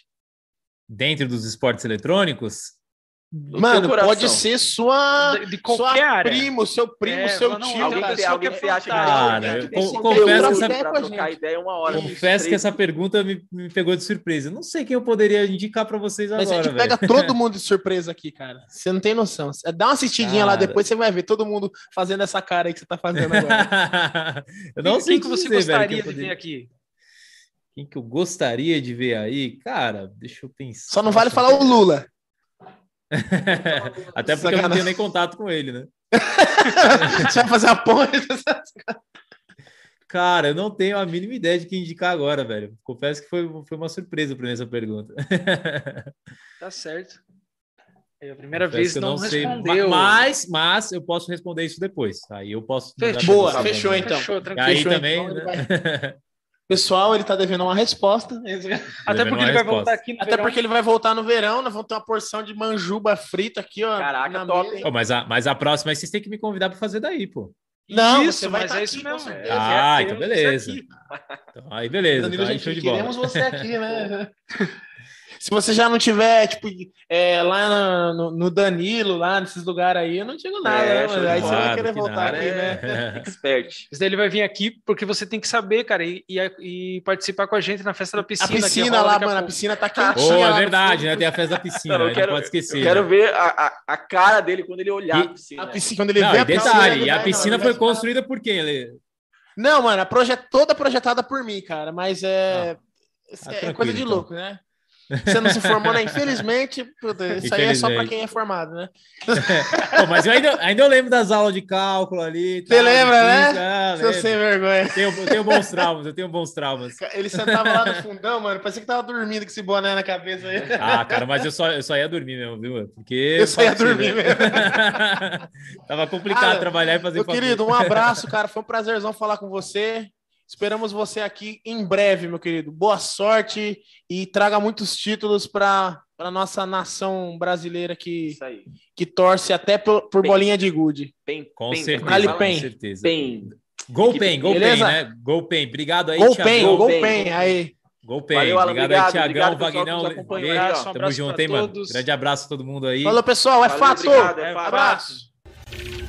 Speaker 4: Dentro dos esportes eletrônicos?
Speaker 2: Mano, pode ser sua,
Speaker 1: de, de qualquer
Speaker 2: sua
Speaker 1: área.
Speaker 2: primo, seu primo, é, seu tio.
Speaker 3: Alguém que, alguém que você acha que
Speaker 4: cara,
Speaker 3: que
Speaker 4: com, confesso que essa,
Speaker 3: trocar ideia uma hora,
Speaker 4: confesso que essa pergunta me, me pegou de surpresa. Não sei quem eu poderia indicar para vocês
Speaker 2: Mas
Speaker 4: agora.
Speaker 2: Mas a gente
Speaker 4: velho.
Speaker 2: pega todo mundo de surpresa aqui, cara. Você não tem noção. Dá uma assistidinha cara. lá depois, você vai ver todo mundo fazendo essa cara aí que você tá fazendo agora.
Speaker 1: eu não sei quem que você dizer, gostaria velho, de ver aqui.
Speaker 4: Quem que eu gostaria de ver aí? Cara, deixa eu pensar.
Speaker 2: Só não vale falar o Lula.
Speaker 4: Até porque Sacanagem. eu não tenho nem contato com ele, né?
Speaker 2: Você vai fazer a ponte?
Speaker 4: Cara, eu não tenho a mínima ideia de quem indicar agora, velho. Confesso que foi, foi uma surpresa para mim essa pergunta.
Speaker 1: Tá certo. É a primeira Confesso vez não, não respondeu.
Speaker 4: Mas, mas eu posso responder isso depois. Aí eu posso...
Speaker 2: Boa, fechou, fechou então.
Speaker 1: Fechou,
Speaker 4: tranquilo. Aí
Speaker 2: fechou,
Speaker 4: também,
Speaker 2: então,
Speaker 4: né?
Speaker 2: Pessoal, ele tá devendo uma resposta.
Speaker 1: Até porque ele vai resposta. voltar aqui no
Speaker 2: Até
Speaker 1: verão.
Speaker 2: porque ele vai voltar no verão. Nós vamos ter uma porção de manjuba frita aqui, ó.
Speaker 3: Caraca, top.
Speaker 4: Oh, mas, a, mas a próxima aí vocês têm que me convidar para fazer daí, pô.
Speaker 2: Não,
Speaker 1: isso,
Speaker 2: você vai
Speaker 1: mas
Speaker 2: tá
Speaker 1: é
Speaker 2: aqui,
Speaker 1: isso mesmo.
Speaker 2: É,
Speaker 4: ah, então beleza. Então, aí beleza.
Speaker 2: Danilo,
Speaker 4: então, aí
Speaker 2: gente,
Speaker 4: show de bola.
Speaker 2: Queremos você aqui, né? Se você já não tiver, tipo, é, lá no, no Danilo, lá nesses lugares aí, eu não digo nada, é, né? Mas aí você vai querer voltar aqui, né?
Speaker 3: É. Expert.
Speaker 1: Isso daí ele vai vir aqui porque você tem que saber, cara, e, e, e participar com a gente na festa da piscina.
Speaker 2: A piscina lá, mano, a, a piscina tá quentinha.
Speaker 4: Oh, é verdade, né? Tem a festa da piscina, não, quero, não pode esquecer.
Speaker 3: Eu quero
Speaker 4: né?
Speaker 3: ver a, a, a cara dele quando ele olhar
Speaker 2: e,
Speaker 3: a piscina.
Speaker 2: A piscina, quando ele
Speaker 4: não,
Speaker 2: vê
Speaker 4: a
Speaker 2: piscina.
Speaker 4: Detalhe, e a
Speaker 2: vai,
Speaker 4: piscina
Speaker 2: não,
Speaker 4: foi construída por quem, Ale?
Speaker 2: Não, mano, a projet... toda projetada por mim, cara, mas é, ah, é coisa de louco, então. né? Você não se formou, né? Infelizmente, puta, isso aí é só para quem é formado, né?
Speaker 4: Pô, mas eu ainda, ainda eu lembro das aulas de cálculo ali.
Speaker 2: Você lembra, né? Ah, Seu sem vergonha.
Speaker 4: Tenho, eu tenho bons traumas, eu tenho bons traumas.
Speaker 2: Ele sentava lá no fundão, mano, parecia que tava dormindo com esse boné na cabeça aí.
Speaker 4: Ah, cara, mas eu só, eu só ia dormir mesmo, viu? Porque
Speaker 2: eu só ia dormir
Speaker 4: né?
Speaker 2: mesmo.
Speaker 4: Tava complicado ah, trabalhar e fazer
Speaker 2: Meu favor. Querido, um abraço, cara. Foi um prazerzão falar com você. Esperamos você aqui em breve, meu querido. Boa sorte e traga muitos títulos para a nossa nação brasileira que, que torce até por, por bolinha de gude.
Speaker 4: Pen, com pen, certeza.
Speaker 2: Dali
Speaker 4: com
Speaker 2: Pen.
Speaker 4: certeza.
Speaker 3: Pen.
Speaker 4: Gol Pen, Gol Pen, né? Gol Pen. Obrigado aí,
Speaker 2: Gol Pen, Gol Pen. Aí.
Speaker 4: Gol Pen.
Speaker 3: Valeu, Alan,
Speaker 4: obrigado,
Speaker 3: obrigado
Speaker 4: aí, Thiagão, Vagnão.
Speaker 1: Um
Speaker 4: Tamo junto, hein, mano. Grande abraço a todo mundo aí.
Speaker 2: Falou, pessoal. É
Speaker 3: Valeu,
Speaker 2: fato.
Speaker 3: Obrigado, é
Speaker 2: fato. Abraço.